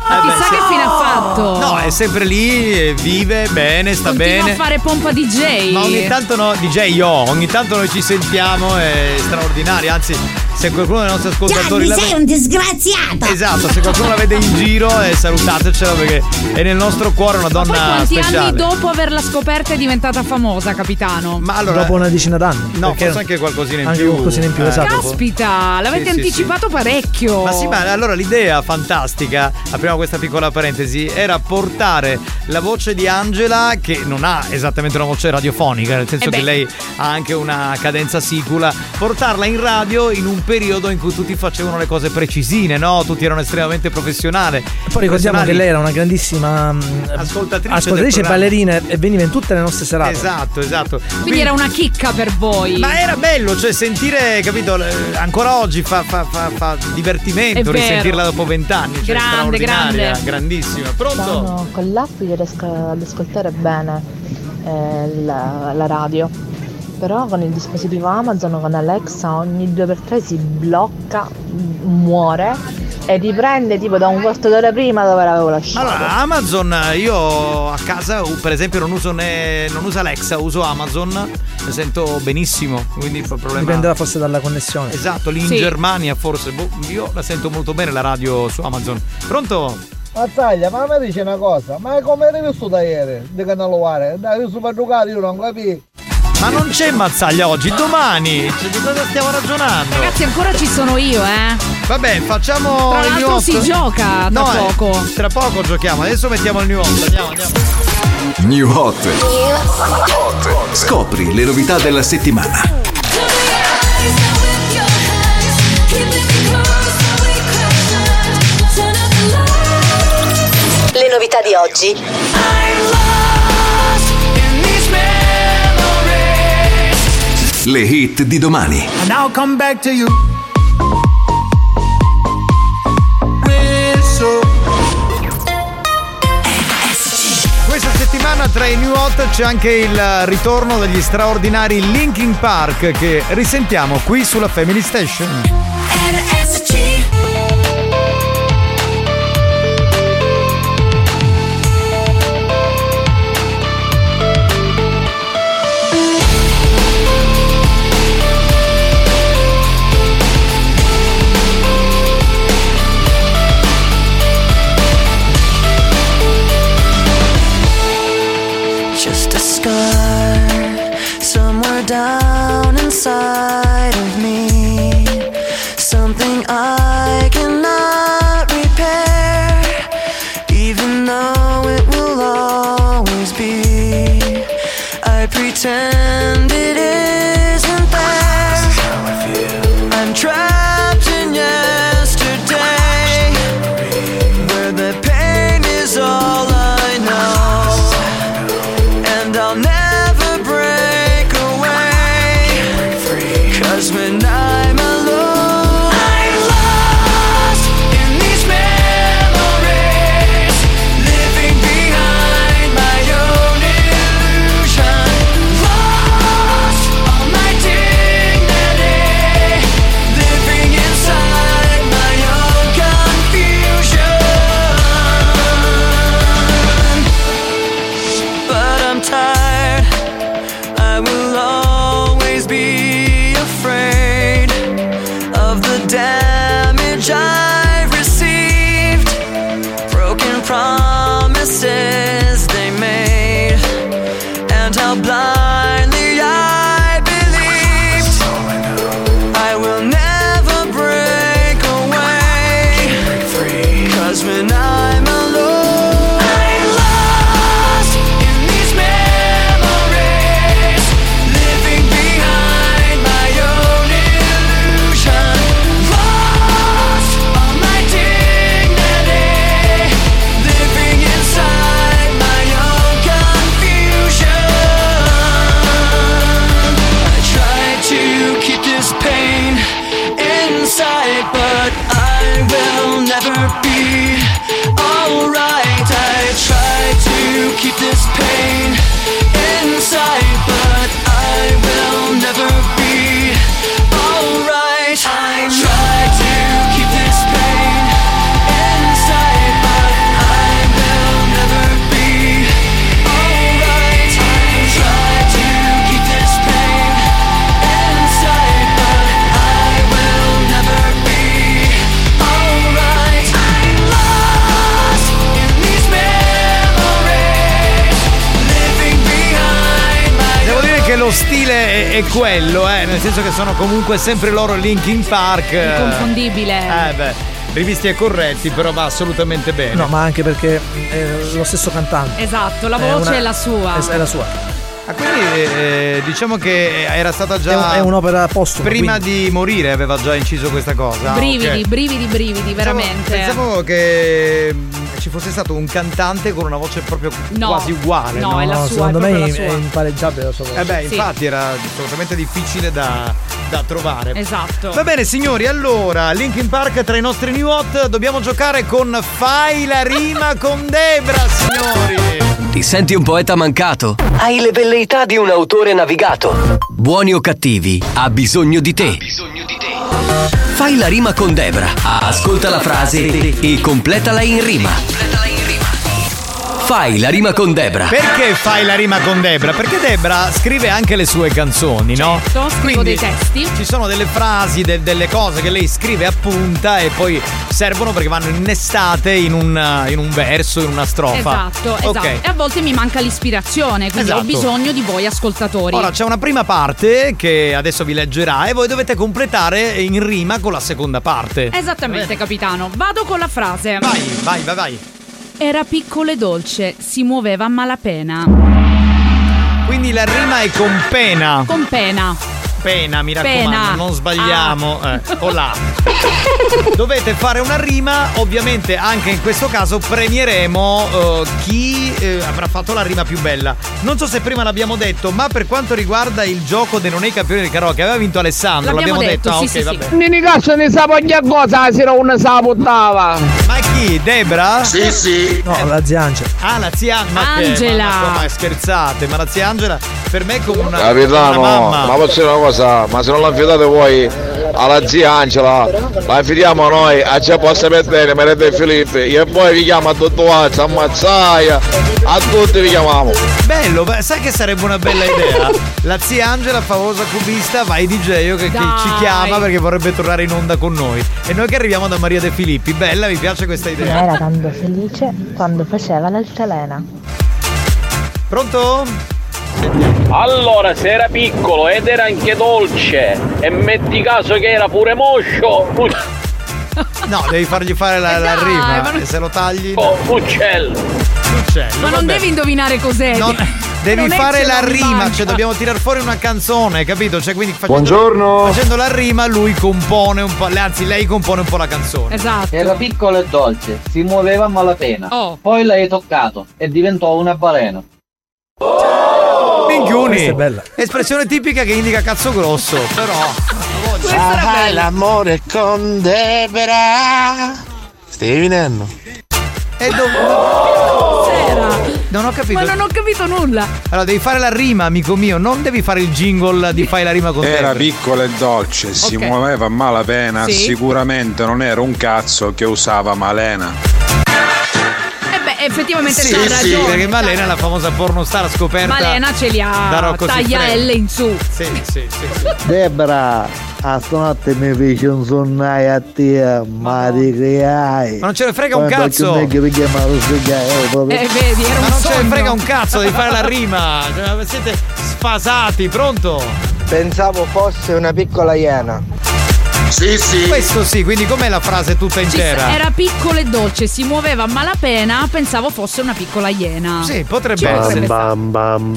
Ma chissà che fine ha fatto. No, è sempre lì, vive bene, sta Continua bene. a fare pompa D J. Ma ogni tanto no, D J io, ogni tanto noi ci sentiamo, è straordinario, anzi se qualcuno dei nostri ascoltatori Gianni, la sei vede- un disgraziato. Esatto, se qualcuno la vede in giro eh, salutatecela perché è nel nostro cuore una donna Quanti speciale. anni dopo averla scoperta è diventata famosa, capitano? Ma allora, dopo una decina d'anni. no, perché forse anche qualcosina in anche più. qualcosina in più, Eh. esatto. Caspita, l'avete Sì, sì, anticipato parecchio. Ma sì, ma allora l'idea fantastica, apriamo questa piccola parentesi, era portare la voce di Angela, che non ha esattamente una voce radiofonica, nel senso Eh beh. che lei ha anche una cadenza sicula, portarla in radio in un periodo in cui tutti facevano le cose precisine, no? Tutti erano estremamente professionali. Poi ricordiamo che lei era una grandissima mh, ascoltatrice, ascoltatrice del e ballerina e veniva in tutte le nostre serate. Esatto, esatto. Quindi era una chicca per voi. Ma era bello, cioè sentire, capito, eh, ancora oggi fa, fa, fa, fa divertimento È vero. risentirla dopo vent'anni. Cioè Grande, straordinaria, grande. grandissima. Pronto? Sono con l'app io riesco ad ascoltare bene eh, la, la radio, però con il dispositivo Amazon, con Alexa, ogni due per tre si blocca, muore e riprende tipo da un quarto d'ora prima dove l'avevo lasciato. Allora, Amazon, io a casa uh, per esempio non uso né, non uso Alexa, uso Amazon, ne sento benissimo, quindi il problema Dipenderà forse dalla connessione. Esatto, lì in Sì. Germania forse, boh, io la sento molto bene la radio su Amazon. Pronto? Mazzaglia, ma mi dice una cosa, ma come eri visto da ieri? Di Canale Uare? Dai, io sono padrucato, io non capisco. Ma non c'è Mazzaglia oggi, domani. Cioè, di cosa stiamo ragionando? Ragazzi, ancora ci sono io, eh. Vabbè, facciamo Tra il l'altro new hot. si gioca tra No, eh, poco. tra poco giochiamo. Adesso mettiamo il new hot. Andiamo, andiamo. New Hot. Scopri le novità della settimana. Le novità di oggi. Le hit di domani. And I'll come back to you. Questa settimana tra i new hot c'è anche il ritorno degli straordinari Linkin Park che risentiamo qui sulla Family Station. Just a scar somewhere down inside of me. Something I cannot repair, even though it will always be. I pretend it isn't there. I'm trapped in yesterday, where the pain is all I know. And I'll never break away, 'cause when I'm alone, I'm lost in these memories, living behind my own illusion. Lost lo stile è, è quello, eh, nel senso che sono comunque sempre loro Linkin Park. Inconfondibile. Eh beh, rivisti e corretti, però va assolutamente bene. No, ma anche perché è lo stesso cantante. Esatto, la È voce una- è la sua. È la sua. Ah, quindi eh, diciamo che era stata già. È, un- è un'opera postuma. Prima quindi. di morire aveva già inciso questa cosa. Brividi, Ok. brividi, brividi, veramente. Pensavo che mm, ci fosse stato un cantante con una voce proprio No. quasi uguale. No, No, è la sua, Secondo è me proprio è, la sua. è impareggiabile la sua voce. Eh beh, Sì. infatti era assolutamente difficile da, da trovare. Esatto. Va bene signori, allora Linkin Park tra i nostri new hot, dobbiamo giocare con Fai la rima con Debra, signori. Ti senti un poeta mancato? Hai le velleità di un autore navigato. Buoni o cattivi, ha bisogno di te. Fai la rima con Debra. Ascolta la frase e completala in rima. Fai la rima con Debra. Perché fai la rima con Debra? Perché Debra scrive anche le sue canzoni, no? Certo, scrivo Quindi dei testi. Ci sono delle frasi, de- delle cose che lei scrive a punta e poi servono perché vanno innestate in un, in un verso, in una strofa. Esatto, esatto. Ok. E a volte mi manca l'ispirazione, quindi Esatto. ho bisogno di voi ascoltatori. Ora c'è una prima parte che adesso vi leggerà e voi dovete completare in rima con la seconda parte. Esattamente, capitano. Vado con la frase. Vai, vai, vai, vai. Era piccolo e dolce, si muoveva a malapena. Quindi la rima è con pena. Con pena. Pena, mi raccomando, Pena. non sbagliamo. Eh, o là. Dovete fare una rima, ovviamente anche in questo caso premieremo eh, chi eh, avrà fatto la rima più bella. Non so se prima l'abbiamo detto, ma per quanto riguarda il gioco dei non è i campioni del karaoke, aveva vinto Alessandro, L'abbiamo l'abbiamo, detto, detto. sì, Ah, sì, ok, sì. vabbè. Nini cazzo ne sa poglia cosa, se non ne sa puttava. Ma chi? Debra? Sì, sì. No, la zia Angela. Ah, la zia ma che- Angela. Ma, ma, ma scherzate, ma la zia Angela per me è come una, Capitano, una mamma. ma posso dire una cosa, ma se non la affidate voi alla zia Angela, la affidiamo a noi, a già possa mettere Merete e Filippo, e poi vi chiama a tutto Azza, a Mazzaia, a tutti vi chiamiamo. Bello, beh, sai che sarebbe una bella idea? La zia Angela, famosa cubista, va ai D J che, che Dai. ci chiama perché vorrebbe tornare in onda con noi. E noi che arriviamo da Maria De Filippi. Bella, mi piace questa idea. Era tanto felice quando faceva l'altalena. Pronto? Allora, se era piccolo ed era anche dolce, e metti caso che era pure moscio, No, devi fargli fare la, la Dai, rima. ma non- E se lo tagli. oh, uccello. Uccello, Ma non vabbè. devi indovinare cos'è. Non- devi Non è fare ce la l'ho in rima, banca. cioè dobbiamo tirar fuori una canzone, capito? Cioè, quindi facendo, Buongiorno. facendo la rima lui compone un po', anzi lei compone un po' la canzone. Esatto. Era piccolo e dolce, si muoveva a malapena. Oh. Poi l'hai toccato e diventò una balena. Minchioni. Questa è bella. Espressione tipica che indica cazzo grosso, però. Fai l'amore con Debra. Stai venendo? E dove? C'era. Non ho capito. Ma non ho capito nulla. Allora, devi fare la rima, amico mio, non devi fare il jingle di fai la rima con Era te. piccolo e dolce, si Ok. muoveva a malapena, Sì. sicuramente non era un cazzo che usava Malena. Eh beh, effettivamente Sì, c'ha sì, ragione. perché Malena è la famosa pornostar scoperta. Malena ce li da ha Rocco taglia Siffredi. L in su. Sì, sì, sì, sì. Debra, a stanotte mi fece un sonnai a te, ma ricreai. Ma non ce ne frega un cazzo. Che mi chiamano svegliare proprio. Eh, vedi, era Ma un non ce ne sogno. frega un cazzo di fare la rima. Cioè, siete sfasati, pronto? Pensavo fosse una piccola iena. Sì, sì. Questo sì, quindi com'è la frase tutta Ci intera? sa- era piccolo e dolce, si muoveva a malapena, pensavo fosse una piccola iena. Sì, potrebbe Ci essere. potrebbe stare. Bam bam.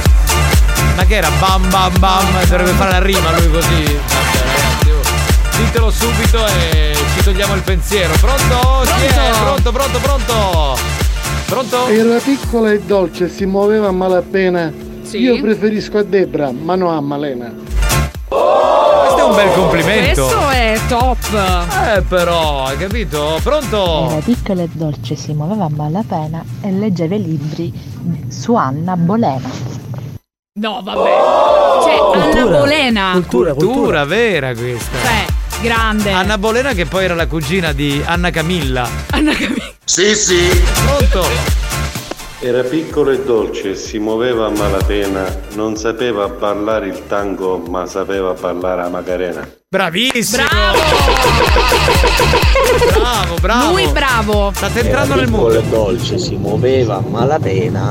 Ma che era bam bam bam? Dovrebbe fare la rima lui così. Vabbè, ragazzi, oh. Ditelo subito e ci togliamo il pensiero. Pronto? Chi è? Pronto, pronto, pronto? Pronto? Era piccola e dolce, si muoveva a malapena. Sì. Io preferisco a Debra, ma non a Malena. Questo è un bel complimento. Questo è top. Eh però, hai capito? Pronto? piccola e dolce, si muoveva a malapena e leggeva i libri su Anna Bolena. No, vabbè. Cioè, Anna Bolena. Cultura, cultura. Cultura vera questa. Cioè, grande. Anna Bolena che poi era la cugina di Anna Camilla. Anna Camilla. Sì, sì. Pronto? Era piccolo e dolce, si muoveva a malapena, non sapeva ballare il tango, ma sapeva ballare la Macarena. Bravissimo! Bravo! Bravo, bravo! Lui bravo. State entrando nel mondo. dolce, si muoveva a malapena,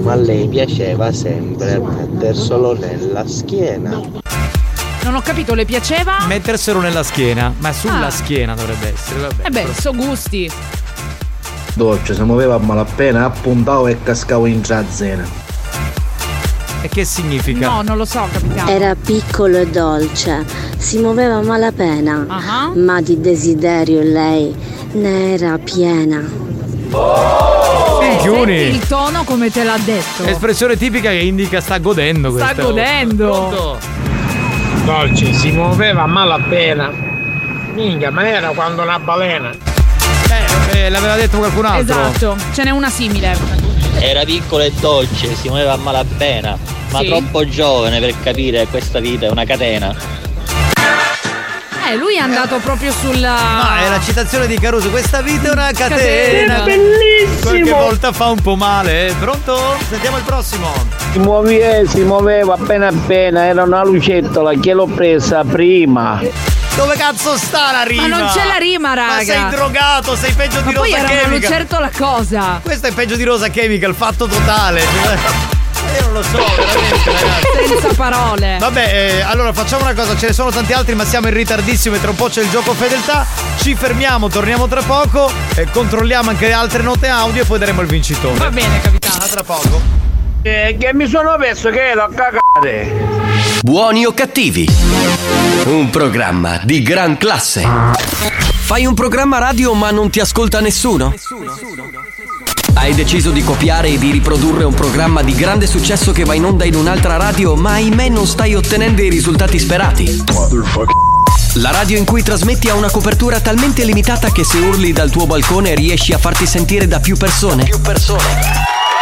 ma a lei piaceva sempre metterselo nella schiena. Non ho capito, le piaceva? Metterselo nella schiena, ma sulla Ah. schiena dovrebbe essere, vabbè. Eh beh, so gusti. Dolce, si muoveva a malapena, appuntavo e cascavo in trazzena. E che significa? No, non lo so, capitano. Era piccolo e dolce, si muoveva a malapena, Ah. ma di desiderio lei ne era piena. Eh, Minchioni. senti il tono come te l'ha detto. Espressione tipica che indica sta godendo Sta questa. godendo. Pronto? Dolce, si muoveva a malapena. Minchia, ma era quando una balena. Eh, eh, l'aveva detto qualcun altro. Esatto, ce n'è una simile. Era piccolo e dolce, si muoveva a malapena, ma Sì. troppo giovane per capire che questa vita è una catena. Eh, lui è andato proprio sulla. No, è la citazione di Caruso. Questa vita è una catena. Catena. Bellissimo. Qualche volta fa un po' male. eh. Pronto? Sentiamo il prossimo. Si muoveva, si muoveva appena appena, era una lucettola che l'ho presa prima. Dove cazzo sta la rima? Ma non c'è la rima, raga. Ma sei drogato, sei peggio Ma di poi Rosa era una Chemical. lucertola cosa? Questo è peggio di Rosa Chemical, fatto totale. Io non lo so, veramente, ragazzi. Senza parole. Vabbè, eh, allora facciamo una cosa, ce ne sono tanti altri, ma siamo in ritardissimo e tra un po' c'è il gioco fedeltà. Ci fermiamo, torniamo tra poco, eh, controlliamo anche altre note audio e poi daremo il vincitore. Va bene, capitano. A tra poco. Eh, che mi sono perso che ero a cagare. Buoni o cattivi? Un programma di gran classe. Fai un programma radio ma non ti ascolta nessuno? Hai deciso di copiare e di riprodurre un programma di grande successo che va in onda in un'altra radio, ma ahimè non stai ottenendo i risultati sperati? La radio in cui trasmetti ha una copertura talmente limitata che se urli dal tuo balcone riesci a farti sentire da più persone. Più persone.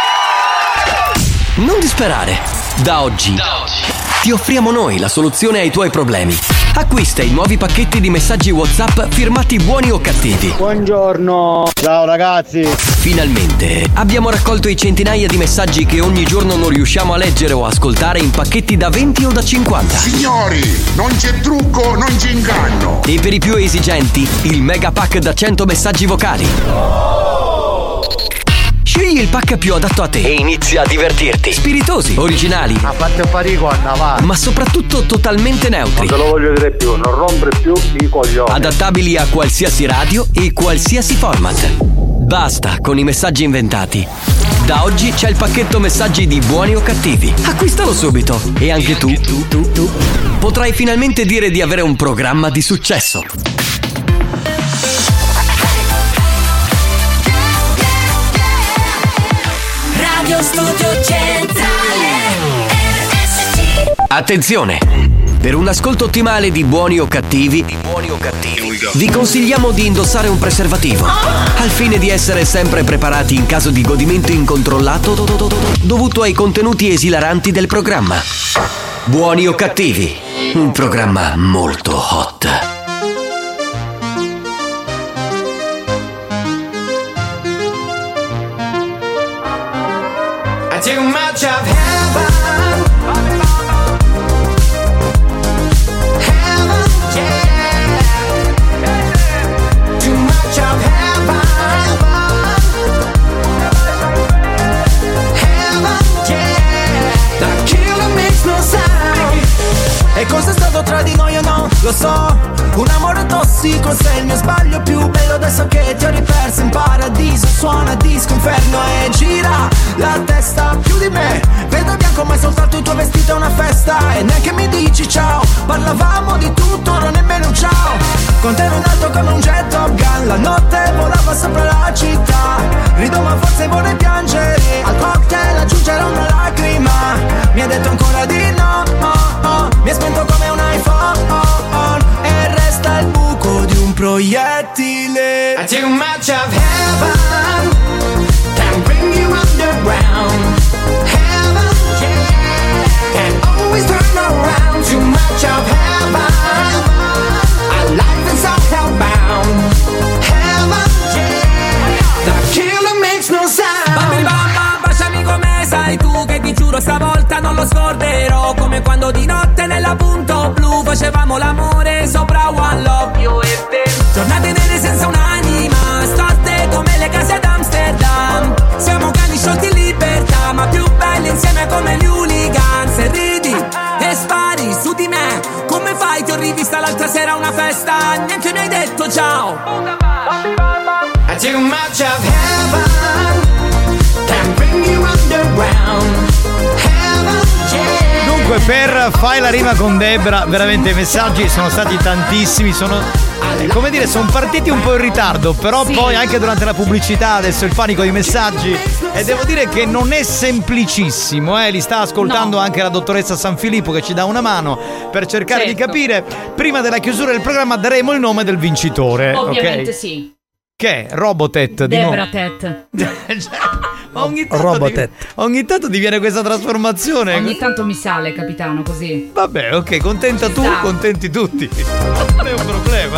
Non disperare. Da oggi ti offriamo noi la soluzione ai tuoi problemi. Acquista i nuovi pacchetti di messaggi WhatsApp firmati buoni o cattivi. Buongiorno. Ciao ragazzi. Finalmente abbiamo raccolto i centinaia di messaggi che ogni giorno non riusciamo a leggere o ascoltare in pacchetti da venti o da cinquanta. Signori, non c'è trucco, non c'è inganno. E per i più esigenti, il mega pack da cento messaggi vocali. Scegli il pack più adatto a te e inizia a divertirti. Spiritosi, originali, Ha fatto farico a Navale. ma soprattutto totalmente neutri. Non te lo voglio dire più, non rompere più i coglioni. Adattabili a qualsiasi radio e qualsiasi format. Basta con i messaggi inventati. Da oggi c'è il pacchetto messaggi di buoni o cattivi. Acquistalo subito. E anche tu, tu, tu, tu potrai finalmente dire di avere un programma di successo. Radio Studio Centrale R S C. Attenzione! Per un ascolto ottimale di buoni o cattivi, di buoni o cattivi, vi consigliamo di indossare un preservativo, al fine di essere sempre preparati in caso di godimento incontrollato dovuto ai contenuti esilaranti del programma. Buoni o cattivi, un programma molto hot. I too much of heaven. Heaven, yeah. Too much of heaven. Heaven, yeah. The killer makes no sound. E cosa è stato tra di noi o no? Lo so. Un amore tossico, sei il mio sbaglio più bello. Adesso che ti ho riperso in paradiso, suona disco inferno e gira la testa più di me. Vedo bianco ma è soltanto il tuo vestito è una festa. E neanche mi dici ciao. Parlavamo di tutto, ora nemmeno un ciao. Con te ero in alto come un jet Top Gun. La notte volava sopra la città. Rido ma forse vorrei piangere. Al cocktail aggiungerò una lacrima. Mi ha detto ancora di no, oh, oh. Mi ha spento come un iPhone, oh, oh. E resta il buco di un proiettile. I too much of heaven can bring you underground. Heaven, yeah, can always turn around. Too much of heaven, our life is all hellbound. Heaven, yeah, the killer makes no sound. Bambini bamba, baciami come sai tu, che ti giuro stavolta non lo scorderò. Come quando di notte nella punto blu facevamo l'amore sopra One Love, io e te. Giornate nere senza un'anima, storte come le case ad Amsterdam. Siamo cani sciolti in libertà, ma più belli insieme come gli hooligans. E ridi e spari su di me. Come fai? Ti ho rivista l'altra sera a una festa, neanche mi hai detto ciao. I too much of heaven can bring you underground. Heaven, yeah. Dunque, per Fai la rima con Debra, veramente i messaggi sono stati tantissimi, sono eh, come dire, sono partiti un po' in ritardo, però sì. Poi anche durante la pubblicità adesso il panico di messaggi, e devo dire che non è semplicissimo, eh, li sta ascoltando no. Anche la dottoressa Sanfilippo che ci dà una mano per cercare certo. di capire. Prima della chiusura del programma daremo il nome del vincitore. Ovviamente okay? Sì. Che è Robotet di Debra Tet. ogni, tanto div- ogni tanto diviene questa trasformazione. Ogni tanto mi sale, capitano, così. Vabbè, ok, contenta tu, sta. Contenti tutti. Non è un problema.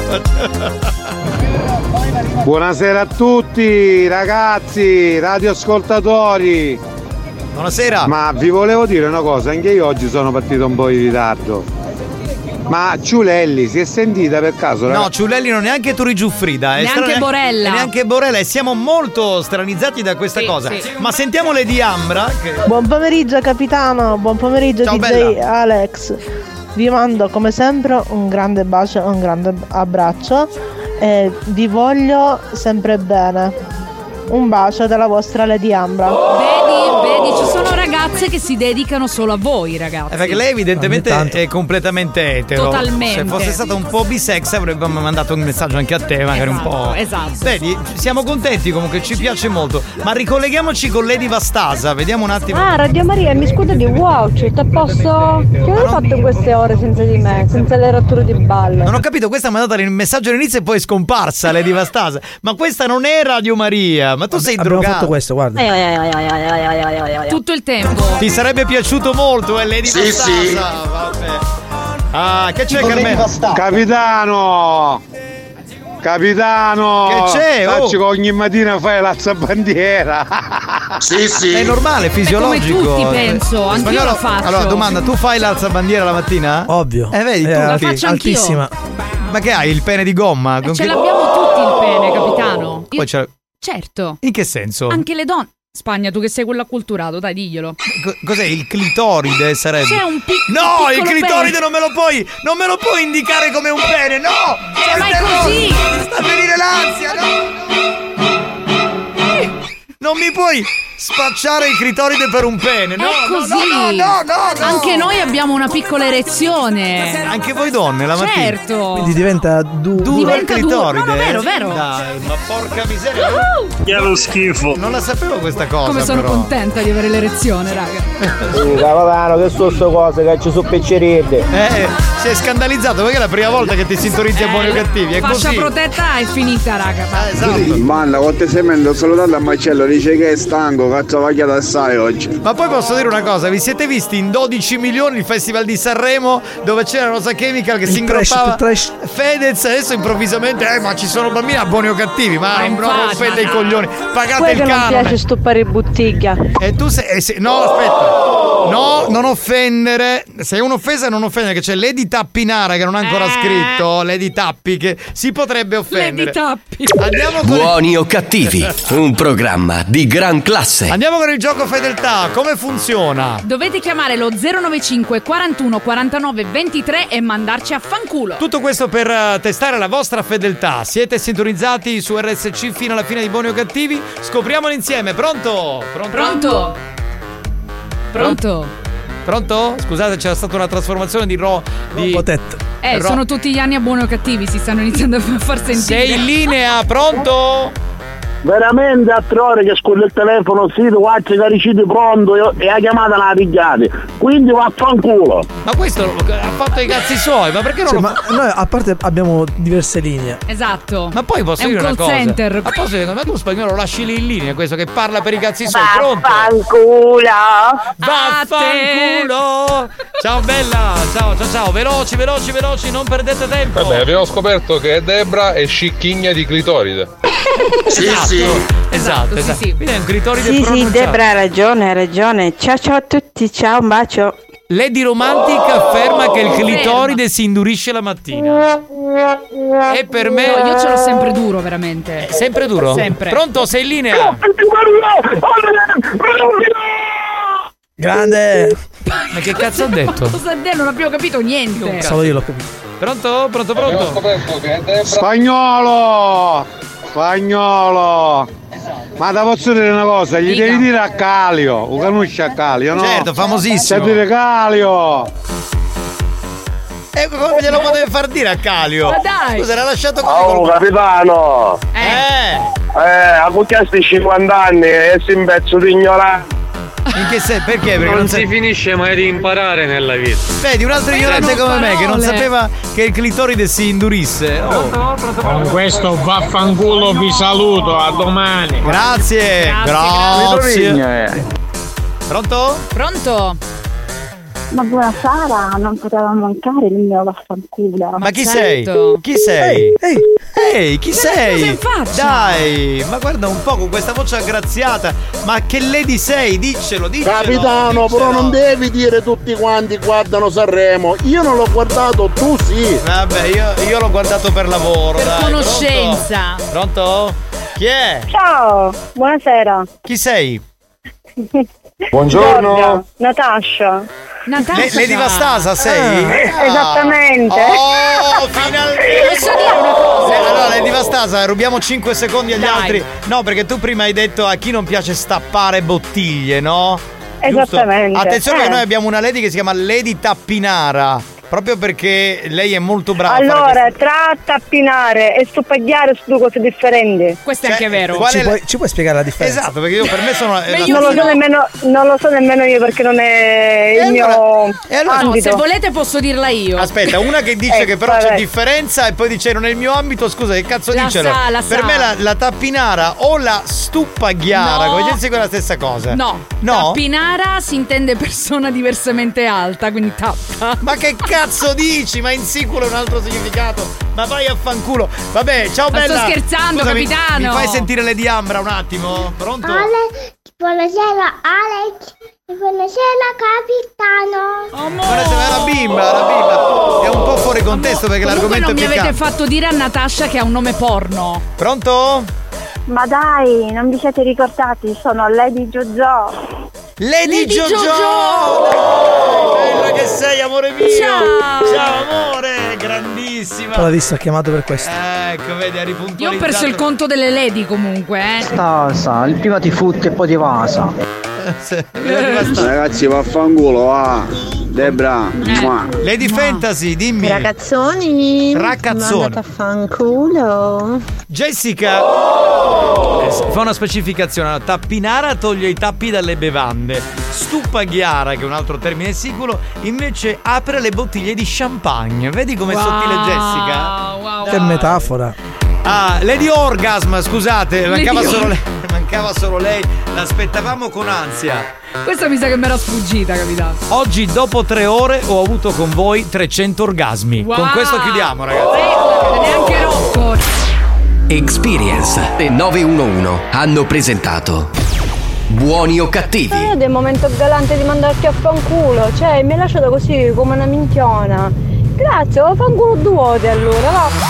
Buonasera a tutti ragazzi, radioascoltatori. Buonasera. Ma vi volevo dire una cosa, anche io oggi sono partito un po' in ritardo. Ma Ciulelli si è sentita per caso? No, Ciulelli non è neanche Turi Giuffrida, è neanche strana, Borella. Neanche Borella, e siamo molto stranizzati da questa sì, cosa. Sì. Ma sentiamo Lady Ambra. Che... Buon pomeriggio capitano, buon pomeriggio Ciao, D J bella. Alex. Vi mando come sempre un grande bacio e un grande abbraccio e vi voglio sempre bene. Un bacio dalla vostra Lady Ambra. Vedi, vedi, ci sono ragazze che si dedicano solo a voi, ragazzi. Eh, perché lei evidentemente è completamente etero. Totalmente. Se fosse stata un po' bisex avrebbe mandato un messaggio anche a te, magari esatto, un po'. Esatto. Vedi, siamo contenti comunque, ci piace molto. Ma ricolleghiamoci con Lady Vastasa, vediamo un attimo. Ah, Radio Maria, mi scusa di wow, tutto a posto? Che avete fatto in queste ore senza di me, senza le rotture di balle? Non ho capito, questa mi ha dato il messaggio all'inizio e poi è scomparsa Lady Vastasa. Ma questa non è Radio Maria, ma tu sei Abbiamo drogato. fatto questo, guarda. Tutto il tempo. Ti sarebbe piaciuto molto, eh, Lady Sì, Vastasa. sì. Vabbè. Ah, che c'è, Carmelo? Capitano! Capitano! Che c'è? Oh. Faccio che ogni mattina fai l'alzabandiera. Sì, sì. È normale, è fisiologico. È come tutti, penso. Anch'io Spagnolo, lo faccio. Allora, domanda, tu fai l'alzabandiera la mattina? Ovvio. Eh, vedi, Eh, tu la faccio altissima. Ma che hai, il pene di gomma? Eh, ce l'abbiamo tutti il pene, capitano. Io... Poi c'è... Certo. In che senso? Anche le donne. Spagna, tu che sei quello acculturato, dai, diglielo. Co- cos'è il clitoride sarebbe? C'è un pic- No, il piccolo clitoride pene. non me lo puoi, non me lo puoi indicare come un pene, no! Cioè, ma è così! Mi sta a venire l'ansia, no! Non mi puoi spacciare il clitoride per un pene, no? È così. No, no, no, no, no. Anche noi abbiamo una piccola erezione. Anche voi donne la mattina. Certo. Quindi diventa du- Duro Diventa il duro. clitoride. No, no, vero, vero. Dai, ma porca miseria. Che è lo schifo. Non la sapevo questa cosa. Come sono però. contenta di avere l'erezione, raga. Sì, capitano, che sono queste cose che ci sono piccerette. Eh, sei scandalizzato perché è la prima volta che ti sintonizzi a Buoni o Cattivi, è Fascia così. protetta è finita, raga. Ah, esatto. Manna, con te semendo salutando a Marcello, dice che è stanco, cazzo vagliato assai oggi. Ma poi posso dire una cosa, vi siete visti in dodici milioni il Festival di Sanremo dove c'era Rosa Chemical che si trash, ingroppava il trash. Fedez, adesso improvvisamente eh ma ci sono bambini a Buoni o Cattivi, ma non infatti, rompete i coglioni, pagate Poi il che non canone. piace stoppare in bottiglia. E tu sei eh, se- no aspetta, no, non offendere, sei un'offesa non offendere, che c'è Lady Tappinara che non ha ancora Eh. scritto, Lady Tappi che si potrebbe offendere. Lady Tappi. Andiamo con Buoni o cattivi, un programma di gran classe. Andiamo con il gioco fedeltà, come funziona? Dovete chiamare lo zero nove cinque quarantuno quarantanove ventitré e mandarci a fanculo. Tutto questo per uh, testare la vostra fedeltà. Siete sintonizzati su R S C fino alla fine di Buoni o Cattivi? Scopriamolo insieme. Pronto? Pronto? Pronto? Pronto? Pronto? Scusate, c'era stata una trasformazione di Ro. Di... Robotet. Eh, Ro- sono tutti gli anni a Buoni o Cattivi, si stanno iniziando a far sentire. Sei in linea, pronto? Veramente a tre ore che scorre il telefono, sì, guarda, cariciti pronto e la chiamata la pigliate. Quindi vaffanculo. Ma questo ha fatto i cazzi suoi, ma perché non Cioè, lo ma noi a parte abbiamo diverse linee. Esatto. Ma poi posso È un dire una call cosa? center. Ma posso dire, ma tu Spagnolo lasci lì in linea questo che parla per i cazzi suoi, pronto? Vaffanculo. Vaffanculo! Ciao bella, ciao ciao ciao, veloci, veloci, veloci, non perdete tempo. Vabbè, abbiamo scoperto che Debra è scicchigna di clitoride. Sì, sì. Esatto, sì, esatto. sì. Quindi è un clitoride Sì, sì, pronunciato. Debra ha ragione, ha ragione. Ciao ciao a tutti, ciao, un bacio. Lady Romantic afferma che il clitoride si indurisce la mattina. E per me No, io ce l'ho sempre duro, veramente. È sempre duro? Sempre. Pronto, sei in linea? Grande! Ma che cazzo ha detto? Cosa ha detto? Non abbiamo capito niente. Solo io l'ho capito. Pronto? Pronto, pronto? Spagnolo! Spagnolo! Ma ti posso dire una cosa, gli Dica. devi dire a Calio, lo conosci a Calio, no? Certo, famosissimo. C'è dire Calio! E come glielo potevi far dire a Calio? Ma dai! Scusa, era lasciato così. Oh, col- capitano! Eh! Eh, a questi cinquanta anni e si un pezzo di ignorante. In che senso? Perché? Perché non, non si sa- finisce mai di imparare nella vita. Vedi, un altro ignorante come me che non sapeva che il clitoride si indurisse. Oh. Con questo vaffanculo vi saluto, a domani. Grazie, Grazie, grazie. Pronto? Pronto? Ma buonasera, non poteva mancare il mio vaffanculo. Ma chi certo. sei? Chi sei? Ehi, Ehi, chi Che sei? cosa in faccia? Dai, ma guarda un po' con questa voce aggraziata. Ma che lady sei? Diccelo, diccelo. Capitano, diccelo. però non devi dire tutti quanti guardano Sanremo. Io non l'ho guardato, tu sì. Vabbè, io, io l'ho guardato per lavoro. Per dai, conoscenza. Pronto? Pronto? Chi è? Ciao, buonasera. Chi sei? Buongiorno. Giorgia, Natascia. Natascia. Le- Lady Vastasa sei? Ah, esattamente. Oh, finalmente! Posso dire una cosa? Eh, Allora, Lady Vastasa, rubiamo cinque secondi agli Dai. altri. No, perché tu prima hai detto a chi non piace stappare bottiglie, no? Giusto? Esattamente. Attenzione Eh. che noi abbiamo una lady che si chiama Lady Tappinara. Proprio perché lei è molto brava. a fare Allora, queste- tra tappinare e stuppagliare sono due cose differenti. Questo è Cioè, anche vero. qual è ci, la- puoi, ci puoi spiegare la differenza? Esatto, perché io per me sono. è la Non lo, stessa- so nemmeno, non lo so nemmeno io perché non è il E mio allora- e allora- No, ambito. se volete posso dirla io. Aspetta, una che dice Eh, che però c'è vabbè. differenza e poi dice non è il mio ambito, scusa, che cazzo La dice? sa, la per sa. me la, la tappinara o la stuppaghiara, No. come dice quella stessa cosa. No, No? tappinara si intende persona diversamente alta, quindi tappa. Ma che cazzo dici? Ma in siculo è un altro significato. Ma vai a fanculo. Vabbè, ciao Ma sto bella. scherzando, Scusami, capitano. Mi fai sentire Lady Ambra un attimo? Pronto? Ale, buonasera Alex e buonasera capitano. Buonasera, è una bimba, la bimba. È un po' fuori contesto perché Comunque l'argomento non mi è avete piccante. fatto dire a Natascia che ha un nome porno. Pronto? Ma dai, non vi siete ricordati, sono Lady Jojo. Lady, Lady Jojo! Jojo! Bella che sei, amore mio! Ciao! Ciao, amore! Grandissima! Però l'ha visto, ha chiamato per questo. Ecco, vedi, ha ripuntualizzato. Io ho perso il conto delle lady comunque, eh. Stasa, il prima ti futti e poi ti vasa. Ragazzi, vaffanculo, va. Debra, mua. Lady Fantasy, dimmi. Ragazzoni, Ragazzoni. mandate a fanculo. Jessica eh, fa una specificazione. Allora, tappinara toglie i tappi dalle bevande. Stuppaghiara, che è un altro termine siculo, invece apre le bottiglie di champagne. Vedi com'è Wow, sottile Jessica? wow, Che metafora. Ah, Lady Orgasm, scusate, mancava Lady solo lei. Mancava solo lei, l'aspettavamo con ansia. Questa mi sa che mi era sfuggita, capitano. Oggi, dopo tre ore, ho avuto con voi trecento orgasmi. Wow. Con questo chiudiamo, ragazzi. Eh, neanche Rocco. Experience e nove uno uno hanno presentato Buoni o cattivi? Io del momento galante di mandarti a fanculo, cioè mi hai lasciato così come una minchiona. Grazie, ho fanculo due volte allora, va.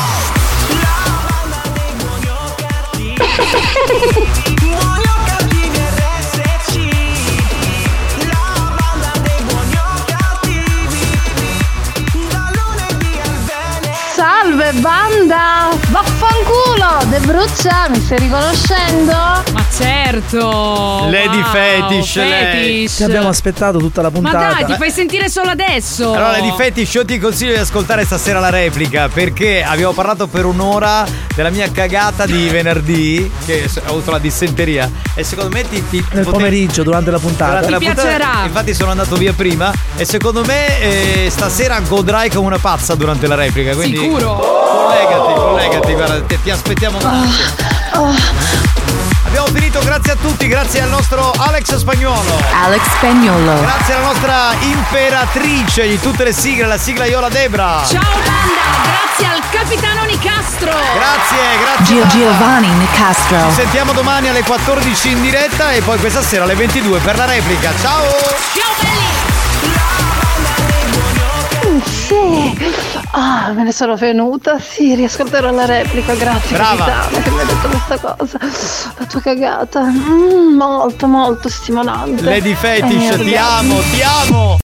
Salve banda! Vaffanculo! Debruccia, mi stai riconoscendo? Ma certo! Lady wow, Fetish, lei. Ti abbiamo aspettato tutta la Ma puntata. dai, ti fai sentire solo adesso! Allora, Lady Fetish, io ti consiglio di ascoltare stasera la replica, perché abbiamo parlato per un'ora della mia cagata di venerdì, che ho avuto la dissenteria, e secondo me ti... ti Nel potevi- pomeriggio, durante la puntata. durante la Ti puntata- piacerà. Infatti sono andato via prima e secondo me eh, stasera godrai come una pazza durante la replica, quindi Sicuro? collegati, collegati, guarda, ti, ti aspettiamo con ansia. Abbiamo finito, grazie a tutti, grazie al nostro Alex Spagnuolo. Alex Spagnuolo. Grazie alla nostra imperatrice di tutte le sigle, la sigla Iola Debra. Ciao banda, grazie al capitano Nicastro. Grazie, grazie. Gio banda. Giovanni Nicastro. Ci sentiamo domani alle quattordici in diretta e poi questa sera alle ventidue per la replica. Ciao! Ciao belli. Sì. Ah, me ne sono venuta. Sì, riascolterò la replica. Grazie, Brava. capitano, che mi hai detto questa cosa. La tua cagata. Mm, molto, molto stimolante. Lady Fetish, Eh, ti ragazzi. amo, ti amo.